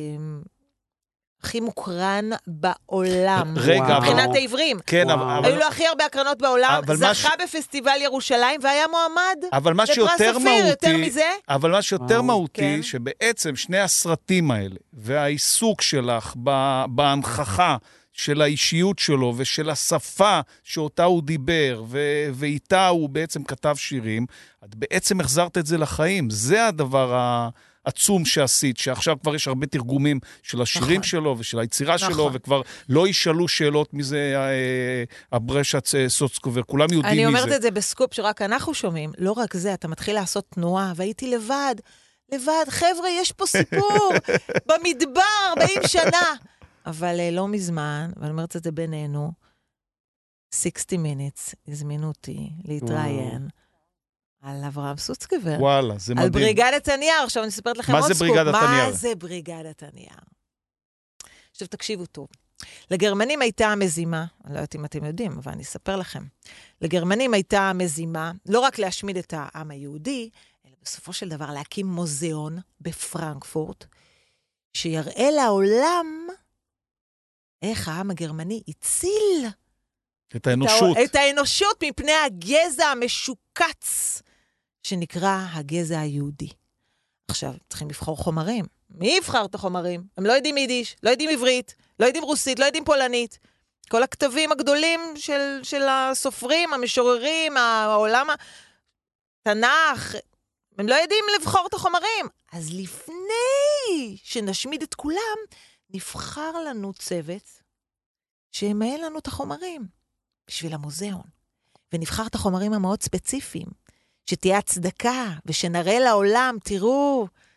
הכי מוקרן בעולם. רגע, וואו. אבל... מבחינת העברים. כן, וואו. אבל- היו אבל... לו הכי הרבה הקרנות בעולם, אבל מה זכה בפסטיבל ירושלים, והיה מועמד אבל מה לפרס שיותר אופיר, מהותי... יותר מזה. אבל מה שיותר וואו, מהותי, כן. שבעצם שני הסרטים האלה, והעיסוק שלך ב- בהנכחה של האישיות שלו, ושל השפה שאותה הוא דיבר, ו- ואיתה הוא בעצם כתב שירים, את בעצם החזרת את זה לחיים. זה הדבר העצום שעשית, שעכשיו כבר יש הרבה תרגומים של השירים נכון. שלו, ושל היצירה נכון. שלו, וכבר לא ישאלו שאלות מזה אה, הברשת סוצקובר, כולם יודעים מי אני זה. אומרת את זה בסקופ שרק אנחנו שומעים. לא רק זה, אתה מתחיל לעשות תנועה, והייתי לבד, לבד. חבר'ה, יש פה סיפור, במדבר, ארבעים שנה. אבל אה, לא מזמן, ואני אומרת את זה בינינו, שישים minutes הזמינו אותי להתראיין על אברהם סוצקבר. וואלה, זה מדהים. על בריגדת הנייר. עכשיו אני אספרת לכם מה עוד זה סקופ. בריגדת הנייר? מה זה בריגדת הנייר? עכשיו תקשיבו טוב. לגרמנים הייתה מזימה, אני לא יודעת אם אתם יודעים, אבל אני אספר לכם. לגרמנים הייתה מזימה, לא רק להשמיד את העם היהודי, אלא בסופו של דבר להקים מוזיאון בפרנקפורט, שיראה לעולם איך העם הגרמני הציל את האנושות. את האנושות מפני הגזע המשוקץ, שנקרא הגזע היהודי. עכשיו, צריכים לבחור חומרים. מי יבחר את החומרים? הם לא יודעים יידיש, לא יודעים עברית, לא יודעים רוסית, לא יודעים פולנית. כל הכתבים הגדולים של, של הסופרים, המשוררים, העולם, התנ"ך, הם לא יודעים לבחור את החומרים. אז לפני שנשמיד את כולם, נבחר לנו צוות שימהל לנו את החומרים בשביל המוזיאון. ונבחר את החומרים המאוד ספציפיים, שתהיה הצדקה, ושנראה לעולם, תראו,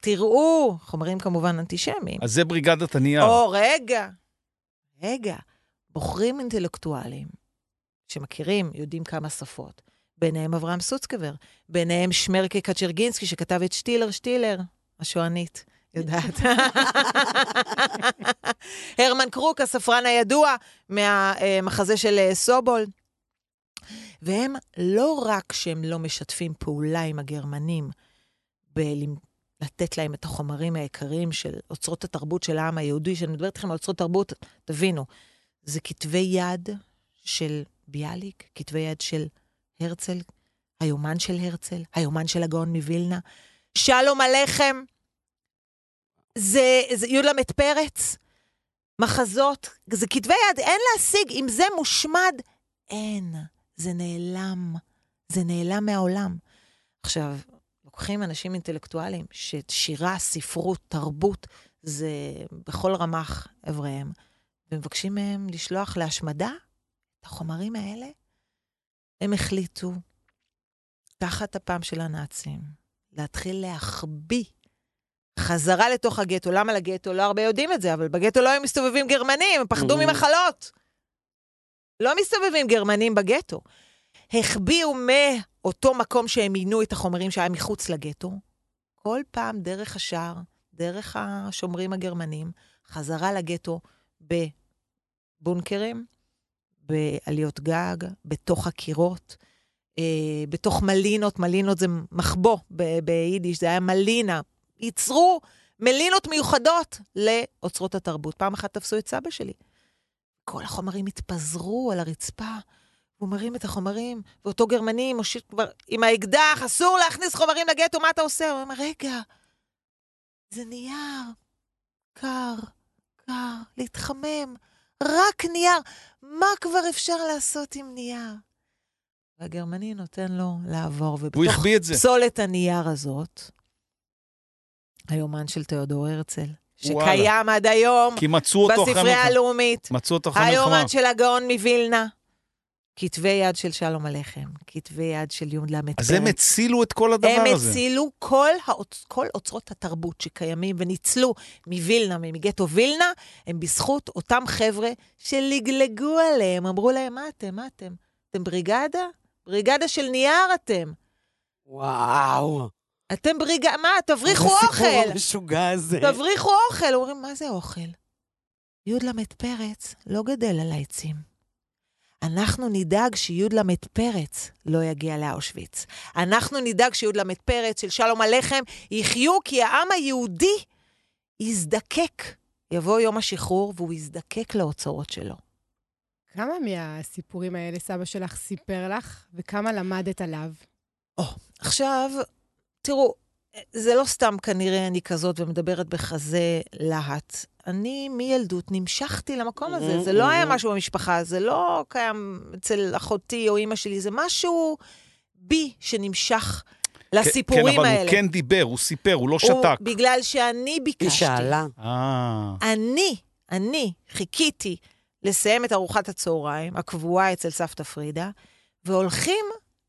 תראו, חומרים כמובן אנטישמיים. אז זה בריגדת הנייר. או, רגע, רגע, בוחרים אינטלקטואלים שמכירים, יודעים כמה שפות. ביניהם אברהם סוצקבר, ביניהם שמרקה קצ'רגינסקי, שכתב את שטילר, שטילר, השואנית, יודעת. הרמן קרוק, הספרן הידוע, מהמחזה של סובול. והם לא רק שהם לא משתפים פעולה עם הגרמנים, לתת להם את החומרים העיקריים של אוצרות התרבות של העם היהודי, שאני מדברת לכם על אוצרות תרבות, תבינו, זה כתבי יד של ביאליק, כתבי יד של הרצל, היומן של הרצל, היומן של הגאון מווילנה, שלום עליכם, זה, זה יולמד פרץ, מחזות, זה כתבי יד, אין להשיג, אם זה מושמד, אין, זה נעלם, זה נעלם מהעולם. עכשיו, לוקחים אנשים אינטלקטואליים, ששירה, ספרות, תרבות, זה בכל רמח עבריהם, ומבקשים מהם לשלוח להשמדה את החומרים האלה, הם החליטו, תחת הפעם של הנאצים, להתחיל להחביא חזרה לתוך הגטו. למה לגטו? לא הרבה יודעים את זה, אבל בגטו לא היו מסתובבים גרמנים, הם פחדו ממחלות. לא מסתובבים גרמנים בגטו. החביאו מאותו מקום שהם מינו את החומרים שהיה מחוץ לגטו, כל פעם דרך השער, דרך השומרים הגרמנים, חזרה לגטו בבונקרים, בעליות גג, בתוך הקירות, אה, בתוך מלינות, מלינות זה מחבוא ב- ביידיש, זה היה מלינה. ייצרו מלינות מיוחדות לאוצרות התרבות. פעם אחת תפסו את סבא שלי. כל החומרים התפזרו על הרצפה, הוא מרים את החומרים, ואותו גרמני מושיט כבר עם האקדח, אסור להכניס חומרים לגטו, מה אתה עושה? הוא אומר, רגע, זה נייר, קר, קר, להתחמם, רק נייר, מה כבר אפשר לעשות עם נייר? והגרמני נותן לו לעבור, ובתוך פסולת הנייר הזאת, היומן של תיאודור הרצל, שקיים עד היום, בספרייה הלאומית, היומן של הגאון מווילנה, כתבי יד של שלום עליכם, כתבי יד של יום למד פרץ. אז הם הצילו את כל הדבר הם הזה. הם הצילו כל, האוצ... כל אוצרות התרבות שקיימים וניצלו מווילנה, מגטו וילנה, הם בזכות אותם חבר'ה שלגלגו עליהם, אמרו להם, מה אתם, מה אתם? אתם בריגדה? בריגדה של נייר אתם. וואו. אתם בריגדה, מה? תבריחו אוכל. זה סיפור המשוגע הזה. תבריחו אוכל. אומרים, מה זה אוכל? יוד למד פרץ לא גדל על העצים. אנחנו נדאג שיוד למד פרץ לא יגיע לאושוויץ. אנחנו נדאג שיוד למד פרץ של שלום עליכם יחיו, כי העם היהודי יזדקק. יבוא יום השחרור והוא יזדקק לאוצרות שלו. כמה מהסיפורים האלה סבא שלך סיפר לך, וכמה למדת עליו? או, עכשיו, תראו, זה לא סתם כנראה אני כזאת ומדברת בחזה להט. אני מילדות נמשכתי למקום הזה. זה לא היה משהו במשפחה, זה לא קיים אצל אחותי או אמא שלי, זה משהו בי שנמשך לסיפורים האלה. כן, אבל הוא כן דיבר, הוא סיפר, הוא לא שתק. בגלל שאני ביקשתי. היא שאלה. אני, אני חיכיתי לסיים את ארוחת הצהריים, הקבועה אצל סבתא פרידה, והולכים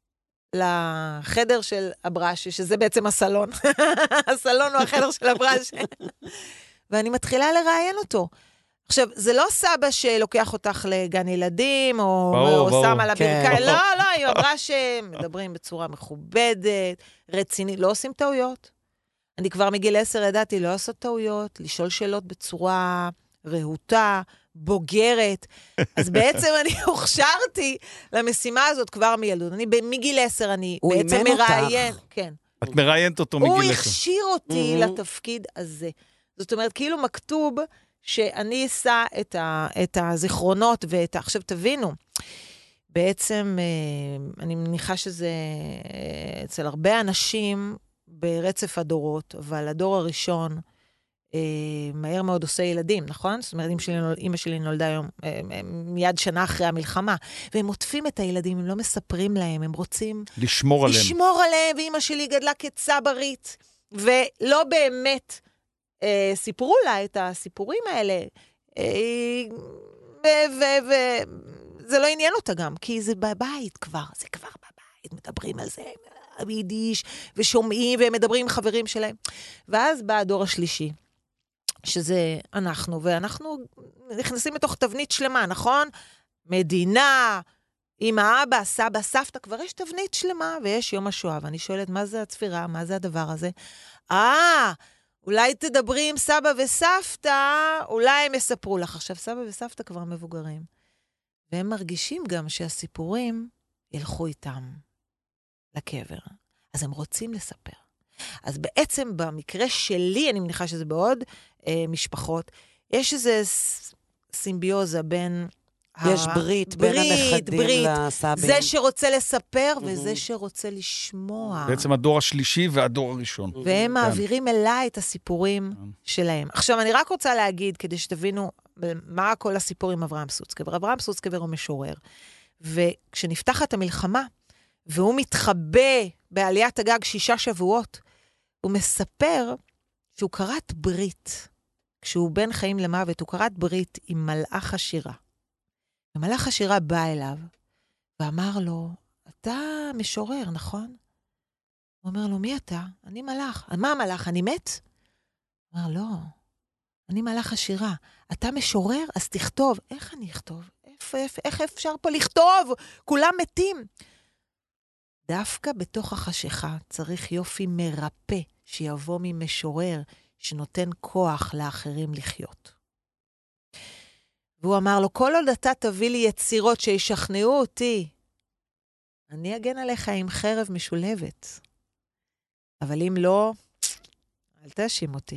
לחדר של אברש, שזה בעצם הסלון. הסלון הוא החדר של אברש. ואני מתחילה לראיין אותו. עכשיו, זה לא סבא שלוקח אותך לגן ילדים, או, ברור, או ברור. שם על הברכיים. כן. לא, לא, היא אמרה שמדברים בצורה מכובדת, רצינית, לא עושים טעויות. אני כבר מגיל עשר ידעתי לא לעשות טעויות, לשאול שאלות בצורה רהוטה, בוגרת. אז בעצם אני הוכשרתי למשימה הזאת כבר מילדות. אני מגיל עשר, אני בעצם מראיין. כן. את מראיינת אותו מגיל עשר. הוא הכשיר אותי לתפקיד הזה. זאת אומרת, כאילו מכתוב שאני אשא את, ה, את הזיכרונות ואת ה... עכשיו תבינו, בעצם אני מניחה שזה אצל הרבה אנשים ברצף הדורות, אבל הדור הראשון מהר מאוד עושה ילדים, נכון? זאת אומרת, אמא שלי, אמא שלי נולדה היום מיד שנה אחרי המלחמה, והם עוטפים את הילדים, הם לא מספרים להם, הם רוצים... לשמור עליהם. לשמור עליהם, ואמא שלי גדלה כצברית, ולא באמת... סיפרו לה את הסיפורים האלה, וזה לא עניין אותה גם, כי זה בבית כבר, זה כבר בבית, מדברים על זה, ביידיש, ושומעים, והם מדברים עם חברים שלהם. ואז בא הדור השלישי, שזה אנחנו, ואנחנו נכנסים לתוך תבנית שלמה, נכון? מדינה, אמא, אבא, סבא, סבתא, כבר יש תבנית שלמה, ויש יום השואה, ואני שואלת, מה זה הצפירה? מה זה הדבר הזה? אה, אולי תדברי עם סבא וסבתא, אולי הם יספרו לך. עכשיו, סבא וסבתא כבר מבוגרים. והם מרגישים גם שהסיפורים ילכו איתם לקבר. אז הם רוצים לספר. אז בעצם במקרה שלי, אני מניחה שזה בעוד אה, משפחות, יש איזו סימביוזה בין... יש ברית, בין הנכדים לסבים. זה שרוצה לספר וזה שרוצה לשמוע. בעצם הדור השלישי והדור הראשון. והם מעבירים אליי את הסיפורים שלהם. עכשיו, אני רק רוצה להגיד, כדי שתבינו מה כל הסיפור עם אברהם סוצקבר. אברהם סוצקבר הוא משורר. וכשנפתחת המלחמה, והוא מתחבא בעליית הגג שישה שבועות, הוא מספר שהוא קראת ברית. כשהוא בן חיים למוות, הוא קראת ברית עם מלאך השירה. ומלאך השירה בא אליו, ואמר לו, אתה משורר, נכון? הוא אומר לו, מי אתה? אני מלאך. מה המלאך? אני מת? הוא אומר, לא, אני מלאך השירה. אתה משורר? אז תכתוב. איך אני אכתוב? איך, איך, איך אפשר פה לכתוב? כולם מתים. דווקא בתוך החשיכה צריך יופי מרפא שיבוא ממשורר שנותן כוח לאחרים לחיות. והוא אמר לו, כל עוד אתה תביא לי יצירות שישכנעו אותי, אני אגן עליך עם חרב משולבת. אבל אם לא, אל תאשים אותי.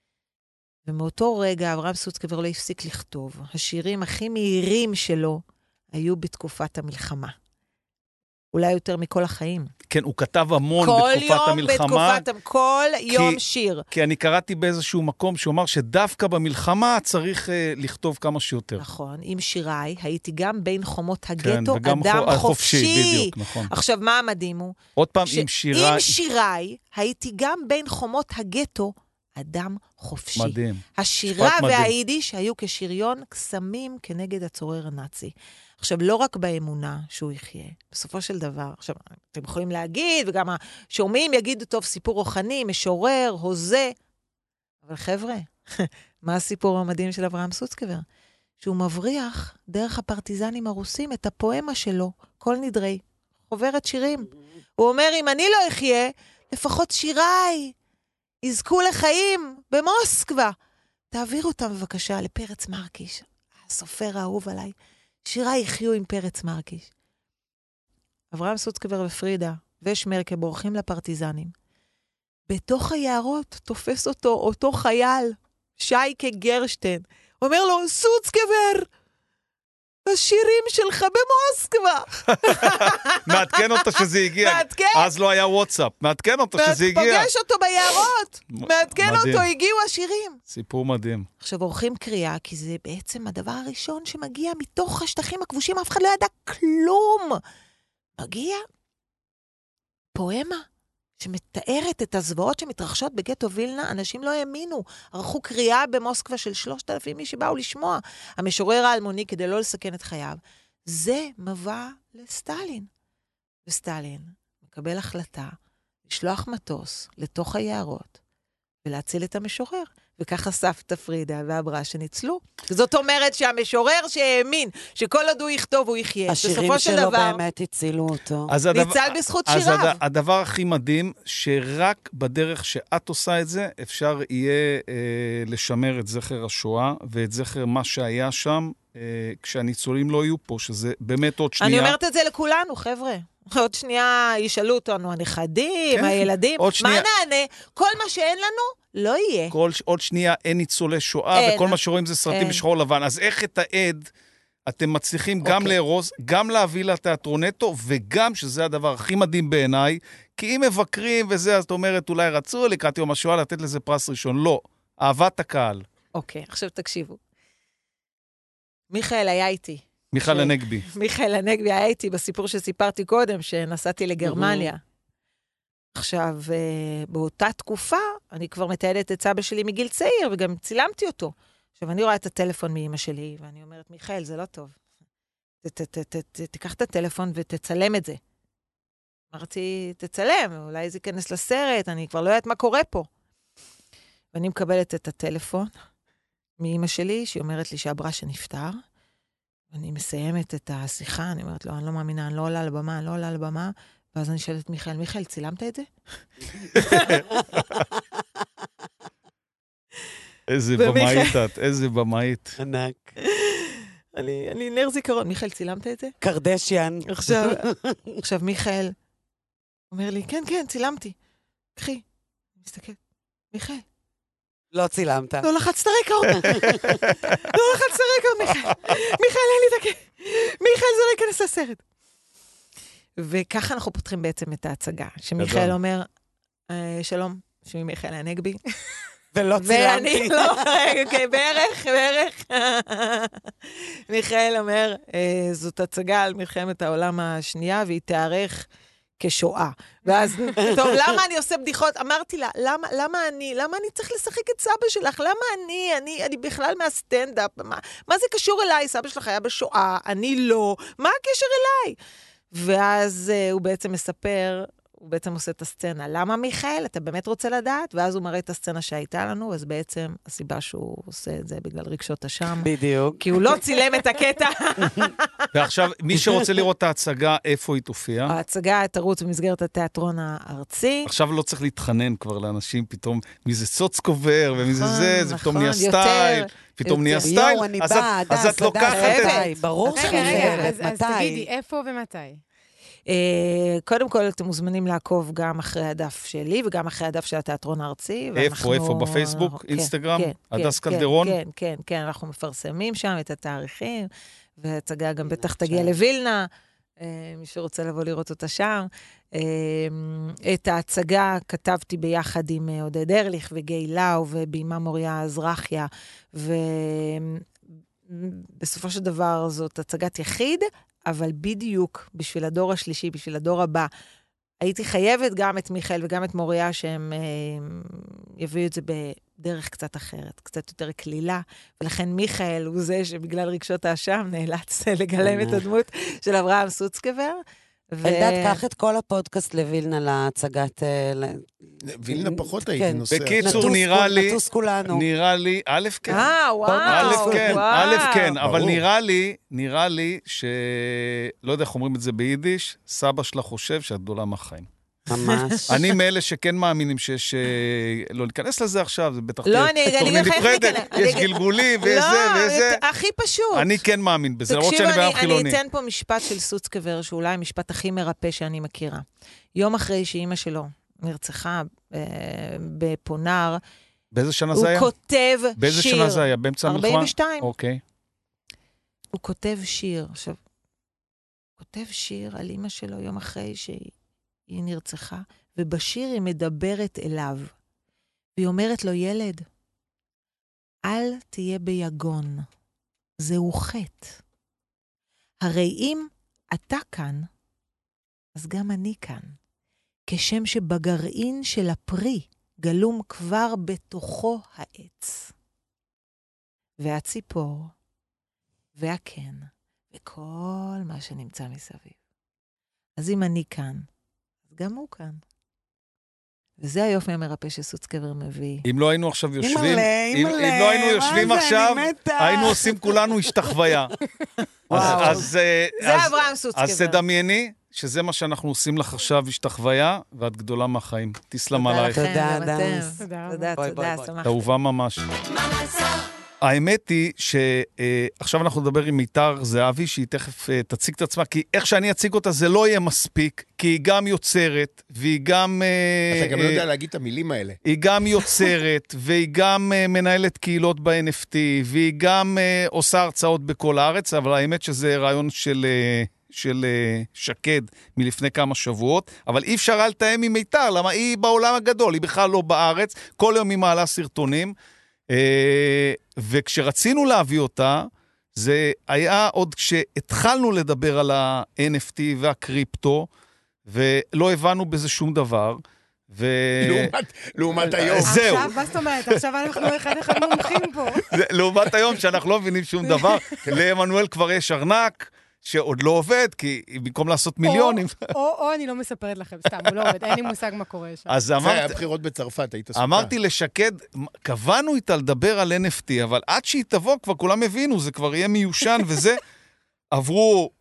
ומאותו רגע אברהם סוצקבר לא הפסיק לכתוב. השירים הכי מהירים שלו היו בתקופת המלחמה. אולי יותר מכל החיים. כן, הוא כתב המון בתקופת המלחמה. בתקופת, כל יום כי, שיר. כי אני קראתי באיזשהו מקום שאומר שדווקא במלחמה צריך uh, לכתוב כמה שיותר. נכון, עם שיריי, הייתי גם בין חומות הגטו, כן, אדם חופשי. חופשי. בדיוק, נכון. עכשיו, מה המדהים הוא? עוד פעם, ש... עם שיריי. עם שיריי, הייתי גם בין חומות הגטו, אדם חופשי. מדהים. השירה והיידיש היו כשריון קסמים כנגד הצורר הנאצי. עכשיו, לא רק באמונה שהוא יחיה, בסופו של דבר, עכשיו, אתם יכולים להגיד, וגם השומעים יגידו, טוב, סיפור רוחני, משורר, הוזה, אבל חבר'ה, מה הסיפור המדהים של אברהם סוצקבר? שהוא מבריח דרך הפרטיזנים הרוסים את הפואמה שלו, כל נדרי, חוברת שירים. הוא אומר, אם אני לא אחיה, לפחות שיריי יזכו לחיים במוסקבה. תעביר אותם בבקשה לפרץ מרקיש, הסופר האהוב עליי. שיריי יחיו עם פרץ מרקיש. אברהם סוצקבר ופרידה ושמרקה בורחים לפרטיזנים. בתוך היערות תופס אותו אותו חייל, שייקה גרשטיין. אומר לו, סוצקבר, השירים שלך במוסקבה. מעדכן אותו שזה הגיע. מעדכן. אז לא היה וואטסאפ. מעדכן אותו שזה הגיע. פוגש אותו ביערות. מעדכן אותו, הגיעו השירים. סיפור מדהים. עכשיו עורכים קריאה, כי זה בעצם הדבר הראשון שמגיע מתוך השטחים הכבושים, אף אחד לא ידע כלום. מגיע פואמה שמתארת את הזוועות שמתרחשות בגטו וילנה, אנשים לא האמינו. ערכו קריאה במוסקבה של שלושת אלפים איש שבאו לשמוע. המשורר האלמוני, כדי לא לסכן את חייו, זה מבא לסטלין. וסטלין מקבל החלטה לשלוח מטוס לתוך היערות ולהציל את המשורר. וככה סבתא פרידה ואברה שניצלו. זאת אומרת שהמשורר שהאמין שכל עוד הוא יכתוב הוא יחיה. השירים שלו דבר, באמת הצילו אותו. ניצל בזכות אז שיריו. הד, הדבר הכי מדהים, שרק בדרך שאת עושה את זה, אפשר יהיה אה, לשמר את זכר השואה, ואת זכר מה שהיה שם, אה, כשהניצולים לא יהיו פה, שזה באמת עוד שנייה. אני אומרת את זה לכולנו, חבר'ה. עוד שנייה ישאלו אותנו, הנכדים, כן, הילדים. מה נענה? כל מה שאין לנו, לא יהיה. כל, עוד שנייה אין ניצולי שואה, אין. וכל מה שרואים זה סרטים אין. בשחור לבן. אז איך את העד אתם מצליחים אוקיי. גם לארוז, גם להביא לתיאטרונטו, וגם, שזה הדבר הכי מדהים בעיניי, כי אם מבקרים וזה, אז את אומרת, אולי רצו לקראת יום השואה לתת לזה פרס ראשון. לא, אהבת הקהל. אוקיי, עכשיו תקשיבו. מיכאל היה איתי. מיכאל הנגבי. מיכאל הנגבי היה איתי בסיפור שסיפרתי קודם, שנסעתי לגרמניה. עכשיו, באותה תקופה, אני כבר מתעדת את סבא שלי מגיל צעיר, וגם צילמתי אותו. עכשיו, אני רואה את הטלפון מאמא שלי, ואני אומרת, מיכאל, זה לא טוב. תיקח את הטלפון ותצלם את זה. אמרתי, תצלם, אולי זה ייכנס לסרט, אני כבר לא יודעת מה קורה פה. ואני מקבלת את הטלפון מאמא שלי, שהיא אומרת לי שהברש נפטר, ואני מסיימת את השיחה, אני אומרת לו, אני לא מאמינה, אני לא עולה לבמה, אני לא עולה לבמה, ואז אני שואלת את מיכאל, מיכאל, צילמת את זה? איזה במאית את, איזה במאית. ענק. אני, אני נר זיכרון. מיכאל, צילמת את זה? קרדשיאן. עכשיו, עכשיו מיכאל אומר לי, כן, כן, צילמתי. קחי. מסתכל. מיכאל. לא צילמת. לא לחצת רקורד. לא לחצת רקורד, מיכאל. מיכאל, אין לי דקה. מיכאל, זה לא ייכנס לסרט. וככה אנחנו פותחים בעצם את ההצגה. שמיכאל אומר, שלום, שמי מיכאל הנגבי. ולא צילמתי. ואני לא, אוקיי, בערך, בערך. מיכאל אומר, זאת הצגה על מלחמת העולם השנייה, והיא תארך כשואה. ואז, טוב, למה אני עושה בדיחות? אמרתי לה, למה, למה אני, למה אני צריך לשחק את סבא שלך? למה אני, אני, אני בכלל מהסטנדאפ? מה, מה זה קשור אליי? סבא שלך היה בשואה, אני לא. מה הקשר אליי? ואז uh, הוא בעצם מספר, הוא בעצם עושה את הסצנה. למה מיכאל? אתה באמת רוצה לדעת? ואז הוא מראה את הסצנה שהייתה לנו, אז בעצם הסיבה שהוא עושה את זה בגלל רגשות אשם. בדיוק. כי הוא לא צילם את הקטע. ועכשיו, מי שרוצה לראות את ההצגה, איפה היא תופיע? ההצגה תרוץ במסגרת התיאטרון הארצי. עכשיו לא צריך להתחנן כבר לאנשים, פתאום מי זה סוצקובר ומי זה זה, זה פתאום נהיה סטייל. פתאום נהיה סטייל. יואו, אני באה, אז את לוקחת את זה. ברור שאני חייבת. אז תגידי, איפה ומתי? קודם כל, אתם מוזמנים לעקוב גם אחרי הדף שלי, וגם אחרי הדף של התיאטרון הארצי. איפה, איפה? בפייסבוק, אינסטגרם? הדס קלדרון? כן, כן, כן, אנחנו מפרסמים שם את התאריכים, והצגה גם בטח תגיע לווילנה, מי שרוצה לבוא לראות אותה שם. את ההצגה כתבתי ביחד עם עודד ארליך וגיא לאו, ובימה מוריה אזרחיה, ובסופו של דבר זאת הצגת יחיד, אבל בדיוק בשביל הדור השלישי, בשביל הדור הבא, הייתי חייבת גם את מיכאל וגם את מוריה, שהם אה, יביאו את זה בדרך קצת אחרת, קצת יותר כלילה, ולכן מיכאל הוא זה שבגלל רגשות האשם נאלץ לגלם את הדמות של אברהם סוצקבר. אלדד, קח את כל הפודקאסט לווילנה להצגת... וילנה פחות הייתי נוסע. בקיצור, נראה לי... נטוס כולנו. נראה לי, א' כן. אה, וואו. א' כן, א' כן, אבל נראה לי, נראה לי ש... לא יודע איך אומרים את זה ביידיש, סבא שלה חושב שאת גדולה מהחיים. ממש. אני מאלה שכן מאמינים שיש... לא ניכנס לזה עכשיו, זה בטח... לא, אני אגיד לך איך ניכנס. יש גלגולים וזה וזה. לא, הכי פשוט. אני כן מאמין בזה, למרות שאני בעם חילוני. תקשיב, אני אתן פה משפט של סוצקבר, שאולי המשפט הכי מרפא שאני מכירה. יום אחרי שאימא שלו נרצחה בפונר, באיזה שנה זה היה? הוא כותב שיר. באיזה שנה זה היה? באמצע המלחמה? ארבעים ושתיים. אוקיי. הוא כותב שיר. עכשיו, הוא כותב שיר על אימא שלו יום אחרי שהיא נרצחה, ובשיר היא מדברת אליו. והיא אומרת לו, ילד, אל תהיה ביגון. זהו חטא. הרי אם אתה כאן, אז גם אני כאן. כשם שבגרעין של הפרי גלום כבר בתוכו העץ. והציפור, והקן, וכל מה שנמצא מסביב. אז אם אני כאן, אז גם הוא כאן. וזה היופי המרפא שסוצקבר מביא. אם לא היינו עכשיו יושבים, אם לא היינו יושבים עכשיו, היינו עושים כולנו השתחוויה. זה אברהם סוצקבר. אז תדמייני שזה מה שאנחנו עושים לך עכשיו, השתחוויה, ואת גדולה מהחיים. תסלם עלייך. תודה, דס. תודה, תודה, שמחתי. אהובה ממש. האמת היא שעכשיו אנחנו נדבר עם מיתר זהבי, שהיא תכף תציג את עצמה, כי איך שאני אציג אותה זה לא יהיה מספיק, כי היא גם יוצרת, והיא גם... אתה גם לא יודע להגיד את המילים האלה. היא גם יוצרת, והיא גם מנהלת קהילות ב-אן אף טי, והיא גם עושה הרצאות בכל הארץ, אבל האמת שזה רעיון של... של שקד מלפני כמה שבועות, אבל אי אפשר לתאם עם מיתר, למה היא בעולם הגדול, היא בכלל לא בארץ, כל יום היא מעלה סרטונים, וכשרצינו להביא אותה, זה היה עוד כשהתחלנו לדבר על ה-אן אף טי והקריפטו, ולא הבנו בזה שום דבר, ו... לעומת, לעומת היום. זהו. עכשיו, מה זאת אומרת? עכשיו אנחנו אחד אחד מומחים פה. לעומת היום שאנחנו לא מבינים שום דבר, לאמנואל כבר יש ארנק, שעוד לא עובד, כי במקום לעשות מיליונים... או, או, או אני לא מספרת לכם, סתם, הוא לא עובד, אין לי מושג מה קורה שם. אז זה אמרת... היה בחירות בצרפת, היית סוכה. אמרתי לשקד, קבענו איתה לדבר על אן אף טי, אבל עד שהיא תבוא, כבר כולם הבינו, זה כבר יהיה מיושן, וזה עברו...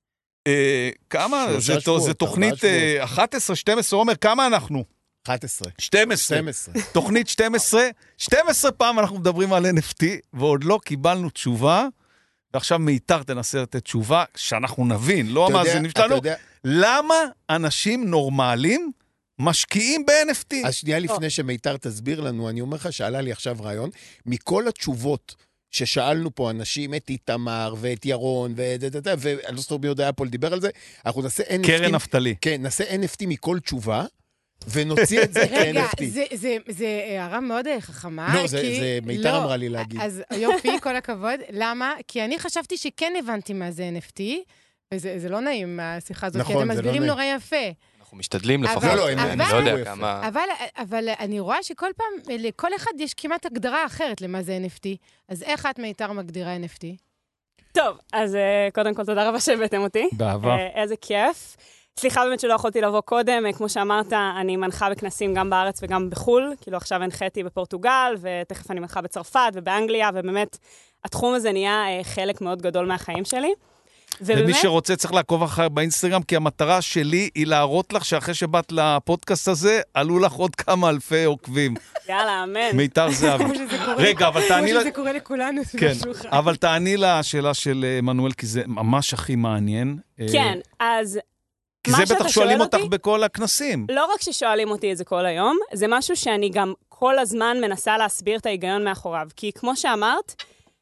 אה, כמה? זה, שבועות, זה תוכנית אה, אחת עשרה, שתים עשרה, עומר, כמה אנחנו? אחת עשרה. שתים עשרה. שתים עשרה. תוכנית שתים עשרה. שתים עשרה פעם אנחנו מדברים על אן אף טי, ועוד לא קיבלנו תשובה, ועכשיו מיתר תנסה לתת תשובה, שאנחנו נבין, לא המאזינים שלנו, למה אנשים נורמליים משקיעים ב-אן אף טי? אז שנייה לפני שמיתר תסביר לנו, אני אומר לך שעלה לי עכשיו רעיון, מכל התשובות ששאלנו פה אנשים, את איתמר ואת ירון, ואני לא זוכר מי עוד היה פה לדבר על זה, אנחנו נעשה אן אף טי. קרן נפתלי. כן, נעשה אן אף טי מכל תשובה, ונוציא את זה כ-אן אף טי. רגע, זה הערה מאוד חכמה. לא, זה מיתר אמרה לי להגיד. אז יופי, כל הכבוד. למה? כי אני חשבתי שכן הבנתי מה זה אן אף טי, וזה לא נעים, השיחה הזאת, כי אתם מסבירים נורא יפה. אנחנו משתדלים לפחות. לא, לא, אני לא יודע כמה... אבל אני רואה שכל פעם, לכל אחד יש כמעט הגדרה אחרת למה זה אן אף טי. אז איך את מיתר מגדירה אן אף טי? טוב, אז קודם כל תודה רבה שהבאתם אותי. באהבה. איזה כיף. סליחה באמת שלא יכולתי לבוא קודם, כמו שאמרת, אני מנחה בכנסים גם בארץ וגם בחול, כאילו עכשיו הנחיתי בפורטוגל, ותכף אני מנחה בצרפת ובאנגליה, ובאמת התחום הזה נהיה חלק מאוד גדול מהחיים שלי. ומי שרוצה צריך לעקוב אחר באינסטגרם, כי המטרה שלי היא להראות לך שאחרי שבאת לפודקאסט הזה, עלו לך עוד כמה אלפי עוקבים. יאללה, אמן. מיתר זהבי. רגע, אבל תעני... כמו שזה קורה לכולנו. כן, אבל תעני לשאלה של מנואל, כי זה ממש הכי מעניין. כן, אז... כי זה בטח שואלים אותך בכל הכנסים. לא רק ששואלים אותי את זה כל היום, זה משהו שאני גם כל הזמן מנסה להסביר את ההיגיון מאחוריו. כי כמו שאמרת,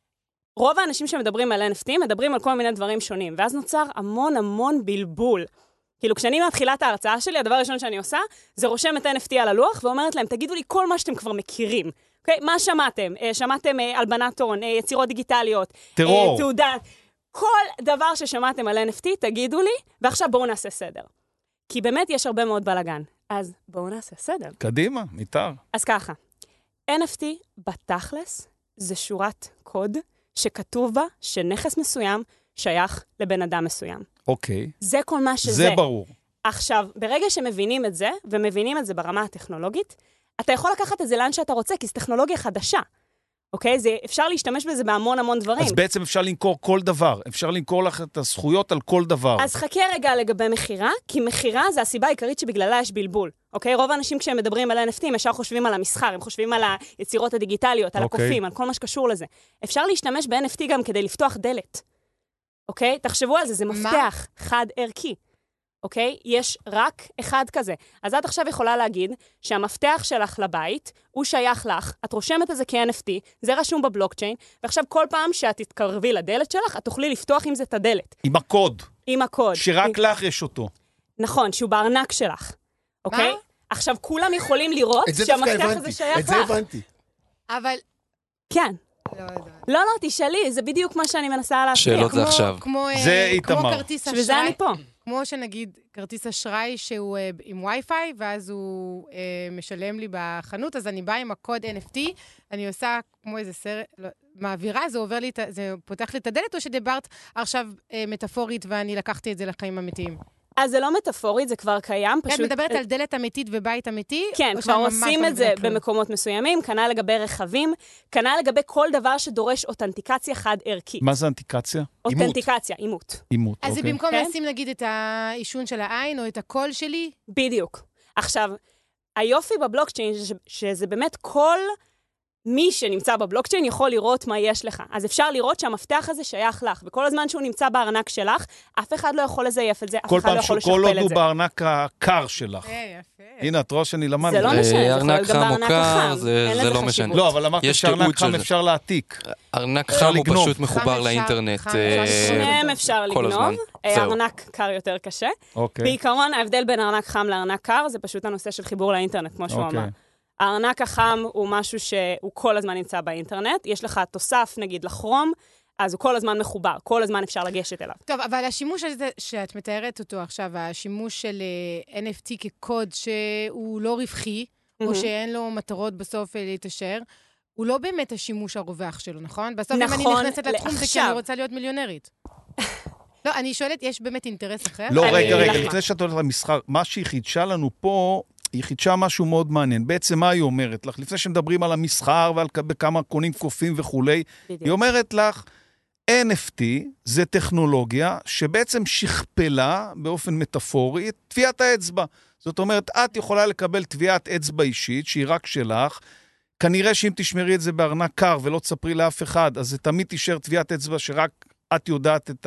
רוב האנשים שמדברים על אן אף טי מדברים על כל מיני דברים שונים, ואז נוצר המון המון בלבול. כאילו, כשאני מתחילה את ההרצאה שלי, הדבר הראשון שאני עושה, זה רושמת אן אף טי על הלוח, ואומרת להם, תגידו לי כל מה שאתם כבר מכירים. אוקיי? מה שמעתם? שמעתם הלבנת הון, יצירות דיגיטליות, טרור. תעודת. כל דבר ששמעתם על אן אף טי, תגידו לי, ועכשיו בואו נעשה סדר. כי באמת יש הרבה מאוד בלגן. אז בואו נעשה סדר. קדימה, מיתר. אז ככה, אן אף טי בתכלס זה שורת קוד שכתוב בה שנכס מסוים שייך לבן אדם מסוים. אוקיי. זה כל מה שזה. זה ברור. עכשיו, ברגע שמבינים את זה, ומבינים את זה ברמה הטכנולוגית, אתה יכול לקחת את זה לאן שאתה רוצה, כי זו טכנולוגיה חדשה. אוקיי? זה, אפשר להשתמש בזה בהמון המון דברים. אז בעצם אפשר לנקור כל דבר. אפשר לנקור לך את הזכויות על כל דבר. אז חכה רגע לגבי מחירה, כי מחירה זה הסיבה העיקרית שבגללה יש בלבול. אוקיי? רוב האנשים כשהם מדברים על אן אף טי, הם ישר חושבים על המסחר, הם חושבים על היצירות הדיגיטליות, על אוקיי. הקופים, על כל מה שקשור לזה. אפשר להשתמש ב-אן אף טי גם כדי לפתוח דלת. אוקיי? תחשבו על זה, זה מפתח חד ערכי. אוקיי? יש רק אחד כזה. אז את עכשיו יכולה להגיד שהמפתח שלך לבית הוא שייך לך, את רושמת את זה כ-אן אף טי, זה רשום בבלוקצ'יין, ועכשיו כל פעם שאת תתקרבי לדלת שלך, את תוכלי לפתוח עם זה את הדלת. עם הקוד. עם הקוד. שרק לך יש אותו. נכון, שהוא בארנק שלך. אוקיי? מה? עכשיו כולם יכולים לראות שהמפתח הזה שייך לך. את זה הבנתי. אבל... כן. לא יודעת. לא, לא, תשאלי, זה בדיוק מה שאני מנסה להסביר. שאלות זה עכשיו. זה איתמר. כרטיס אשראי. וזה אני פה. כמו שנגיד כרטיס אשראי שהוא uh, עם וי-פיי, ואז הוא uh, משלם לי בחנות, אז אני באה עם הקוד אן אף טי, אני עושה כמו איזה סרט, לא, מעבירה, זה עובר לי, זה פותח לי את הדלת, או שדיברת עכשיו uh, מטאפורית, ואני לקחתי את זה לחיים אמיתיים? אז זה לא מטאפורית, זה כבר קיים, פשוט... את מדברת על דלת אמיתית ובית אמיתי? כן, כבר עושים את זה במקומות מסוימים, כנ"ל לגבי רכבים, כנ"ל לגבי כל דבר שדורש אותנטיקציה חד ערכית. מה זה אנטיקציה? אותנטיקציה, אימות. אימות, אז אוקיי. זה במקום לשים נגיד את האישון של העין, או את הקול שלי? בדיוק. עכשיו, היופי בבלוקצ'יין, שזה באמת כל... מי שנמצא בבלוקצ'יין יכול לראות מה יש לך. אז אפשר לראות שהמפתח הזה שייך לך, וכל הזמן שהוא נמצא בארנק שלך, אף אחד לא יכול לזייף את זה, אף אחד לא יכול לשכפל את זה. כל עוד הוא בארנק הקר שלך. יפה. הנה, את רואה שאני למד. זה לא משנה, זה יכול להיות גם בארנק החם. זה לא משנה. לא, אבל אמרת שארנק חם אפשר להעתיק. ארנק חם הוא פשוט מחובר לאינטרנט. שניהם אפשר לגנוב. ארנק קר יותר קשה. בעיקרון, ההבדל בין ארנק חם לארנק קר, זה פשוט הנושא של חיבור לאינטרנט, כמו שהוא אמר. הארנק החם הוא משהו שהוא כל הזמן נמצא באינטרנט, יש לך תוסף נגיד לכרום, אז הוא כל הזמן מחובר, כל הזמן אפשר לגשת אליו. טוב, אבל השימוש הזה שאת מתארת אותו עכשיו, השימוש של אן אף טי כקוד שהוא לא רווחי, או שאין לו מטרות בסוף להתאשר, הוא לא באמת השימוש הרווח שלו, נכון? בסוף אם אני נכנסת לתחום זה כי אני רוצה להיות מיליונרית. לא, אני שואלת, יש באמת אינטרס אחר? לא, רגע, רגע, לפני שאת הולכת למסחר, מה שהיא חידשה לנו פה, היא חידשה משהו מאוד מעניין. בעצם מה היא אומרת לך? לפני שמדברים על המסחר ועל כמה קונים קופים וכולי, היא אומרת לך, אן אף טי זה טכנולוגיה שבעצם שכפלה באופן מטאפורי את טביעת האצבע. זאת אומרת, את יכולה לקבל טביעת אצבע אישית, שהיא רק שלך, כנראה שאם תשמרי את זה בארנק קר ולא תספרי לאף אחד, אז זה תמיד תישאר טביעת אצבע שרק את יודעת את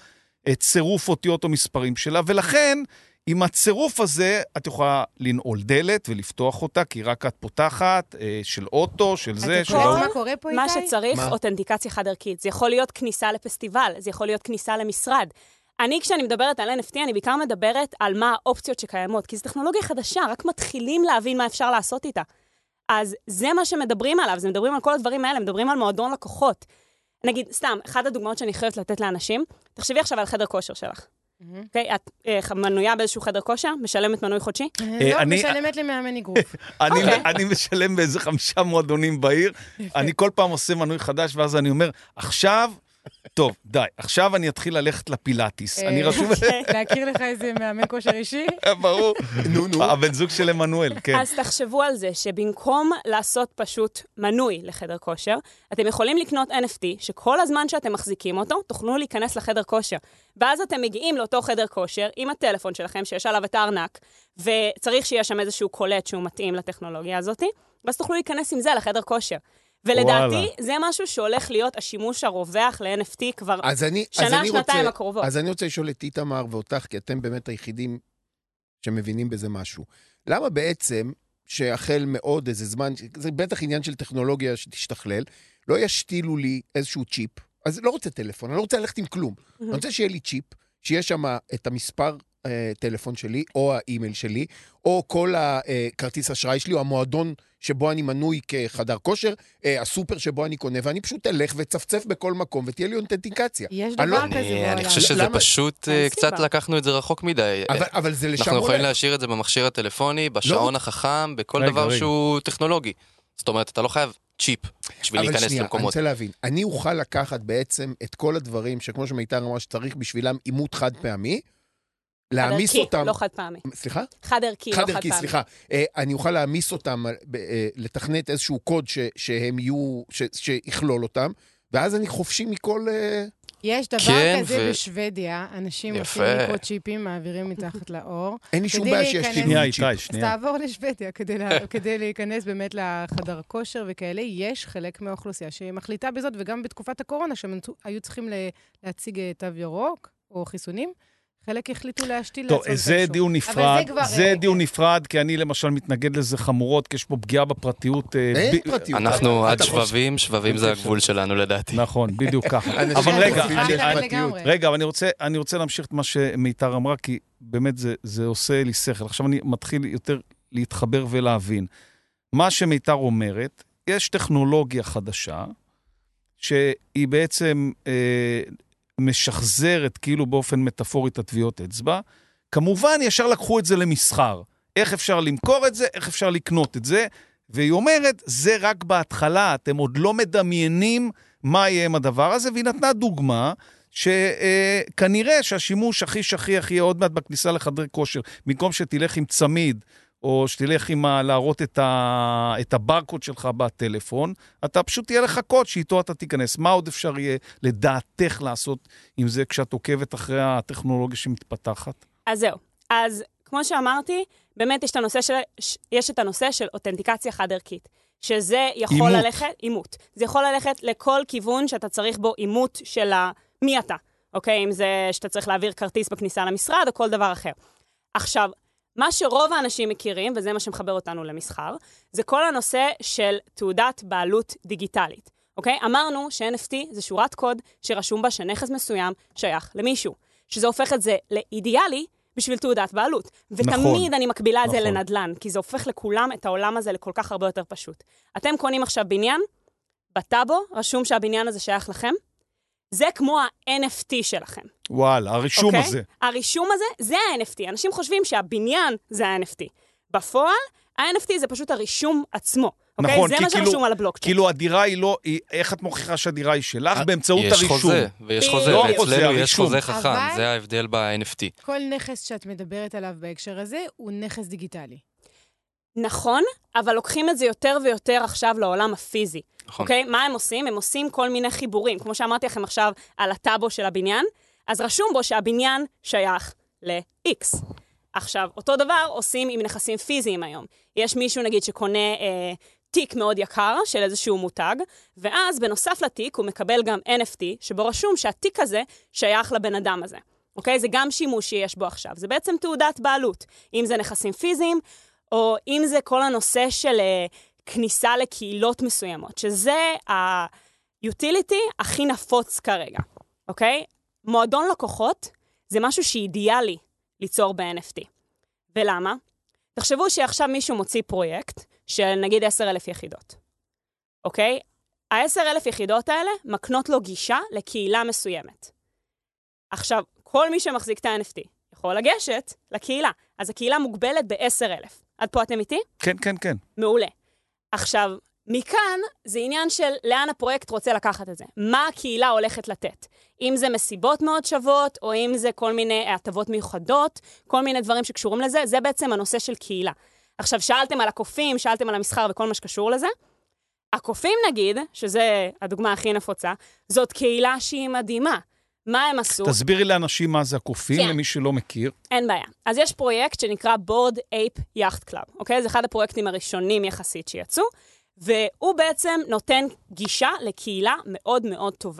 הצירוף אותיות או מספרים שלה, ולכן עם הצירוף הזה את יכולה לנעול דלת ולפתוח אותה, כי רק את פותחת של אוטו, של זה. אתה קורא מה קורה פה איתי? מה שצריך, אותנטיקציה חד ערכית. זה יכול להיות כניסה לפסטיבל, זה יכול להיות כניסה למשרד. אני, כשאני מדברת על אן אף טי, אני בעיקר מדברת על מה האופציות שקיימות, כי זו טכנולוגיה חדשה, רק מתחילים להבין מה אפשר לעשות איתה. אז זה מה שמדברים עליו, זה מדברים על כל הדברים האלה, מדברים על מועדון לקוחות. נגיד, סתם, אחת הדוגמאות שאני חייבת לתת לאנשים, תחשבי עכשיו על חדר כושר שלך. אוקיי, את מנויה באיזשהו חדר כושר, משלמת מנוי חודשי? לא, משלמת למאמן אגרוף. אני משלם באיזה חמישה מועדונים בעיר, אני כל פעם עושה מנוי חדש, ואז אני אומר, עכשיו... טוב, די. עכשיו אני אתחיל ללכת לפילאטיס. אני רשום... להכיר לך איזה מאמן כושר אישי? ברור. נו, נו. הבן זוג של אמנואל, כן. אז תחשבו על זה, שבמקום לעשות פשוט מנוי לחדר כושר, אתם יכולים לקנות אן אף טי, שכל הזמן שאתם מחזיקים אותו, תוכלו להיכנס לחדר כושר. ואז אתם מגיעים לאותו חדר כושר, עם הטלפון שלכם, שיש עליו את הארנק, וצריך שיהיה שם איזשהו קולט שהוא מתאים לטכנולוגיה הזאת, ואז תוכלו להיכנס עם זה לחדר כושר. ולדעתי, זה משהו שהולך להיות השימוש הרווח ל-אן אף טי כבר שנה, שנתיים הקרובות. אז אני רוצה לשאול את איתמר ואותך, כי אתם באמת היחידים שמבינים בזה משהו. למה בעצם, שהחל מאוד איזה זמן, זה בטח עניין של טכנולוגיה שתשתכלל, לא ישתילו לי איזשהו צ'יפ, אז לא רוצה טלפון, אני לא רוצה ללכת עם כלום. אני רוצה שיהיה לי צ'יפ, שיש שם את המספר טלפון שלי, או האימייל שלי, או כל הכרטיס אשראי שלי, או המועדון שבו אני מנוי כחדר כושר, הסופר שבו אני קונה, ואני פשוט אלך וצפצף בכל מקום, ותהיה לי אונטנטיקציה. יש דבר כזה בעולם. אני חושב שזה פשוט, קצת לקחנו את זה רחוק מדי. אבל זה לשם אנחנו יכולים להשאיר את זה במכשיר הטלפוני, בשעון החכם, בכל דבר שהוא טכנולוגי. זאת אומרת, אתה לא חייב צ'יפ בשביל להיכנס למקומות. אבל שנייה, אני רוצה להבין. אני אוכל לקחת בעצם את כל הדברים שכמו שמיתר אמרה שצריך בשבילם אימות חד פעמי, להעמיס אותם... לא חד פעמי. סליחה? חד ערכי, לא חד פעמי. חד ערכי, סליחה. אני אוכל להעמיס אותם, לתכנת איזשהו קוד שהם יהיו, שיכלול אותם, ואז אני חופשי מכל... יש דבר כזה בשוודיה, אנשים עושים מיקרו צ'יפים, מעבירים מתחת לאור. אין לי שום בעיה שיש לי שנייה, איתי, שנייה. אז תעבור לשוודיה, כדי להיכנס באמת לחדר כושר וכאלה, יש חלק מהאוכלוסייה שמחליטה בזאת, וגם בתקופת הקורונה, שהם היו צריכים להציג תו ירוק או חיסונים, חלק החליטו להשתיל לעצמם. טוב, זה דיון נפרד, זה דיון נפרד, כי אני למשל מתנגד לזה חמורות, כי יש פה פגיעה בפרטיות. אין פרטיות. אנחנו עד שבבים, שבבים זה הגבול שלנו לדעתי. נכון, בדיוק ככה. אבל רגע, רגע, אבל אני רוצה להמשיך את מה שמיתר אמרה, כי באמת זה עושה לי שכל. עכשיו אני מתחיל יותר להתחבר ולהבין. מה שמיתר אומרת, יש טכנולוגיה חדשה, שהיא בעצם... משחזרת כאילו באופן מטאפורי את הטביעות אצבע. כמובן, ישר לקחו את זה למסחר. איך אפשר למכור את זה, איך אפשר לקנות את זה, והיא אומרת, זה רק בהתחלה, אתם עוד לא מדמיינים מה יהיה עם הדבר הזה, והיא נתנה דוגמה, שכנראה שהשימוש הכי שכיח יהיה עוד מעט בכניסה לחדרי כושר, במקום שתלך עם צמיד, או שתלך עם להראות את, ה... את הברקוד שלך בטלפון, אתה פשוט תהיה לך קוד שאיתו אתה תיכנס. מה עוד אפשר יהיה לדעתך לעשות עם זה כשאת עוקבת אחרי הטכנולוגיה שמתפתחת? אז זהו. אז כמו שאמרתי, באמת יש את הנושא של, יש את הנושא של אותנטיקציה חד ערכית, שזה יכול אימות. ללכת, אימות. זה יכול ללכת לכל כיוון שאתה צריך בו אימות של מי אתה. אוקיי? אם זה שאתה צריך להעביר כרטיס בכניסה למשרד או כל דבר אחר. עכשיו, מה שרוב האנשים מכירים, וזה מה שמחבר אותנו למסחר, זה כל הנושא של תעודת בעלות דיגיטלית. אוקיי? אמרנו ש-אן אף טי זה שורת קוד שרשום בה שנכס מסוים שייך למישהו. שזה הופך את זה לאידיאלי בשביל תעודת בעלות. ותמיד נכון, אני מקבילה את נכון. זה לנדלן, כי זה הופך לכולם את העולם הזה לכל כך הרבה יותר פשוט. אתם קונים עכשיו בניין, בטאבו רשום שהבניין הזה שייך לכם, זה כמו ה-אן אף טי שלכם. וואלה, הרישום okay? הזה. הרישום הזה, זה ה-אן אף טי. אנשים חושבים שהבניין זה ה-אן אף טי. בפועל, ה-אן אף טי זה פשוט הרישום עצמו. אוקיי? זה מה שרשום על הבלוקצ'יין. כאילו הדירה היא לא, איך את מוכיחה שהדירה היא שלך באמצעות הרישום? יש חוזה, ויש חוזה, ואצלנו יש חוזה חכם, זה ההבדל ב-אן אף טי. כל נכס שאת מדברת עליו בהקשר הזה, הוא נכס דיגיטלי. נכון, אבל לוקחים את זה יותר ויותר עכשיו לעולם הפיזי. אוקיי? מה הם עושים? הם עושים כל מיני חיבורים. כמו שאמרתי לכם עכשיו על הטאבו של הבניין, אז רשום בו שהבניין שייך ל-X. עכשיו, אותו דבר עושים עם נכסים פיזיים היום. יש מישהו, נגיד, שקונה אה, תיק מאוד יקר של איזשהו מותג, ואז בנוסף לתיק הוא מקבל גם אן אף טי, שבו רשום שהתיק הזה שייך לבן אדם הזה. אוקיי? זה גם שימוש שיש בו עכשיו. זה בעצם תעודת בעלות. אם זה נכסים פיזיים, או אם זה כל הנושא של uh, כניסה לקהילות מסוימות, שזה היוטיליטי הכי נפוץ כרגע, אוקיי? מועדון לקוחות זה משהו שאידיאלי ליצור ב-אן אף טי. ולמה? תחשבו שעכשיו מישהו מוציא פרויקט של נגיד עשר אלף יחידות, אוקיי? ה-עשר אלף יחידות האלה מקנות לו גישה לקהילה מסוימת. עכשיו, כל מי שמחזיק את ה-אן אף טי יכול לגשת לקהילה, אז הקהילה מוגבלת ב-עשר אלף. עד פה אתם איתי? כן, כן, כן. מעולה. עכשיו, מכאן זה עניין של לאן הפרויקט רוצה לקחת את זה. מה הקהילה הולכת לתת? אם זה מסיבות מאוד שוות, או אם זה כל מיני הטבות מיוחדות, כל מיני דברים שקשורים לזה, זה בעצם הנושא של קהילה. עכשיו, שאלתם על הקופים, שאלתם על המסחר וכל מה שקשור לזה. הקופים נגיד, שזה הדוגמה הכי נפוצה, זאת קהילה שהיא מדהימה. מה הם עשו? תסבירי לאנשים מה זה הקופים, כן. למי שלא מכיר. אין בעיה. אז יש פרויקט שנקרא Bored Ape Yacht Club, אוקיי? זה אחד הפרויקטים הראשונים יחסית שיצאו, והוא בעצם נותן גישה לקהילה מאוד מאוד טובה.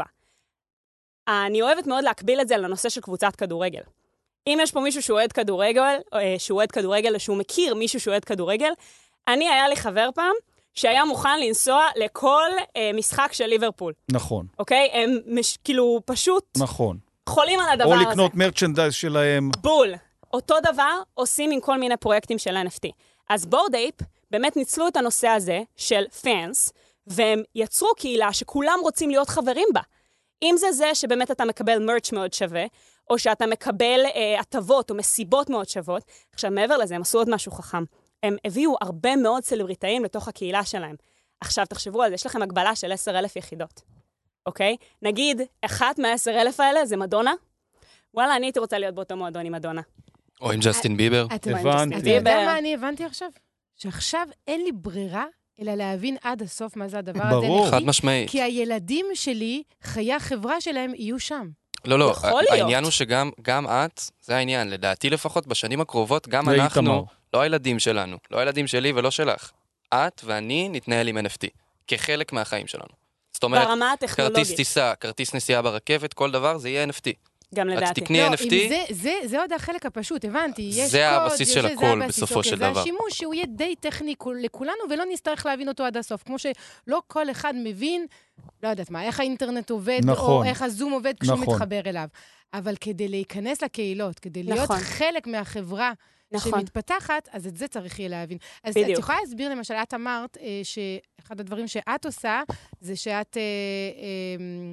אני אוהבת מאוד להקביל את זה לנושא של קבוצת כדורגל. אם יש פה מישהו שהוא אוהד כדורגל, שהוא אוהד כדורגל, שהוא מכיר מישהו שהוא אוהד כדורגל, אני היה לי חבר פעם, שהיה מוכן לנסוע לכל אה, משחק של ליברפול. נכון. אוקיי? הם מש, כאילו פשוט נכון. חולים על הדבר הזה. או לקנות מרצ'נדייז שלהם. בול. אותו דבר עושים עם כל מיני פרויקטים של אן אף טי. אז Bored Ape באמת ניצלו את הנושא הזה של פאנס, והם יצרו קהילה שכולם רוצים להיות חברים בה. אם זה זה שבאמת אתה מקבל מרץ' מאוד שווה, או שאתה מקבל אה, הטבות או מסיבות מאוד שוות, עכשיו מעבר לזה הם עשו עוד משהו חכם. הם הביאו הרבה מאוד סלבריטאים לתוך הקהילה שלהם. עכשיו, תחשבו על זה, יש לכם הגבלה של עשר אלף יחידות, אוקיי? נגיד, אחת מה-עשר אלף האלה זה מדונה. וואלה, אני הייתי רוצה להיות באותו מועדון עם מדונה. או עם ג'סטין ביבר. הבנתי. אתה יודע מה אני הבנתי עכשיו? שעכשיו אין לי ברירה, אלא להבין עד הסוף מה זה הדבר הזה. ברור. חד משמעית. כי הילדים שלי, חיי החברה שלהם, יהיו שם. לא, לא, העניין הוא שגם גם את, זה העניין, לדעתי לפחות בשנים הקרובות, גם אנחנו, לא הילדים שלנו, לא הילדים שלי ולא שלך. את ואני נתנהל עם אן אף טי, כחלק מהחיים שלנו. זאת אומרת, כרטיס טיסה, כרטיס נסיעה ברכבת, כל דבר, זה יהיה אן אף טי. גם לדעתי. את תקני אן אף טי. זה, זה, זה עוד החלק הפשוט, הבנתי. זה הבסיס של הכל בסופו של דבר. זה השימוש שהוא יהיה די טכני לכולנו, ולא נצטרך להבין אותו עד הסוף. כמו שלא כל אחד מבין, לא יודעת מה, איך האינטרנט עובד, נכון. או איך הזום עובד כשהוא נכון. מתחבר אליו. אבל כדי להיכנס לקהילות, כדי להיות נכון. חלק מהחברה נכון. שמתפתחת, אז את זה צריך יהיה להבין. אז בדיוק. את יכולה להסביר למשל, את אמרת אה, שאחד הדברים שאת עושה, זה שאת... אה, אה,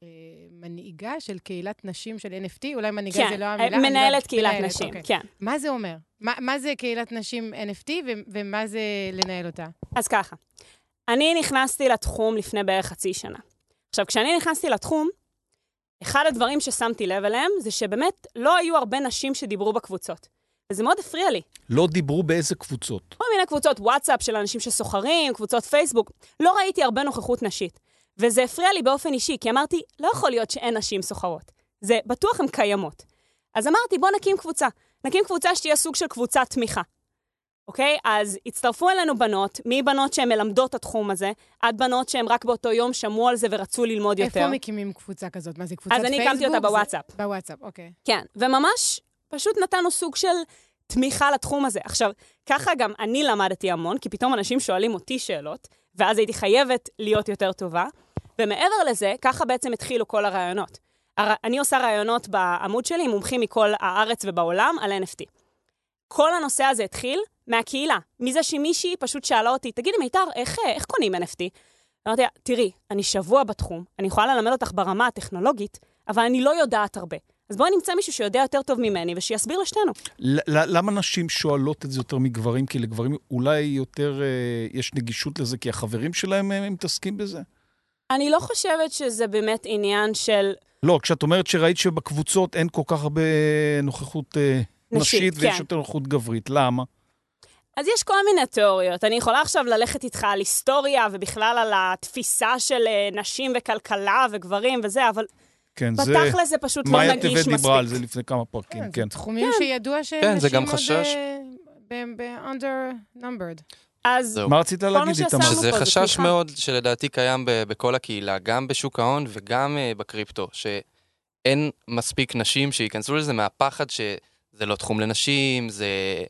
מנהיגה של קהילת נשים של אן אף טי, אולי מנהיגה כן, זה לא המילה. מנהלת קהילת מנהלת, נשים, אוקיי. כן. מה זה אומר? מה, מה זה קהילת נשים אן אף טי ו- ומה זה לנהל אותה? אז ככה, אני נכנסתי לתחום לפני בערך חצי שנה. עכשיו, כשאני נכנסתי לתחום, אחד הדברים ששמתי לב אליהם, זה שבאמת לא היו הרבה נשים שדיברו בקבוצות. וזה מאוד הפריע לי. לא דיברו באיזה קבוצות? כל מיני קבוצות וואטסאפ של אנשים שסוחרים, קבוצות פייסבוק. לא ראיתי הרבה נוכחות נשית. וזה הפריע לי באופן אישי, כי אמרתי, לא יכול להיות שאין נשים סוחרות. זה בטוח הן קיימות. אז אמרתי, בוא נקים קבוצה. נקים קבוצה שתהיה סוג של קבוצת תמיכה. אוקיי? אז הצטרפו אלינו בנות, מבנות שהן מלמדות את התחום הזה, עד בנות שהן רק באותו יום שמעו על זה ורצו ללמוד יותר. איפה מקימים קבוצה כזאת? מה זה, קבוצת פייסבוק? אז אני הקמתי אותה בוואטסאפ. זה... בוואטסאפ, אוקיי. כן, וממש פשוט נתנו סוג של תמיכה לתחום הזה. עכשיו, ככה גם אני למדתי המון, כי פתאום אנשים שואלים אותי שאלות, ואז הייתי חייבת להיות יותר טובה. ומעבר לזה, ככה בעצם התחילו כל הרעיונות. אני עושה רעיונות בעמוד שלי, מומחים מכל הארץ ובעולם על אן אף טי. כל הנושא הזה התחיל מהקהילה. מזה שמישהי פשוט שאלה אותי, תגידי מיתר, איך, איך קונים אן אף טי? אמרתי לה, תראי, אני שבוע בתחום, אני יכולה ללמד אותך ברמה הטכנולוגית, אבל אני לא יודעת הרבה. אז בואו נמצא מישהו שיודע יותר טוב ממני, ושיסביר לשתינו. למה נשים שואלות את זה יותר מגברים? כי לגברים אולי יותר יש נגישות לזה, כי החברים שלהם הם מתעסקים בזה? אני לא חושבת שזה באמת עניין של... לא, כשאת אומרת שראית שבקבוצות אין כל כך הרבה נוכחות נשית, ויש יותר נוכחות גברית. למה? אז יש כל מיני תיאוריות. אני יכולה עכשיו ללכת איתך על היסטוריה, ובכלל על התפיסה של נשים וכלכלה וגברים וזה, אבל כן, בתכל'ס זה פשוט לא נגיש מספיק. מאיה טבת דיברה על זה לפני כמה פרקים, כן. זה תחומים שידוע שנשים עוד ב-under-numbered. אז מה רצית להגיד איתם? שזה חשש מאוד שלדעתי קיים בכל הקהילה, גם בשוק ההון וגם בקריפטו, שאין מספיק נשים שייכנסו לזה מהפחד שזה לא תחום לנשים, זה...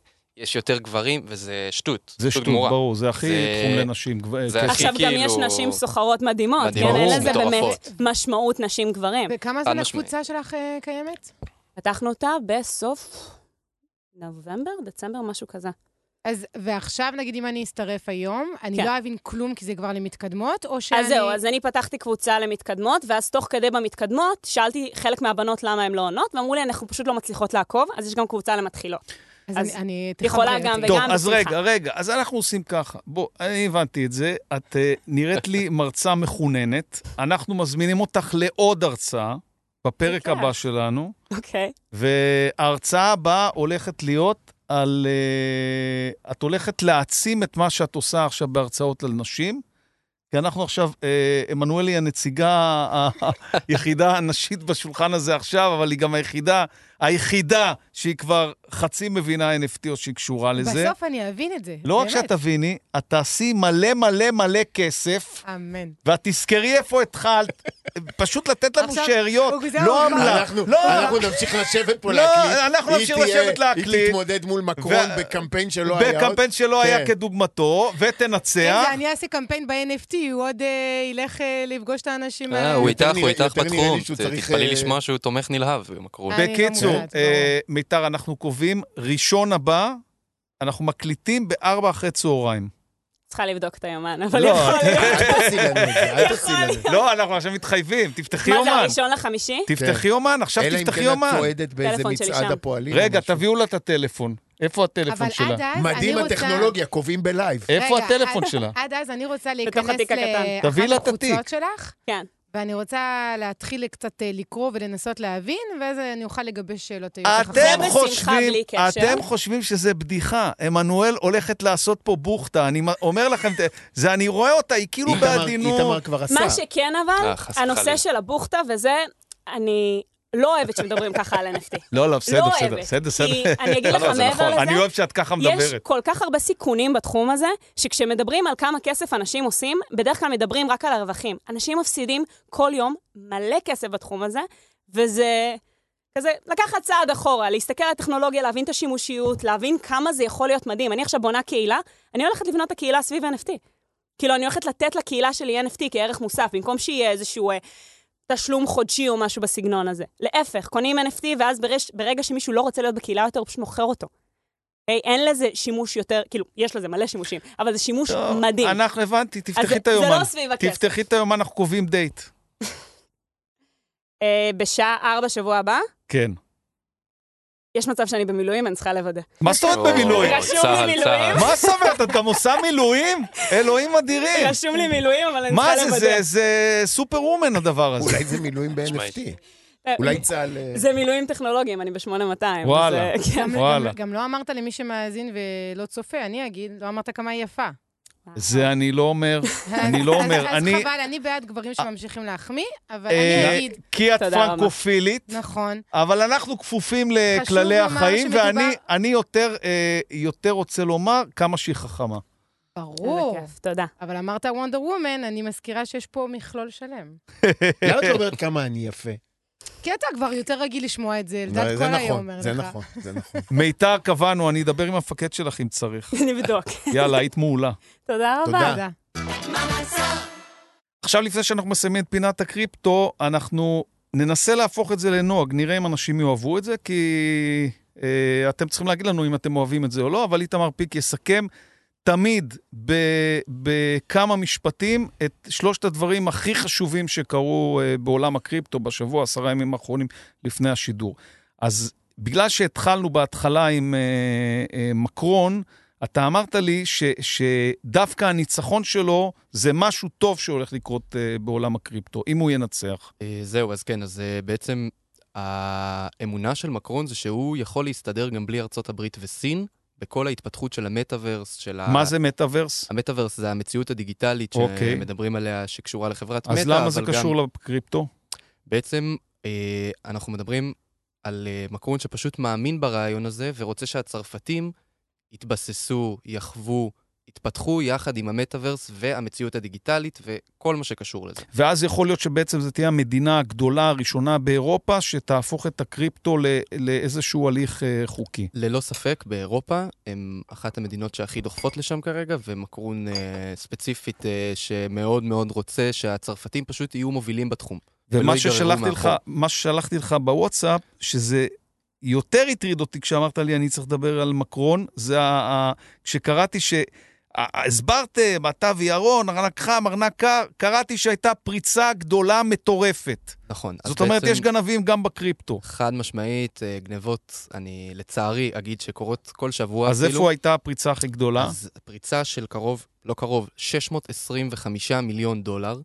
יש יותר גברים, וזה שטות. זה שטות, ברור, זה הכי תחום לנשים. עכשיו גם יש נשים סוחרות מדהימות, כן? אין לזה באמת משמעות נשים גברים. וכמה זמן הקבוצה שלך קיימת? פתחנו אותה בסוף נובמבר, דצמבר, משהו כזה. אז, ועכשיו, נגיד, אם אני אסתרף היום, אני לא אבין כלום, כי זה כבר למתקדמות, או שאני... אז זהו, אז אני פתחתי קבוצה למתקדמות, ואז תוך כדי במתקדמות, שאלתי חלק מהבנות למה הן לא עונות, ואמרו לי, אנחנו פשוט לא מצליחות לעקוב, אז יש גם קבוצה למתחילות. אז, אז אני יכולה גם וגם. טוב, אז רגע, רגע, אז אנחנו עושים ככה. בוא, אני הבנתי את זה, את uh, נראית לי מרצה מחוננת, אנחנו מזמינים אותך לעוד הרצאה, בפרק הבא שלנו. אוקיי. וההרצאה הבאה הולכת להיות על... Uh, את הולכת להעצים את מה שאת עושה עכשיו בהרצאות על נשים, כי אנחנו עכשיו, uh, אמנואל היא הנציגה היחידה הנשית בשולחן הזה עכשיו, אבל היא גם היחידה, היחידה שהיא כבר חצי מבינה אן אף טי או שהיא קשורה לזה. בסוף אני אבין את זה. לא רק שאת תביני, את תעשי מלא מלא מלא כסף. אמן. ואת תזכרי איפה התחלת, פשוט לתת לנו שאריות. לא עמלה. אנחנו נמשיך לשבת פה להקליט. אנחנו נמשיך לשבת להקליט. היא תתמודד מול מקרון בקמפיין שלא היה. בקמפיין שלא היה כדוגמתו, ותנצח. אני אעשה קמפיין ב-אן אף טי, הוא עוד ילך לפגוש את האנשים. הוא איתך, הוא איתך בתחום. תתפלי לשמוע שהוא תומך נלהב במקרון. בקיצור, מיתר, אנחנו קובעים, ראשון הבא, אנחנו מקליטים בארבע אחרי צהריים. צריכה לבדוק את היומן, אבל יכול להיות. אל תעשי לנו את זה, אל תעשי לנו. לא, אנחנו עכשיו מתחייבים, תפתחי יומן. מה זה, הראשון לחמישי? תפתחי יומן, עכשיו תפתחי יומן. אלא אם כן את צועדת באיזה מצעד הפועלים. רגע, תביאו לה את הטלפון. איפה הטלפון שלה? מדהים הטכנולוגיה, קובעים בלייב. איפה הטלפון שלה? עד אז אני רוצה להיכנס לאחת הקבוצות שלך. כן. ואני רוצה להתחיל קצת לקרוא ולנסות להבין, ואז אני אוכל לגבש שאלות. אתם חושבים, אתם חושבים שזה בדיחה. אמנואל הולכת לעשות פה בוכתה. אני אומר לכם, זה אני רואה אותה, היא כאילו בעדינות. איתמר כבר עשה. מה שכן אבל, הנושא של הבוכתה, וזה, אני לא אוהבת שמדברים ככה על אן אף טי. לא, לא, בסדר, בסדר, בסדר, בסדר. כי אני אגיד לך מעבר לזה, אני אוהב שאת ככה מדברת. יש כל כך הרבה סיכונים בתחום הזה, שכשמדברים על כמה כסף אנשים עושים, בדרך כלל מדברים רק על הרווחים. אנשים מפסידים כל יום מלא כסף בתחום הזה, וזה כזה לקחת צעד אחורה, להסתכל על הטכנולוגיה, להבין את השימושיות, להבין כמה זה יכול להיות מדהים. אני עכשיו בונה קהילה, אני הולכת לבנות את הקהילה סביב אן אף טי. כאילו, אני הולכת לתת לקהילה שלי אן אף טי כערך מוסף, במקום שיהיה איזשהו תשלום חודשי או משהו בסגנון הזה. להפך, קונים אן אף טי, ואז ברש, ברגע שמישהו לא רוצה להיות בקהילה יותר, הוא פשוט מוכר אותו. Hey, אין לזה שימוש יותר, כאילו, יש לזה מלא שימושים, אבל זה שימוש טוב, מדהים. אנחנו הבנתי, תפתחי את היומן. זה לא סביב הכסף. תפתחי את היומן, אנחנו קובעים דייט. בשעה ארבע שבוע הבא? כן. יש מצב שאני במילואים, אני צריכה לוודא. מה זאת אומרת במילואים? רשום לי מילואים. מה זאת אומרת? אתה גם עושה מילואים? אלוהים אדירים. רשום לי מילואים, אבל אני צריכה לוודא. מה זה? זה סופר וומן הדבר הזה. אולי זה מילואים ב-אן אף טי. אולי צהל... זה מילואים טכנולוגיים, אני ב-שמונה מאתיים. וואלה, וואלה. גם לא אמרת למי שמאזין ולא צופה, אני אגיד, לא אמרת כמה היא יפה. זה אני לא אומר, אני לא אומר. אז חבל, אני בעד גברים שממשיכים להחמיא, אבל אני אגיד... כי את פרנקופילית. נכון. אבל אנחנו כפופים לכללי החיים, ואני יותר רוצה לומר כמה שהיא חכמה. ברור. תודה. אבל אמרת וונדר וומן, אני מזכירה שיש פה מכלול שלם. למה את אומרת כמה אני יפה? כי אתה כבר יותר רגיל לשמוע את זה, לדעת כל היום אומר לך. זה נכון, זה נכון. מיתר קבענו, אני אדבר עם המפקד שלך אם צריך. נבדוק. יאללה, היית מעולה. תודה רבה. עכשיו, לפני שאנחנו מסיימים את פינת הקריפטו, אנחנו ננסה להפוך את זה לנוהג, נראה אם אנשים יאהבו את זה, כי אתם צריכים להגיד לנו אם אתם אוהבים את זה או לא, אבל איתמר פיק יסכם תמיד בכמה משפטים את שלושת הדברים הכי חשובים שקרו בעולם הקריפטו בשבוע, עשרה ימים האחרונים לפני השידור. אז בגלל שהתחלנו בהתחלה עם מקרון, אתה אמרת לי ש, שדווקא הניצחון שלו זה משהו טוב שהולך לקרות בעולם הקריפטו, אם הוא ינצח. זהו, אז כן, אז בעצם האמונה של מקרון זה שהוא יכול להסתדר גם בלי ארצות הברית וסין, בכל ההתפתחות של המטאברס, של ה... מה זה מטאברס? המטאברס זה המציאות הדיגיטלית שמדברים עליה, שקשורה לחברת מטא. אז למה זה קשור לקריפטו? בעצם אנחנו מדברים על מקרון שפשוט מאמין ברעיון הזה, ורוצה שהצרפתים יתבססו, יחוו, יתפתחו יחד עם המטאברס והמציאות הדיגיטלית וכל מה שקשור לזה. ואז יכול להיות שבעצם זה תהיה המדינה הגדולה הראשונה באירופה, שתהפוך את הקריפטו לאיזשהו הליך חוקי. ללא ספק, באירופה הם אחת המדינות שהכי דוחפות לשם כרגע, ומקרון ספציפית שמאוד מאוד רוצה שהצרפתים פשוט יהיו מובילים בתחום. ומה ששלחתי לך, מה ששלחתי לך בוואטסאפ, שזה יותר הטריד אותי כשאמרת לי אני צריך לדבר על מקרון, זה ה... כשקראתי ש... הסברתם, אתה וירון, ארנק חם, ארנק קר, קראתי שהייתה פריצה גדולה מטורפת. נכון. זאת אומרת, יש גנבים גם בקריפטו. חד משמעית, גנבות, אני לצערי אגיד שקורות כל שבוע. אז איפה הייתה הפריצה הכי גדולה? אז פריצה של קרוב, לא קרוב, שש מאות עשרים וחמישה מיליון דולר.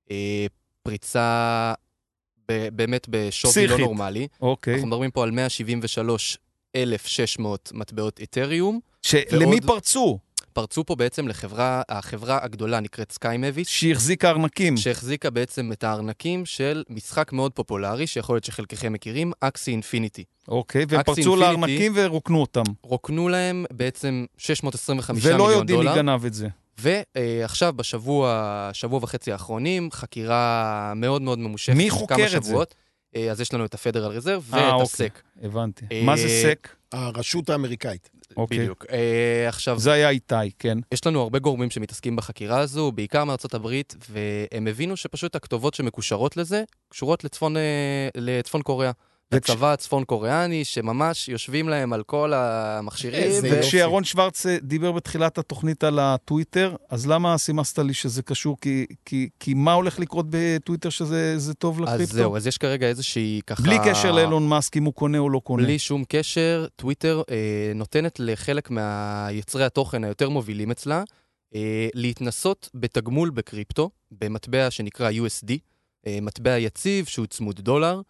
פריצה באמת בשווי לא נורמלי. אוקיי. אנחנו מדברים פה על מאה שבעים ושלושה אלף ושש מאות מטבעות איתריום. שלמי פרצו? פרצו פה בעצם לחברה, החברה הגדולה נקראת סקיימביץ'. שהחזיקה ארנקים. שהחזיקה בעצם את הארנקים של משחק מאוד פופולרי, שיכול להיות שחלקכם מכירים, אקסי אינפיניטי. אוקיי, והם פרצו לארנקים ורוקנו אותם. רוקנו להם בעצם שש מאות עשרים וחמישה מיליון דולר. ולא יודעים מי גנב את זה. ועכשיו בשבוע, שבוע וחצי האחרונים, חקירה מאוד מאוד ממושכת. מי חוקר את זה? אז יש לנו את הפדרל רזרב ואת הסק. הבנתי. מה זה סק? הרשות האמריקאית. בדיוק. עכשיו... זה היה איתי, כן. יש לנו הרבה גורמים שמתעסקים בחקירה הזו, בעיקר מארצות הברית, והם הבינו שפשוט הכתובות שמקושרות לזה, קשורות לצפון, לצפון קוריאה. הצבא הצפון קוריאני, שממש יושבים להם על כל המכשירים. וכשירון שוורץ דיבר בתחילת התוכנית על הטוויטר, אז למה סימסת לי שזה קשור? כי, כי, כי מה הולך לקרות בטוויטר שזה טוב לקריפטו? אז זהו, אז יש כרגע איזושהי ככה... בלי קשר לאילון מאסק, אם הוא קונה או לא קונה. בלי שום קשר, טוויטר אה, נותנת לחלק מהיצרי התוכן היותר מובילים אצלה, אה, להתנסות בתגמול בקריפטו, במטבע שנקרא יו אס די, אה, מטבע יציב שהוא צמוד דולר,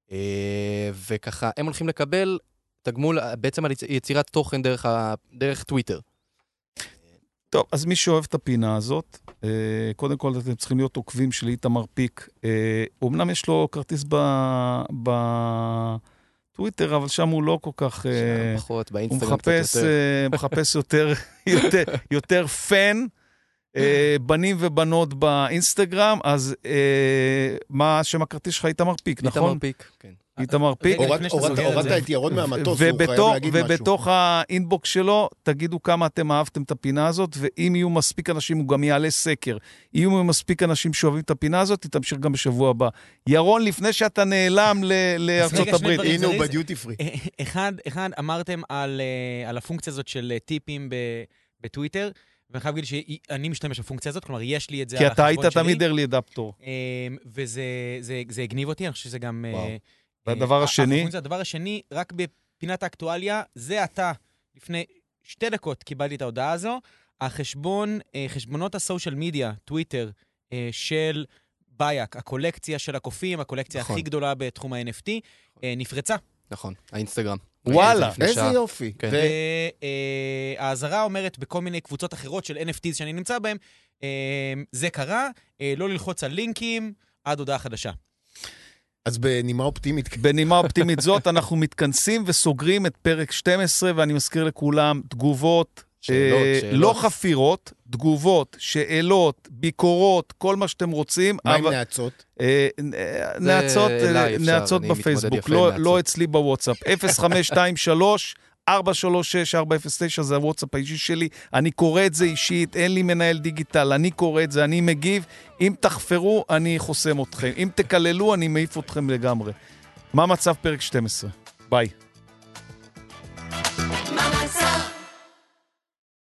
וככה הם הולכים לקבל תגמול בעצם על יצירת תוכן דרך, ה... דרך טוויטר. טוב, אז מי שאוהב את הפינה הזאת, קודם כל אתם צריכים להיות עוקבים של איתמר פיק. אומנם יש לו כרטיס בטוויטר, אבל שם הוא לא כל כך... שם פחות, באינסטגרם קצת יותר. הוא מחפש יותר, יותר, יותר פן. בנים ובנות באינסטגרם, אז מה שם הכרטיס שלך? איתמר פיק, נכון? איתמר פיק, כן. איתמר פיק. הורדת את ירון מהמטוס, הוא חייב להגיד משהו. ובתוך האינבוקס שלו, תגידו כמה אתם אהבתם את הפינה הזאת, ואם יהיו מספיק אנשים, הוא גם יעלה סקר. אם יהיו מספיק אנשים שאוהבים את הפינה הזאת, תמשיך גם בשבוע הבא. ירון, לפני שאתה נעלם לארצות הברית. הנה הוא בדיוטי פרי. אחד, אמרתם על הפונקציה הזאת של טיפים בטוויטר, ואני חייב להגיד שאני משתמש בפונקציה הזאת, כלומר, יש לי את זה על החשבון שלי. כי אתה היית תמיד early adapter. וזה הגניב אותי, אני חושב שזה גם... והדבר השני? הדבר השני, רק בפינת האקטואליה, זה אתה, לפני שתי דקות קיבלתי את ההודעה הזו, החשבון, חשבונות הסושיאל מדיה, טוויטר, של בייק, הקולקציה של הקופים, הקולקציה הכי גדולה בתחום ה-אן אף טי, נפרצה. נכון, האינסטגרם. וואלה, איזה יופי. וההזרה אומרת בכל מיני קבוצות אחרות של אן אף טיז שאני נמצא בהם, זה קרה, לא ללחוץ על לינקים עד הודעה חדשה. אז בנימה אופטימית. בנימה אופטימית זאת, אנחנו מתכנסים וסוגרים את פרק שתים עשרה, ואני מזכיר לכולם, תגובות, שאלות, אה, שאלות. לא חפירות, תגובות, שאלות, ביקורות, כל מה שאתם רוצים. מה עם נעצות? אה, נעצות, נעצות בפייסבוק, לא, לא אצלי בוואטסאפ. אפס חמש שתיים שלוש ארבע שלוש שש ארבע אפס תשע, זה הוואטסאפ האישי שלי. אני קורא את זה אישית, אין לי מנהל דיגיטל, אני קורא את זה, אני מגיב. אם תחפרו, אני חוסם אתכם. אם תקללו, אני מעיף אתכם לגמרי. מה מצב פרק שתים עשרה? ביי.